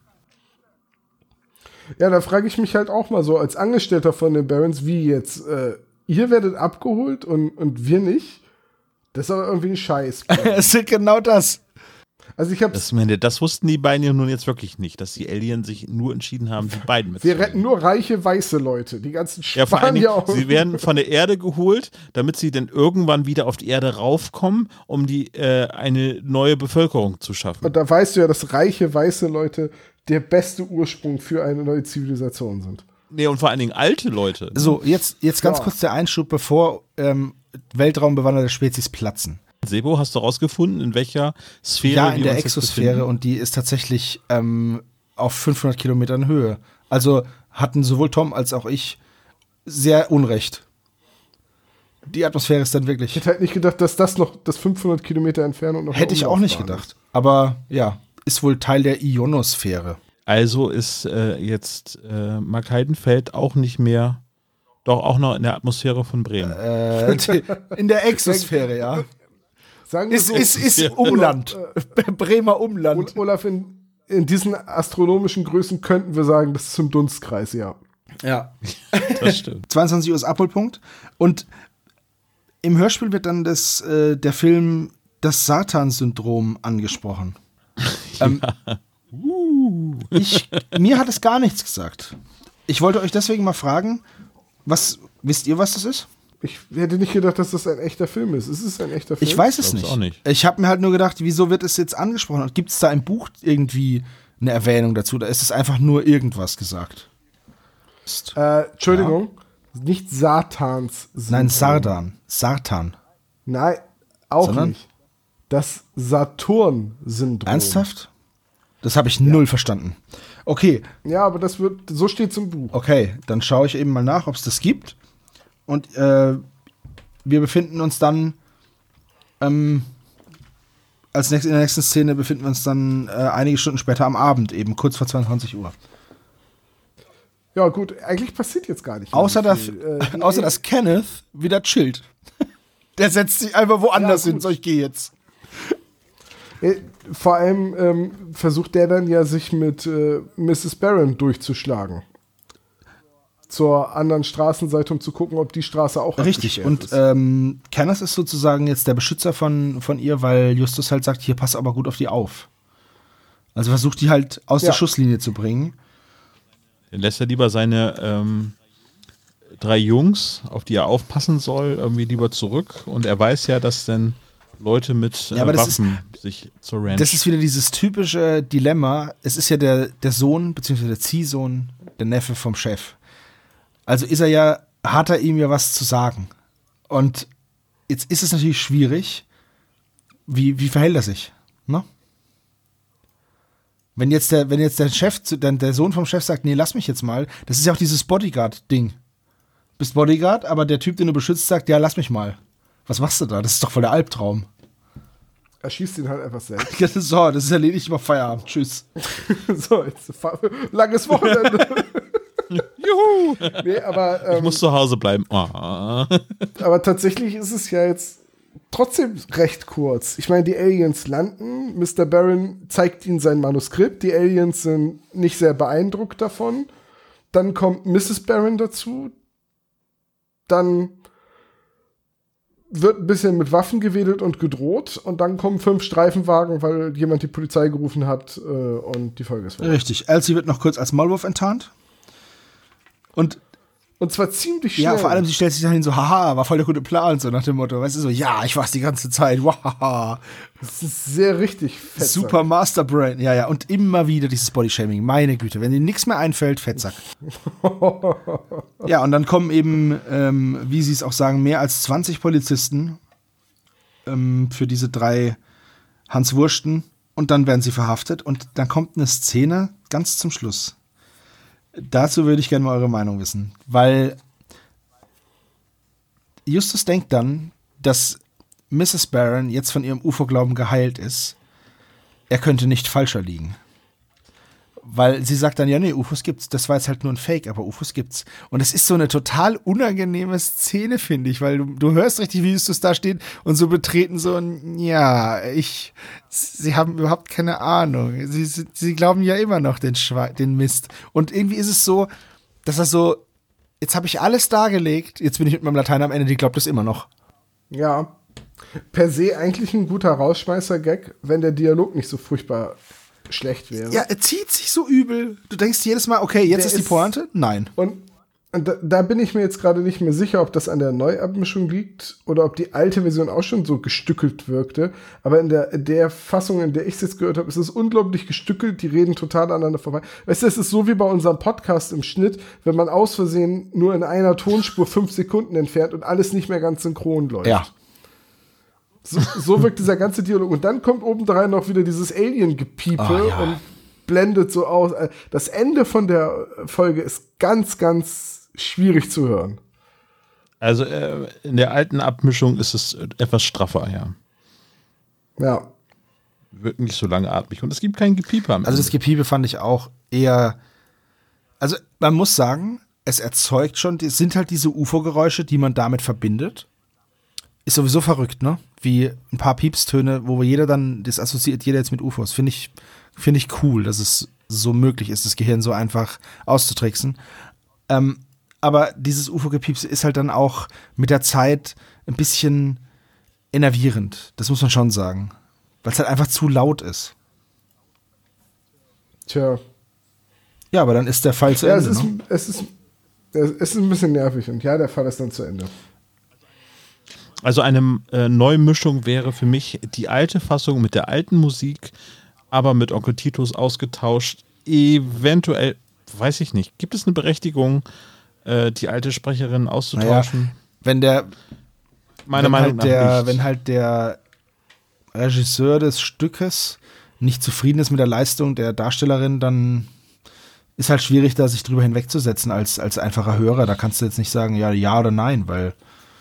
Ja, da frage ich mich halt auch mal so als Angestellter von den Barons, wie jetzt, ihr werdet abgeholt und wir nicht? Das ist aber irgendwie ein Scheiß. Es ist genau das. Also ich habe Das wussten die beiden ja nun jetzt wirklich nicht, dass die Alien sich nur entschieden haben, die beiden wir mitzunehmen. retten nur reiche weiße Leute, die ganzen Ja, vor allen Dingen, Spanier. sie werden von der Erde geholt, damit sie dann irgendwann wieder auf die Erde raufkommen, um eine neue Bevölkerung zu schaffen. Und da weißt du ja, dass reiche weiße Leute der beste Ursprung für eine neue Zivilisation sind. Nee, und vor allen Dingen alte Leute. So, jetzt ganz Ja. kurz der Einschub, bevor weltraumbewanderte Spezies platzen. Sebo, hast du rausgefunden, in welcher Sphäre Ja, in wir der uns jetzt Exosphäre befinden? und die ist tatsächlich auf 500 Kilometern Höhe. Also hatten sowohl Tom als auch ich sehr Unrecht. Die Atmosphäre ist dann Ich wirklich. hätte halt nicht gedacht, dass das 500 Kilometer Entfernung noch Hätte ich auch nicht gedacht. Aber ja, ist wohl Teil der Ionosphäre. Also ist jetzt Mark Heidenfeld auch nicht mehr, doch auch noch in der Atmosphäre von Bremen. In der Exosphäre, ja. Sagen wir Ist so, Umland. Bremer Umland. Olaf, in in diesen astronomischen Größen könnten wir sagen, das ist zum Dunstkreis, ja. Ja. Das stimmt. 22 Uhr ist Abholpunkt. Und im Hörspiel wird dann der Film Das Satan-Syndrom angesprochen. Mir hat es gar nichts gesagt. Ich wollte euch deswegen mal fragen, wisst ihr, was das ist? Ich hätte nicht gedacht, dass das ein echter Film ist. Ist es ein echter Film? Ich weiß es Glaub's nicht. auch nicht. Ich habe mir halt nur gedacht, wieso wird es jetzt angesprochen? Und gibt es da im Buch irgendwie eine Erwähnung dazu? Da ist es einfach nur irgendwas gesagt. Entschuldigung, nicht Satans Syndrom. Nein, Sartan. Nein, auch Sondern? nicht. Das Saturn-Syndrom. Ernsthaft? Das habe ich null verstanden. Okay, Ja, aber so steht es im Buch. okay, dann schaue ich eben mal nach, ob es das gibt. Und wir befinden uns dann in der nächsten Szene befinden wir uns dann einige Stunden später am Abend, eben kurz vor 22 Uhr. Ja, gut, eigentlich passiert jetzt gar nicht. Außer viel. dass Kenneth wieder chillt. Der setzt sich einfach woanders Ja, hin. gut. So, ich gehe jetzt. Vor allem versucht der dann ja, sich mit Mrs. Barron durchzuschlagen. Zur anderen Straßenseite, um zu gucken, ob die Straße auch Richtig. abgesperrt Und ist. Kenneth ist sozusagen jetzt der Beschützer von ihr, weil Justus halt sagt, hier, pass aber gut auf die auf. Also versucht die halt aus der Schusslinie zu bringen. Dann lässt er lieber seine 3 Jungs, auf die er aufpassen soll, irgendwie lieber zurück. Und er weiß ja, dass dann Leute mit aber das Waffen sich zur Ranch. Das ist wieder dieses typische Dilemma. Es ist ja der Sohn, beziehungsweise der Ziehsohn, der Neffe vom Chef. Also hat er ihm ja was zu sagen. Und jetzt ist es natürlich schwierig. Wie verhält er sich? Ne? Wenn jetzt der Chef, der Sohn vom Chef sagt, nee, lass mich jetzt mal, das ist ja auch dieses Bodyguard-Ding. Bist Bodyguard, aber der Typ, den du beschützt, sagt, ja, lass mich mal. Was machst du da? Das ist doch voll der Albtraum. Er schießt ihn halt einfach selbst. So, das ist erledigt, ich mach Feierabend. Tschüss. So, jetzt langes Wochenende. Juhu! Nee, aber, Ich muss zu Hause bleiben. Oh. aber tatsächlich ist es ja jetzt trotzdem recht kurz. Ich meine, die Aliens landen, Mr. Barron zeigt ihnen sein Manuskript, die Aliens sind nicht sehr beeindruckt davon. Dann kommt Mrs. Barron dazu, dann wird ein bisschen mit Waffen gewedelt und gedroht und dann kommen 5 Streifenwagen, weil jemand die Polizei gerufen hat und die Folge ist vorbei. Richtig. Elsie wird noch kurz als Maulwurf enttarnt. Und zwar ziemlich schnell. ja, vor allem, sie stellt sich dahin so, haha, war voll der gute Plan, so nach dem Motto, weißt du, so, ja, ich war's die ganze Zeit, wahaha. Das ist sehr richtig fett. Super Masterbrain, ja, und immer wieder dieses Bodyshaming, meine Güte, wenn dir nichts mehr einfällt, Fettsack. Ja, und dann kommen eben, wie sie es auch sagen, mehr als 20 Polizisten für diese 3 Hans Wursten und dann werden sie verhaftet und dann kommt eine Szene ganz zum Schluss. Dazu würde ich gerne mal eure Meinung wissen, weil Justus denkt dann, dass Mrs. Barron jetzt von ihrem UFO-Glauben geheilt ist. Er könnte nicht falscher liegen. Weil sie sagt dann, ja, nee, UFOs gibt's. Das war jetzt halt nur ein Fake, aber UFOs gibt's. Und es ist so eine total unangenehme Szene, finde ich, weil du hörst richtig, wie Justus da steht und so betreten so ein, ja, sie haben überhaupt keine Ahnung. Sie glauben ja immer noch den Mist. Und irgendwie ist es so, dass er so, jetzt habe ich alles dargelegt, jetzt bin ich mit meinem Latein am Ende, die glaubt das immer noch. Ja. Per se eigentlich ein guter Rausschmeißer-Gag, wenn der Dialog nicht so furchtbar schlecht wäre. Ja, er zieht sich so übel. Du denkst jedes Mal, okay, jetzt ist die Pointe? Nein. Und da bin ich mir jetzt gerade nicht mehr sicher, ob das an der Neuabmischung liegt oder ob die alte Version auch schon so gestückelt wirkte. Aber in der Fassung, in der ich es jetzt gehört habe, ist es unglaublich gestückelt. Die reden total aneinander vorbei. Weißt du, es ist so wie bei unserem Podcast im Schnitt, wenn man aus Versehen nur in einer Tonspur 5 Sekunden entfernt und alles nicht mehr ganz synchron läuft. Ja. So wirkt dieser ganze Dialog. Und dann kommt obendrein noch wieder dieses Alien-Gepiepe und blendet so aus. Das Ende von der Folge ist ganz, ganz schwierig zu hören. Also in der alten Abmischung ist es etwas straffer, ja. Ja. Wird nicht so langatmig. Und es gibt kein Gepiepe am Ende. Also das Gepiepe fand ich auch eher, also man muss sagen, es erzeugt schon, es sind halt diese UFO-Geräusche, die man damit verbindet. ist sowieso verrückt, ne? Wie ein paar Piepstöne, wo jeder dann, das assoziiert jeder jetzt mit UFOs. Finde ich cool, dass es so möglich ist, das Gehirn so einfach auszutricksen. Aber dieses UFO-Gepiepse ist halt dann auch mit der Zeit ein bisschen enervierend. Das muss man schon sagen. Weil es halt einfach zu laut ist. Tja. Ja, aber dann ist der Fall zu Ja, Ende. es ist ein bisschen nervig und ja, der Fall ist dann zu Ende. Also eine Neumuschung wäre für mich die alte Fassung mit der alten Musik, aber mit Onkel Titus ausgetauscht. Eventuell, weiß ich nicht, gibt es eine Berechtigung, die alte Sprecherin auszutauschen? Naja, Meinung wenn halt der Regisseur des Stückes nicht zufrieden ist mit der Leistung der Darstellerin, dann ist halt schwierig, da sich drüber hinwegzusetzen als einfacher Hörer. Da kannst du jetzt nicht sagen, ja oder nein, weil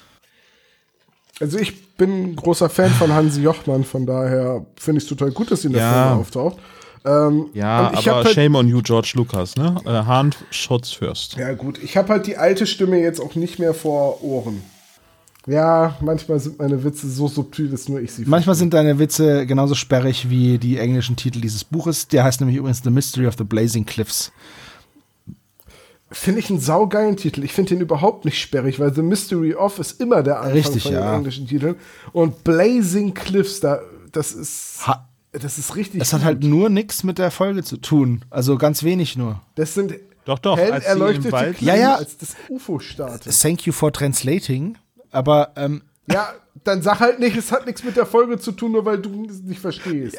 Also ich bin ein großer Fan von Hansi Jochmann, von daher finde ich es total gut, dass sie in der Folge auftaucht. Ja, aber halt, shame on you, George Lucas, ne? Hahn Schutz first. Ja gut, ich habe halt die alte Stimme jetzt auch nicht mehr vor Ohren. Ja, manchmal sind meine Witze so subtil, dass nur ich sie manchmal sind deine Witze genauso sperrig wie die englischen Titel dieses Buches. Der heißt nämlich übrigens The Mystery of the Blazing Cliffs. Finde ich einen saugeilen Titel. Ich finde den überhaupt nicht sperrig, weil The Mystery of ist immer der Anfang Richtig, von den ja. englischen Titeln. Und Blazing Cliffs, das ist richtig Das hat halt nur nichts mit der Folge zu tun. Also ganz wenig nur. Das sind Doch, hell als sie im erleuchtete Wald- Klippen, Ja. als das UFO startet. Thank you for translating. Aber Ja, dann sag halt nicht, es hat nichts mit der Folge zu tun, nur weil du es nicht verstehst.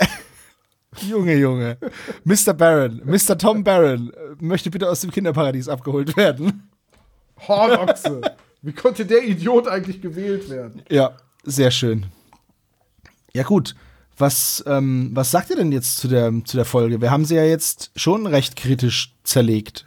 Junge. Mr. Tom Barron möchte bitte aus dem Kinderparadies abgeholt werden. Hornochse. Wie konnte der Idiot eigentlich gewählt werden? Ja, sehr schön. Ja gut, was sagt ihr denn jetzt zu der Folge? Wir haben sie ja jetzt schon recht kritisch zerlegt.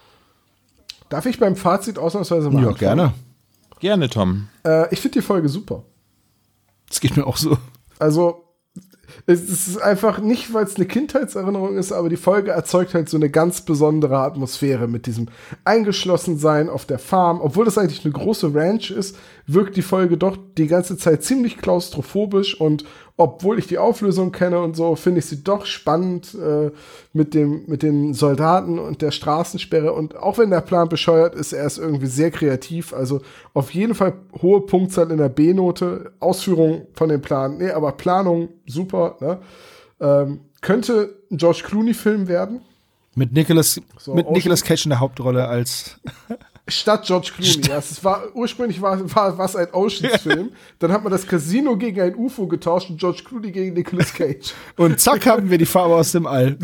Darf ich beim Fazit ausnahmsweise mal Ja, anfangen? gerne. Gerne, Tom. Ich finde die Folge super. Das geht mir auch so. Also, es ist einfach nicht, weil es eine Kindheitserinnerung ist, aber die Folge erzeugt halt so eine ganz besondere Atmosphäre mit diesem Eingeschlossensein auf der Farm. Obwohl das eigentlich eine große Ranch ist, wirkt die Folge doch die ganze Zeit ziemlich klaustrophobisch und obwohl ich die Auflösung kenne und so, finde ich sie doch spannend mit den Soldaten und der Straßensperre. Und auch wenn der Plan bescheuert ist, er ist irgendwie sehr kreativ. Also auf jeden Fall hohe Punktzahl in der B-Note. Ausführung von dem Plan, nee, aber Planung super. Ne? Könnte ein George Clooney-Film werden. Mit Nicolas Cage in der Hauptrolle als Statt George Clooney. Ja, ursprünglich war es ein Oceans-Film. Dann hat man das Casino gegen ein UFO getauscht und George Clooney gegen Nicolas Cage. und zack haben wir die Farbe aus dem All.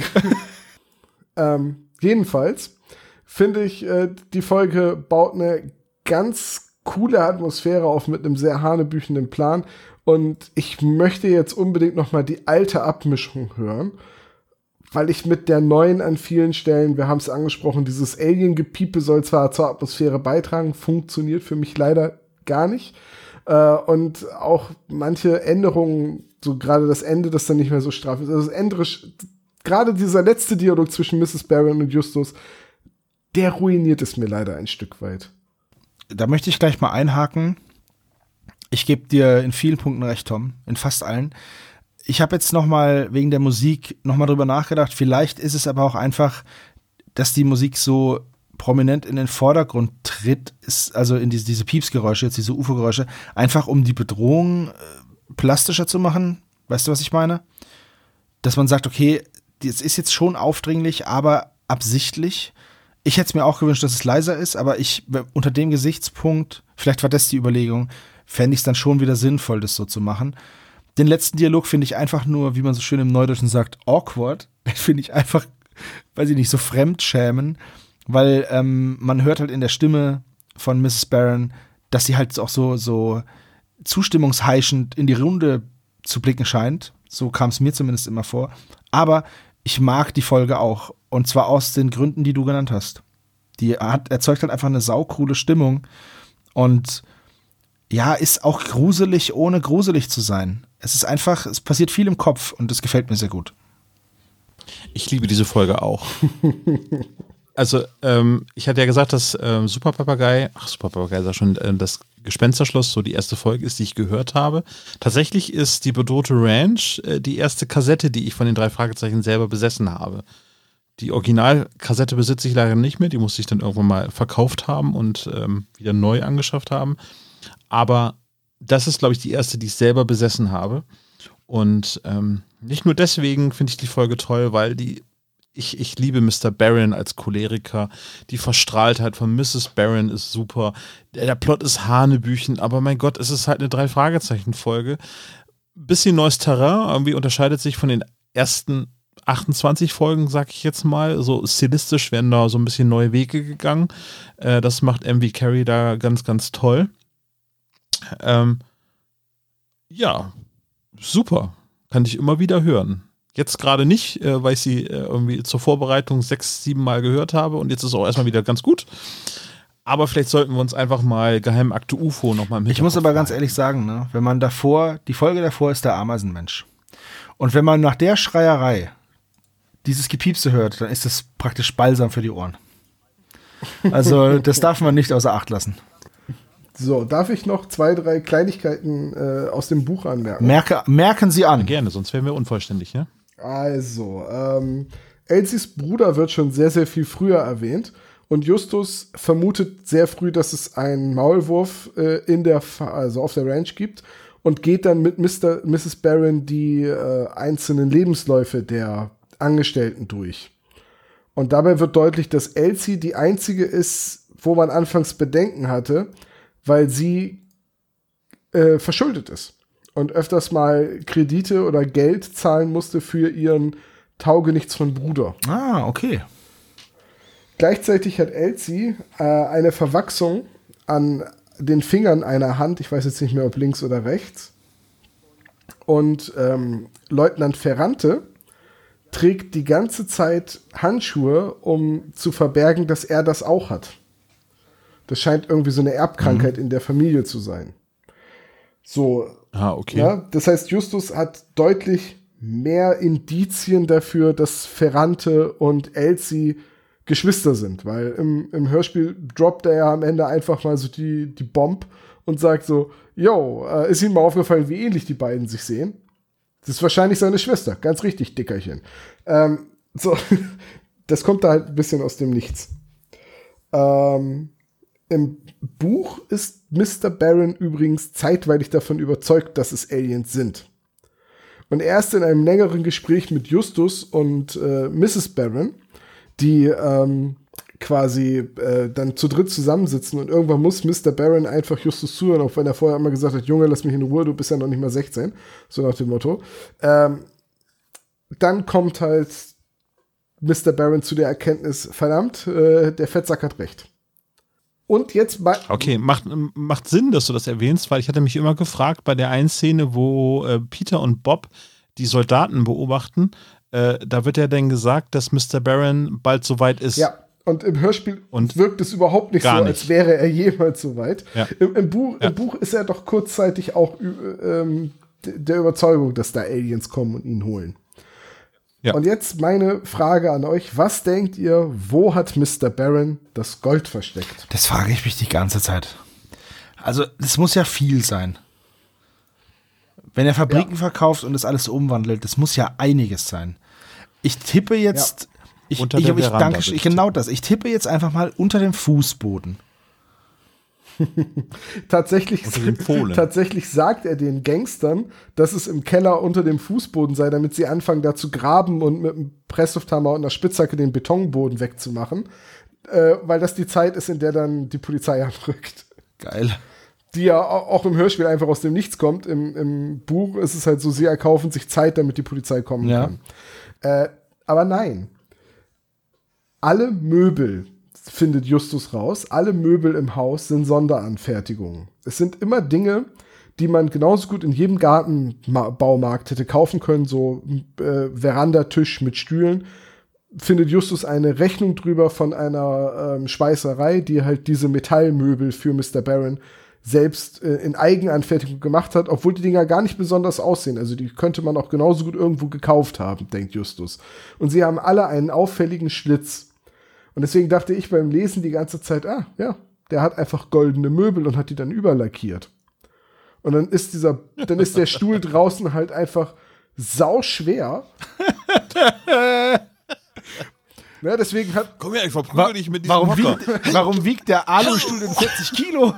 Jedenfalls finde ich, die Folge baut eine ganz coole Atmosphäre auf mit einem sehr hanebüchenden Plan. Und ich möchte jetzt unbedingt noch mal die alte Abmischung hören, weil ich mit der neuen an vielen Stellen, wir haben es angesprochen, dieses Alien-Gepiepe soll zwar zur Atmosphäre beitragen, funktioniert für mich leider gar nicht. Und auch manche Änderungen, so gerade das Ende, das dann nicht mehr so straff ist. Also das Ende, gerade dieser letzte Dialog zwischen Mrs. Barron und Justus, der ruiniert es mir leider ein Stück weit. Da möchte ich gleich mal einhaken. Ich gebe dir in vielen Punkten recht, Tom, in fast allen. Ich habe jetzt noch mal wegen der Musik noch mal drüber nachgedacht. Vielleicht ist es aber auch einfach, dass die Musik so prominent in den Vordergrund tritt, ist also in diese Piepsgeräusche, jetzt diese UFO-Geräusche, einfach um die Bedrohung plastischer zu machen. Weißt du, was ich meine? Dass man sagt, okay, das ist jetzt schon aufdringlich, aber absichtlich. Ich hätte es mir auch gewünscht, dass es leiser ist, aber unter dem Gesichtspunkt, vielleicht war das die Überlegung, fände ich es dann schon wieder sinnvoll, das so zu machen. Den letzten Dialog finde ich einfach nur, wie man so schön im Neudeutschen sagt, awkward. Den finde ich einfach, weiß ich nicht, so fremdschämen, weil man hört halt in der Stimme von Mrs. Barron, dass sie halt auch so zustimmungsheischend in die Runde zu blicken scheint. So kam es mir zumindest immer vor. Aber ich mag die Folge auch. Und zwar aus den Gründen, die du genannt hast. Die erzeugt halt einfach eine saukoole Stimmung. Und ja, ist auch gruselig, ohne gruselig zu sein. Es ist einfach, es passiert viel im Kopf und das gefällt mir sehr gut. Ich liebe diese Folge auch. Also, ich hatte ja gesagt, dass Super Papagei ist ja schon das Gespensterschloss so die erste Folge ist, die ich gehört habe. Tatsächlich ist die bedrohte Ranch die erste Kassette, die ich von den 3 Fragezeichen selber besessen habe. Die Originalkassette besitze ich leider nicht mehr, die musste ich dann irgendwann mal verkauft haben und wieder neu angeschafft haben. Aber das ist, glaube ich, die erste, die ich selber besessen habe. Und nicht nur deswegen finde ich die Folge toll, weil ich liebe Mr. Barron als Choleriker. Die Verstrahltheit von Mrs. Barron ist super. Der Plot ist Hanebüchen, aber mein Gott, es ist halt eine 3-Fragezeichen-Folge. Bisschen neues Terrain, irgendwie unterscheidet sich von den ersten 28 Folgen, sag ich jetzt mal. So stilistisch werden da so ein bisschen neue Wege gegangen. Das macht M.V. Carey da ganz, ganz toll. Ja, super. Kann ich immer wieder hören. Jetzt gerade nicht, weil ich sie irgendwie zur Vorbereitung 6, 7 Mal gehört habe und jetzt ist auch erstmal wieder ganz gut. Aber vielleicht sollten wir uns einfach mal Geheimakte UFO nochmal mit. Ich muss aber ganz ehrlich sagen, ne, wenn man die Folge davor ist der Ameisenmensch. Und wenn man nach der Schreierei dieses Gepiepse hört, dann ist das praktisch Balsam für die Ohren. Also das darf man nicht außer Acht lassen. So, darf ich noch 2, 3 Kleinigkeiten aus dem Buch anmerken? Merken Sie an. Gerne, sonst wären wir unvollständig, ja? Also, Elsies Bruder wird schon sehr, sehr viel früher erwähnt und Justus vermutet sehr früh, dass es einen Maulwurf auf der Ranch gibt und geht dann mit Mrs. Barron die einzelnen Lebensläufe der Angestellten durch. Und dabei wird deutlich, dass Elsie die einzige ist, wo man anfangs Bedenken hatte, weil sie verschuldet ist und öfters mal Kredite oder Geld zahlen musste für ihren Taugenichts von Bruder. Ah, okay. Gleichzeitig hat Elsie eine Verwachsung an den Fingern einer Hand, ich weiß jetzt nicht mehr, ob links oder rechts. Und Leutnant Ferrante trägt die ganze Zeit Handschuhe, um zu verbergen, dass er das auch hat. Das scheint irgendwie so eine Erbkrankheit in der Familie zu sein. So. Ah, okay. Ja, das heißt, Justus hat deutlich mehr Indizien dafür, dass Ferrante und Elsie Geschwister sind, weil im Hörspiel droppt er ja am Ende einfach mal so die Bombe und sagt so, yo, ist Ihnen mal aufgefallen, wie ähnlich die beiden sich sehen? Das ist wahrscheinlich seine Schwester, ganz richtig, Dickerchen. So, das kommt da halt ein bisschen aus dem Nichts. Im Buch ist Mr. Barron übrigens zeitweilig davon überzeugt, dass es Aliens sind. Und erst in einem längeren Gespräch mit Justus und Mrs. Barron, die quasi dann zu dritt zusammensitzen und irgendwann muss Mr. Barron einfach Justus zuhören, auch wenn er vorher immer gesagt hat, Junge, lass mich in Ruhe, du bist ja noch nicht mal 16, so nach dem Motto. Dann kommt halt Mr. Barron zu der Erkenntnis, verdammt, der Fettsack hat recht. Und jetzt okay, macht Sinn, dass du das erwähnst, weil ich hatte mich immer gefragt, bei der einen Szene, wo Peter und Bob die Soldaten beobachten, da wird ja dann gesagt, dass Mr. Barron bald soweit ist. Ja, und im Hörspiel wirkt es überhaupt nicht so, als wäre er jemals soweit. Ja. Im Buch ist er doch kurzzeitig auch der Überzeugung, dass da Aliens kommen und ihn holen. Ja. Und jetzt meine Frage an euch. Was denkt ihr, wo hat Mr. Barron das Gold versteckt? Das frage ich mich die ganze Zeit. Also, das muss ja viel sein. Wenn er Fabriken verkauft und das alles umwandelt, das muss ja einiges sein. Ich tippe jetzt, ich tippe jetzt einfach mal unter dem Fußboden. Tatsächlich sagt er den Gangstern, dass es im Keller unter dem Fußboden sei, damit sie anfangen, da zu graben und mit einem Presslufthammer und einer Spitzhacke den Betonboden wegzumachen, weil das die Zeit ist, in der dann die Polizei anrückt. Geil. Die ja auch im Hörspiel einfach aus dem Nichts kommt. Im Buch ist es halt so, sie erkaufen sich Zeit, damit die Polizei kommen kann. Aber nein. Alle Möbel, findet Justus raus, alle Möbel im Haus sind Sonderanfertigungen. Es sind immer Dinge, die man genauso gut in jedem Gartenbaumarkt hätte kaufen können, so Verandatisch mit Stühlen. Findet Justus eine Rechnung drüber von einer Schweißerei, die halt diese Metallmöbel für Mr. Barron selbst in Eigenanfertigung gemacht hat, obwohl die Dinger gar nicht besonders aussehen. Also die könnte man auch genauso gut irgendwo gekauft haben, denkt Justus. Und sie haben alle einen auffälligen Schlitz. Und deswegen dachte ich beim Lesen die ganze Zeit, der hat einfach goldene Möbel und hat die dann überlackiert. Und dann ist der Stuhl draußen halt einfach sauschwer. Ja, deswegen Komm her, ich verprügel dich mit diesem Warum wiegt der Alustuhl denn 40 Kilo?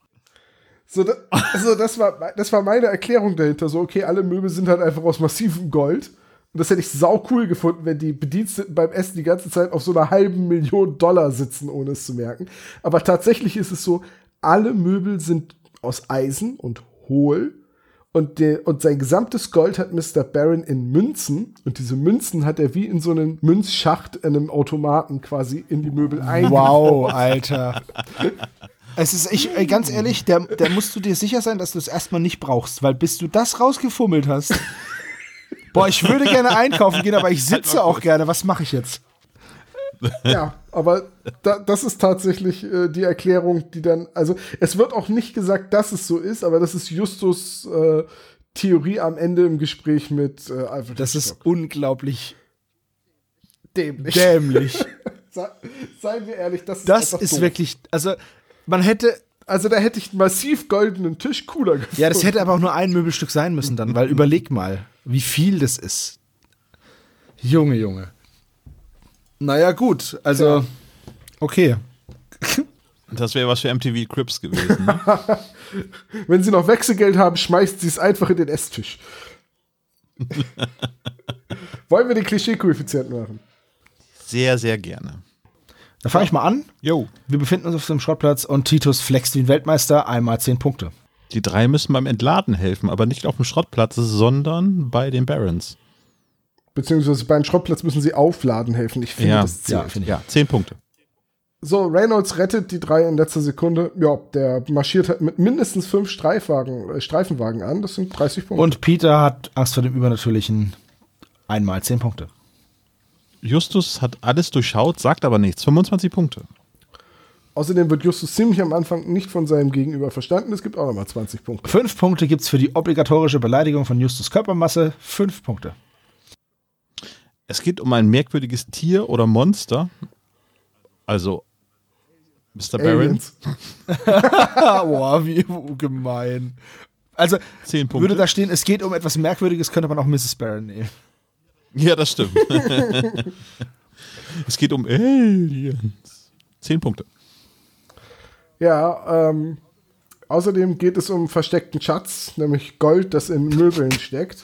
Das war meine Erklärung dahinter. So, okay, alle Möbel sind halt einfach aus massivem Gold. Und das hätte ich sau cool gefunden, wenn die Bediensteten beim Essen die ganze Zeit auf so einer $500,000 sitzen, ohne es zu merken. Aber tatsächlich ist es so, alle Möbel sind aus Eisen und hohl. Und sein gesamtes Gold hat Mr. Barron in Münzen. Und diese Münzen hat er wie in so einen Münzschacht in einem Automaten quasi in die Möbel eingebaut. Wow, Alter. Ganz ehrlich, der musst du dir sicher sein, dass du es erstmal nicht brauchst. Weil bis du das rausgefummelt hast, boah, ich würde gerne einkaufen gehen, aber ich sitze auch gerne. Was mache ich jetzt? Ja, aber das ist tatsächlich die Erklärung, die dann, also es wird auch nicht gesagt, dass es so ist, aber das ist Justus Theorie am Ende im Gespräch mit Alfred. Das ist unglaublich dämlich. Seien wir ehrlich, das ist doof. Wirklich, also man hätte... Also da hätte ich einen massiv goldenen Tisch cooler gefunden. Ja, das hätte aber auch nur ein Möbelstück sein müssen dann, weil überleg mal, wie viel das ist. Junge. Naja, gut, also, okay. Das wäre was für MTV Cribs gewesen. Ne? Wenn sie noch Wechselgeld haben, schmeißt sie es einfach in den Esstisch. Wollen wir den Klischee-Koeffizienten machen? Sehr, sehr gerne. Da fange ich mal an. Jo. Wir befinden uns auf dem Schrottplatz und Titus flext wie ein Weltmeister, einmal 10 Punkte. Die 3 müssen beim Entladen helfen, aber nicht auf dem Schrottplatz, sondern bei den Barons. Beziehungsweise beim Schrottplatz müssen sie aufladen helfen. Ich finde, das zählt. Ja, 10 Punkte. So, Reynolds rettet die 3 in letzter Sekunde. Ja, der marschiert halt mit mindestens 5 Streifenwagen an. Das sind 30 Punkte. Und Peter hat Angst vor dem Übernatürlichen, einmal 10 Punkte. Justus hat alles durchschaut, sagt aber nichts. 25 Punkte. Außerdem wird Justus ziemlich am Anfang nicht von seinem Gegenüber verstanden. Es gibt auch nochmal 20 Punkte. 5 Punkte gibt es für die obligatorische Beleidigung von Justus' Körpermasse. 5 Punkte. Es geht um ein merkwürdiges Tier oder Monster. Also Mr. Baron. Boah, wie gemein. Also 10 Punkte. Würde da stehen, es geht um etwas Merkwürdiges, könnte man auch Mrs. Baron nehmen. Ja, das stimmt. Es geht um Aliens. 10 Punkte. Ja, außerdem geht es um versteckten Schatz, nämlich Gold, das in Möbeln steckt.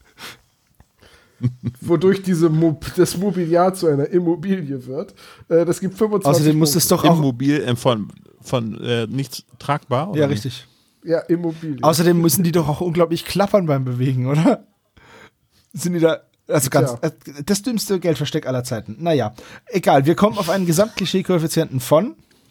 Wodurch das Mobiliar zu einer Immobilie wird. Das gibt 25 Außerdem muss Punkte. es doch auch... Immobil von nichts tragbar? Oder Ja, nicht? richtig. Ja, Immobilie. Außerdem müssen die doch auch unglaublich klappern beim Bewegen, oder? Sind die da... Also ganz, das dümmste Geldversteck aller Zeiten. Naja, egal. Wir kommen auf einen Gesamtklischee-Koeffizienten von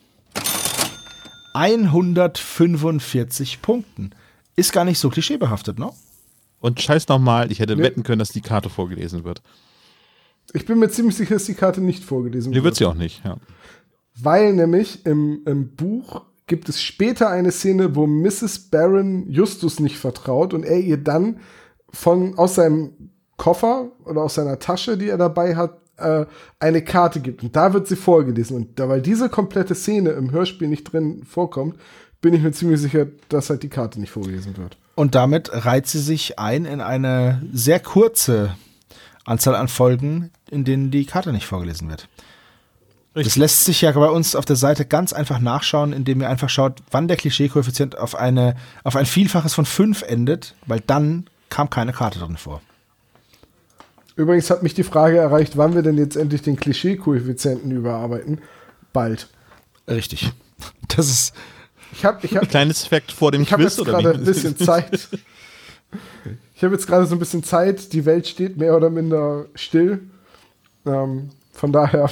145 Punkten. Ist gar nicht so klischeebehaftet, ne? Und scheiß nochmal, ich hätte wetten können, dass die Karte vorgelesen wird. Ich bin mir ziemlich sicher, dass die Karte nicht vorgelesen wird. Die wird sie auch nicht, ja. Weil nämlich im Buch gibt es später eine Szene, wo Mrs. Baron Justus nicht vertraut und er ihr dann aus seinem Koffer oder aus seiner Tasche, die er dabei hat, eine Karte gibt. Und da wird sie vorgelesen. Und weil diese komplette Szene im Hörspiel nicht drin vorkommt, bin ich mir ziemlich sicher, dass halt die Karte nicht vorgelesen wird. Und damit reiht sie sich ein in eine sehr kurze Anzahl an Folgen, in denen die Karte nicht vorgelesen wird. Richtig. Das lässt sich ja bei uns auf der Seite ganz einfach nachschauen, indem ihr einfach schaut, wann der Klischee-Koeffizient auf ein Vielfaches von 5 endet, weil dann kam keine Karte drin vor. Übrigens hat mich die Frage erreicht, wann wir denn jetzt endlich den Klischee-Koeffizienten überarbeiten. Bald. Richtig. Das ist... Ich hab kleines Fact vor dem Quiz, oder wie? Ich habe jetzt gerade ein bisschen Zeit. Ich habe jetzt gerade so ein bisschen Zeit. Die Welt steht mehr oder minder still. Von daher...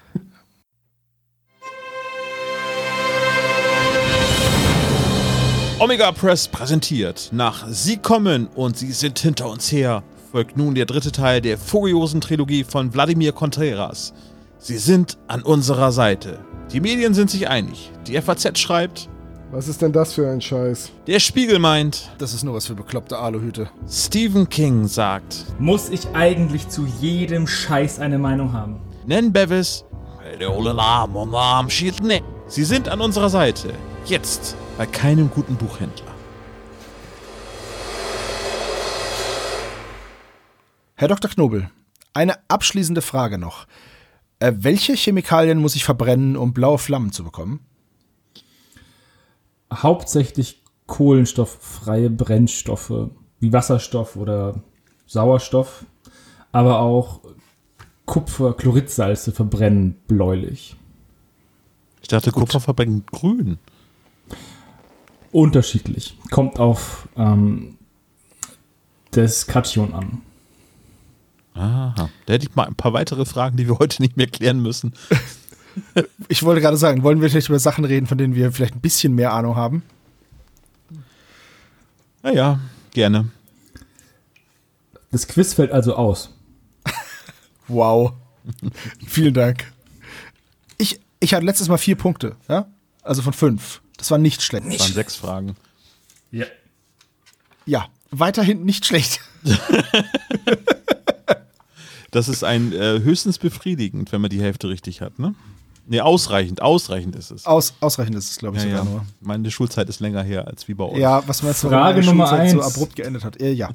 Omega Press präsentiert. Nach Sie kommen und Sie sind hinter uns her folgt nun der 3. Teil der furiosen Trilogie von Vladimir Contreras. Sie sind an unserer Seite. Die Medien sind sich einig. Die FAZ schreibt... Was ist denn das für ein Scheiß? Der Spiegel meint... Das ist nur was für bekloppte Aluhüte. Stephen King sagt... Muss ich eigentlich zu jedem Scheiß eine Meinung haben? Nen Bevis... Sie sind an unserer Seite. Jetzt bei keinem guten Buchhändler. Herr Dr. Knobel, eine abschließende Frage noch. Welche Chemikalien muss ich verbrennen, um blaue Flammen zu bekommen? Hauptsächlich kohlenstofffreie Brennstoffe wie Wasserstoff oder Sauerstoff, aber auch Kupferchloridsalze verbrennen bläulich. Ich dachte, Kupfer verbrennt grün. Unterschiedlich. Kommt auf das Kation an. Aha. Da hätte ich mal ein paar weitere Fragen, die wir heute nicht mehr klären müssen. Ich wollte gerade sagen, wollen wir vielleicht über Sachen reden, von denen wir vielleicht ein bisschen mehr Ahnung haben? Ja, gerne. Das Quiz fällt also aus. Wow. Vielen Dank. Ich hatte letztes Mal 4 Punkte, ja? Also von 5. Das war nicht schlecht. Das waren 6 Fragen. Ja. Ja, weiterhin nicht schlecht. Das ist höchstens befriedigend, wenn man die Hälfte richtig hat, ne? Nee, ausreichend ist es. Ausreichend ist es, glaube ich, sogar nur. Meine Schulzeit ist länger her als wie bei euch. Ja, was meinst du, Frage warum meine Nummer Schulzeit 1. so abrupt geendet hat? Ja.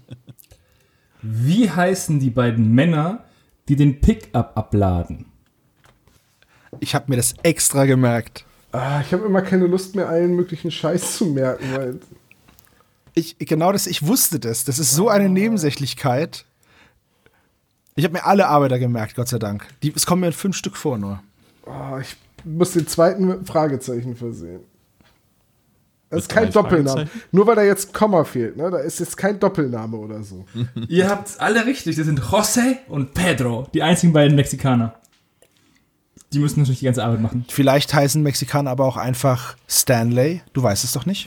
Wie heißen die beiden Männer, die den Pickup abladen? Ich habe mir das extra gemerkt. Ich habe immer keine Lust mehr, allen möglichen Scheiß zu merken, weil Ich wusste das. Das ist so eine Nebensächlichkeit. Ich habe mir alle Arbeiter gemerkt, Gott sei Dank. Es kommen mir 5 Stück vor nur. ich muss den zweiten mit Fragezeichen versehen. Das ist Mit kein 3 Doppelname. Fragezeichen? Nur weil da jetzt Komma fehlt, ne? Da ist jetzt kein Doppelname oder so. Ihr habt alle richtig. Das sind José und Pedro, die einzigen beiden Mexikaner. Die müssen natürlich die ganze Arbeit machen. Vielleicht heißen Mexikaner aber auch einfach Stanley. Du weißt es doch nicht.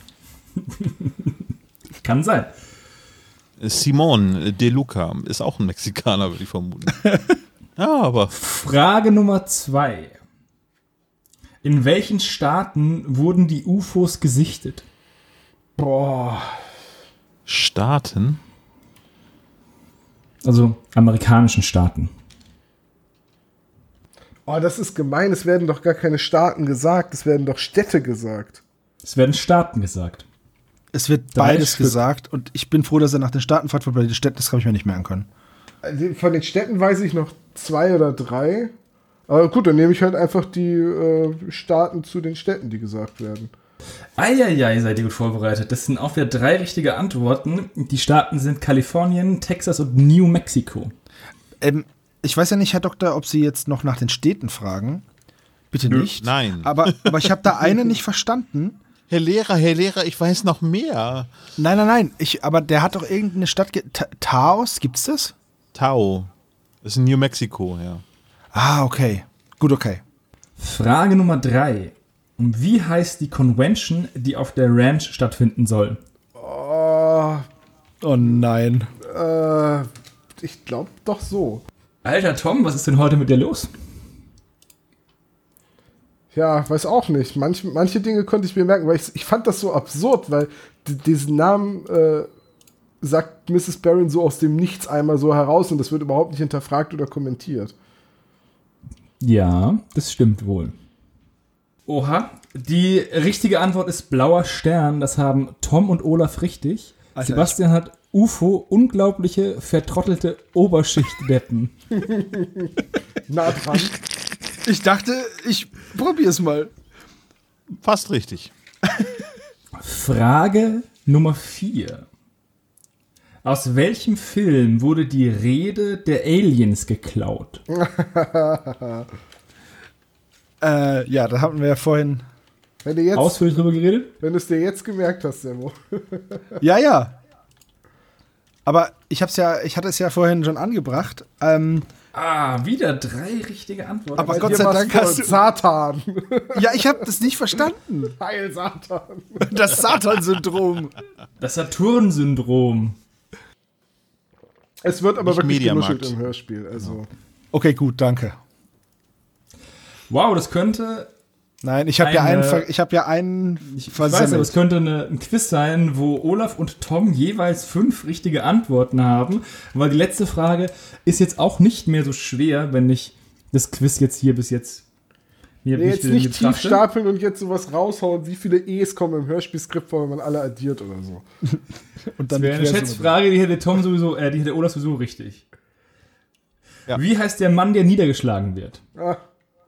Kann sein. Simón de Luca ist auch ein Mexikaner, würde ich vermuten. Ja, aber Frage Nummer 2. In welchen Staaten wurden die UFOs gesichtet? Boah. Staaten? Also amerikanischen Staaten. Oh, das ist gemein. Es werden doch gar keine Staaten gesagt. Es werden doch Städte gesagt. Es werden Staaten gesagt. Es wird 3 beides Stück. gesagt und ich bin froh, dass er nach den Staaten fragt, weil bei den Städten, das habe ich mir nicht merken können. Also von den Städten weiß ich noch 2 oder 3. Aber gut, dann nehme ich halt einfach die Staaten zu den Städten, die gesagt werden. Eieiei, seid ihr gut vorbereitet. Das sind auch wieder 3 richtige Antworten. Die Staaten sind Kalifornien, Texas und New Mexico. Ich weiß ja nicht, Herr Doktor, ob Sie jetzt noch nach den Städten fragen. Bitte nicht. Nein. Aber ich habe da eine nicht verstanden. Herr Lehrer, ich weiß noch mehr. Nein. Aber der hat doch irgendeine Stadt. Taos, gibt's das? Tao. Das ist in New Mexico, ja. Ah, okay. Gut, okay. Frage Nummer 3. Wie heißt die Convention, die auf der Ranch stattfinden soll? Oh, nein. ich glaube doch so. Alter Tom, was ist denn heute mit dir los? Ja, weiß auch nicht. Manche Dinge konnte ich mir merken, weil ich fand das so absurd, weil diesen Namen sagt Mrs. Barron so aus dem Nichts einmal so heraus und das wird überhaupt nicht hinterfragt oder kommentiert. Ja, das stimmt wohl. Oha, die richtige Antwort ist blauer Stern. Das haben Tom und Olaf richtig. Alter, Sebastian hat UFO, unglaubliche, vertrottelte Oberschichtdeppen. Nah dran. Ich dachte, ich probier's mal. Fast richtig. Frage Nummer 4. Aus welchem Film wurde die Rede der Aliens geklaut? Ja, da hatten wir ja vorhin. Wenn du jetzt, Ausführlich drüber geredet? wenn du es dir jetzt gemerkt hast, Semo. Ja. Aber ich hatte es ja vorhin schon angebracht. Wieder 3 richtige Antworten. Aber Bei Gott dir sei war's Dank voll hast du. Satan. Ja, ich habe das nicht verstanden. Heil Satan. Das Satan-Syndrom. Das Saturn-Syndrom. Es wird aber Nicht wirklich Mediamarkt. genuschelt im Hörspiel. Also. Okay, gut, danke. Wow, das könnte... Nein, ich habe ja einen Ich weiß, aber es könnte ein Quiz sein, wo Olaf und Tom jeweils 5 richtige Antworten haben, weil die letzte Frage ist jetzt auch nicht mehr so schwer, wenn ich das Quiz jetzt hier bis jetzt Hier Nee, wie jetzt viele nicht betrachte. tief stapeln und jetzt sowas raushauen, wie viele E's kommen im Hörspielskript vor, wenn man alle addiert oder so. Und Das dann wäre eine Schätzfrage, die hätte die hätte Olaf sowieso richtig. Ja. Wie heißt der Mann, der niedergeschlagen wird? Ah,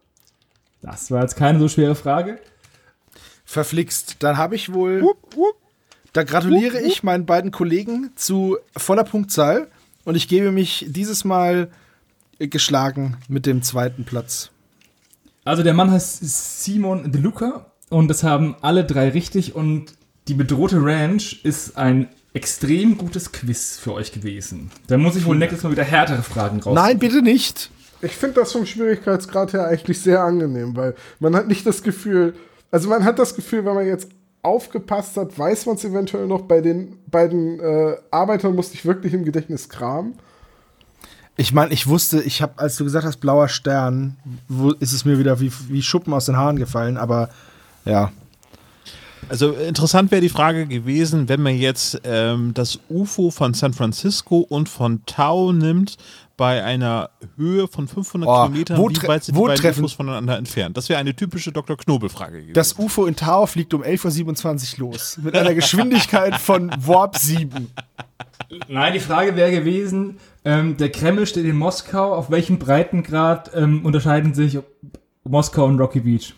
Das war jetzt keine so schwere Frage. Verflixt. Dann habe ich wohl. Da gratuliere ich meinen beiden Kollegen zu voller Punktzahl und ich gebe mich dieses Mal geschlagen mit dem zweiten Platz. Also der Mann heißt Simon De Luca und das haben alle 3 richtig und die bedrohte Ranch ist ein extrem gutes Quiz für euch gewesen. Da muss ich wohl nächstes Mal wieder härtere Fragen raus. Nein, bitte nicht. ich finde das vom Schwierigkeitsgrad her eigentlich sehr angenehm, weil man hat nicht das Gefühl, also man hat das Gefühl, wenn man jetzt aufgepasst hat, weiß man es eventuell noch, bei den beiden Arbeitern musste ich wirklich im Gedächtnis kramen. Ich meine, ich wusste, als du gesagt hast, blauer Stern, ist es mir wieder wie Schuppen aus den Haaren gefallen, aber ja. Also interessant wäre die Frage gewesen, wenn man jetzt das UFO von San Francisco und von Tau nimmt, bei einer Höhe von 500 Kilometern, wie weit sind die beiden UFOs voneinander entfernt? Das wäre eine typische Dr. Knobel-Frage gewesen. Das UFO in Tau fliegt um 11.27 Uhr los, mit einer Geschwindigkeit von Warp 7. Nein, die Frage wäre gewesen, der Kreml steht in Moskau, auf welchem Breitengrad unterscheiden sich Moskau und Rocky Beach?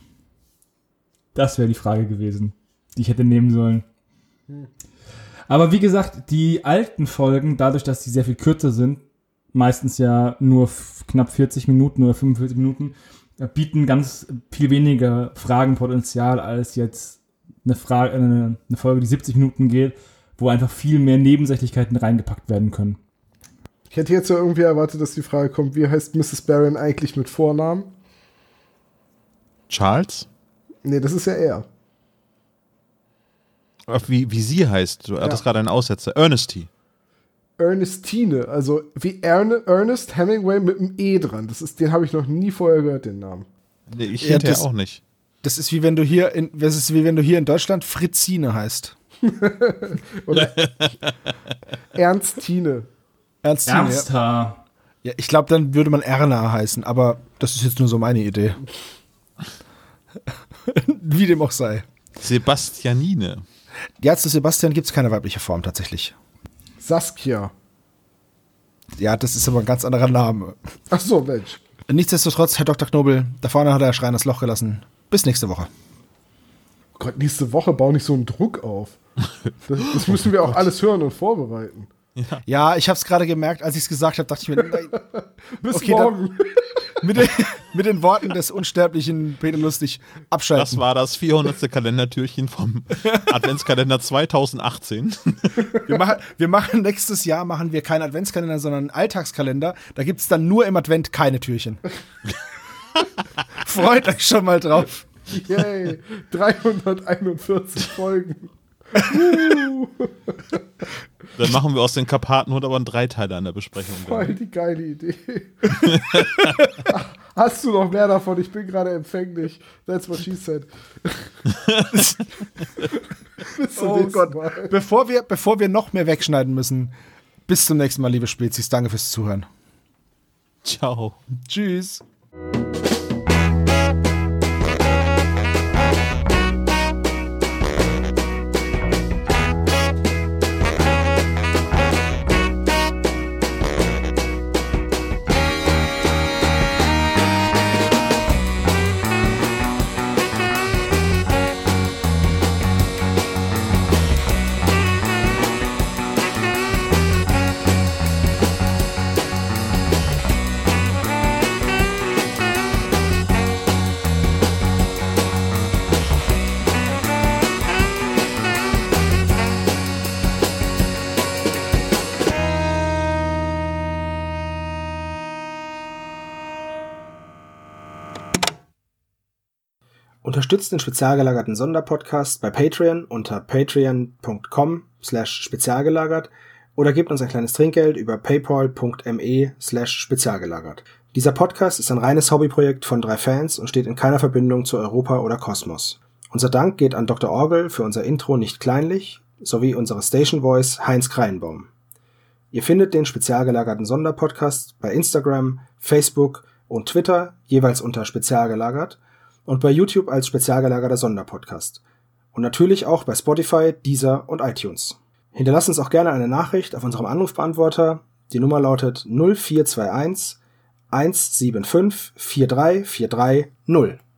Das wäre die Frage gewesen, die ich hätte nehmen sollen. Aber wie gesagt, die alten Folgen, dadurch, dass die sehr viel kürzer sind, meistens ja nur knapp 40 Minuten oder 45 Minuten, bieten ganz viel weniger Fragenpotenzial als jetzt eine Folge, die 70 Minuten geht, wo einfach viel mehr Nebensächlichkeiten reingepackt werden können. Ich hätte jetzt ja irgendwie erwartet, dass die Frage kommt, wie heißt Mrs. Barron eigentlich mit Vornamen? Charles? Nee, das ist ja er. Wie sie heißt, du hattest gerade einen Aussetzer. Ernestine. Ernestine, also wie Ernest Hemingway mit einem E dran. Den habe ich noch nie vorher gehört, den Namen. Nee, ich Ja, hinterher auch nicht. Das ist wie wenn du hier in Deutschland Fritzine heißt. Oder Ernstine. Ernstine. Ernsthaar. Ja, ich glaube, dann würde man Erna heißen, aber das ist jetzt nur so meine Idee. Wie dem auch sei. Sebastianine. Ja, zu Sebastian gibt es keine weibliche Form tatsächlich. Saskia. Ja, das ist aber ein ganz anderer Name. Ach so, Mensch. Nichtsdestotrotz, Herr Dr. Knobel, da vorne hat er Schrein das Loch gelassen. Bis nächste Woche. Oh Gott, nächste Woche bau nicht so einen Druck auf. Das müssen wir auch alles hören und vorbereiten. Ja, ich habe es gerade gemerkt, als ich es gesagt habe, dachte ich mir, nein. Bis Okay, morgen. Mit den Worten des unsterblichen Peter Lustig abschalten. Das war das 400. Kalendertürchen vom Adventskalender 2018. Wir machen nächstes Jahr keinen Adventskalender, sondern einen Alltagskalender. Da gibt es dann nur im Advent keine Türchen. Freut euch schon mal drauf. Yay, 341 Folgen. Dann machen wir aus den Karpaten aber einen Dreiteiler in der Besprechung. Voll die geile Idee. Hast du noch mehr davon? Ich bin gerade empfänglich. That's what she said. Oh Gott. Bevor wir noch mehr wegschneiden müssen, bis zum nächsten Mal, liebe Spezies. Danke fürs Zuhören. Ciao. Tschüss. Unterstützt den spezial gelagerten Sonderpodcast bei Patreon unter patreon.com/spezialgelagert oder gebt uns ein kleines Trinkgeld über paypal.me/spezialgelagert. Dieser Podcast ist ein reines Hobbyprojekt von 3 Fans und steht in keiner Verbindung zu Europa oder Kosmos. Unser Dank geht an Dr. Orgel für unser Intro Nicht kleinlich sowie unsere Station Voice Heinz Kreienbaum. Ihr findet den spezial gelagerten Sonderpodcast bei Instagram, Facebook und Twitter jeweils unter spezialgelagert. und bei YouTube als spezial gelagerter Sonderpodcast. Und natürlich auch bei Spotify, Deezer und iTunes. Hinterlasst uns auch gerne eine Nachricht auf unserem Anrufbeantworter. Die Nummer lautet 0421 175 43 430.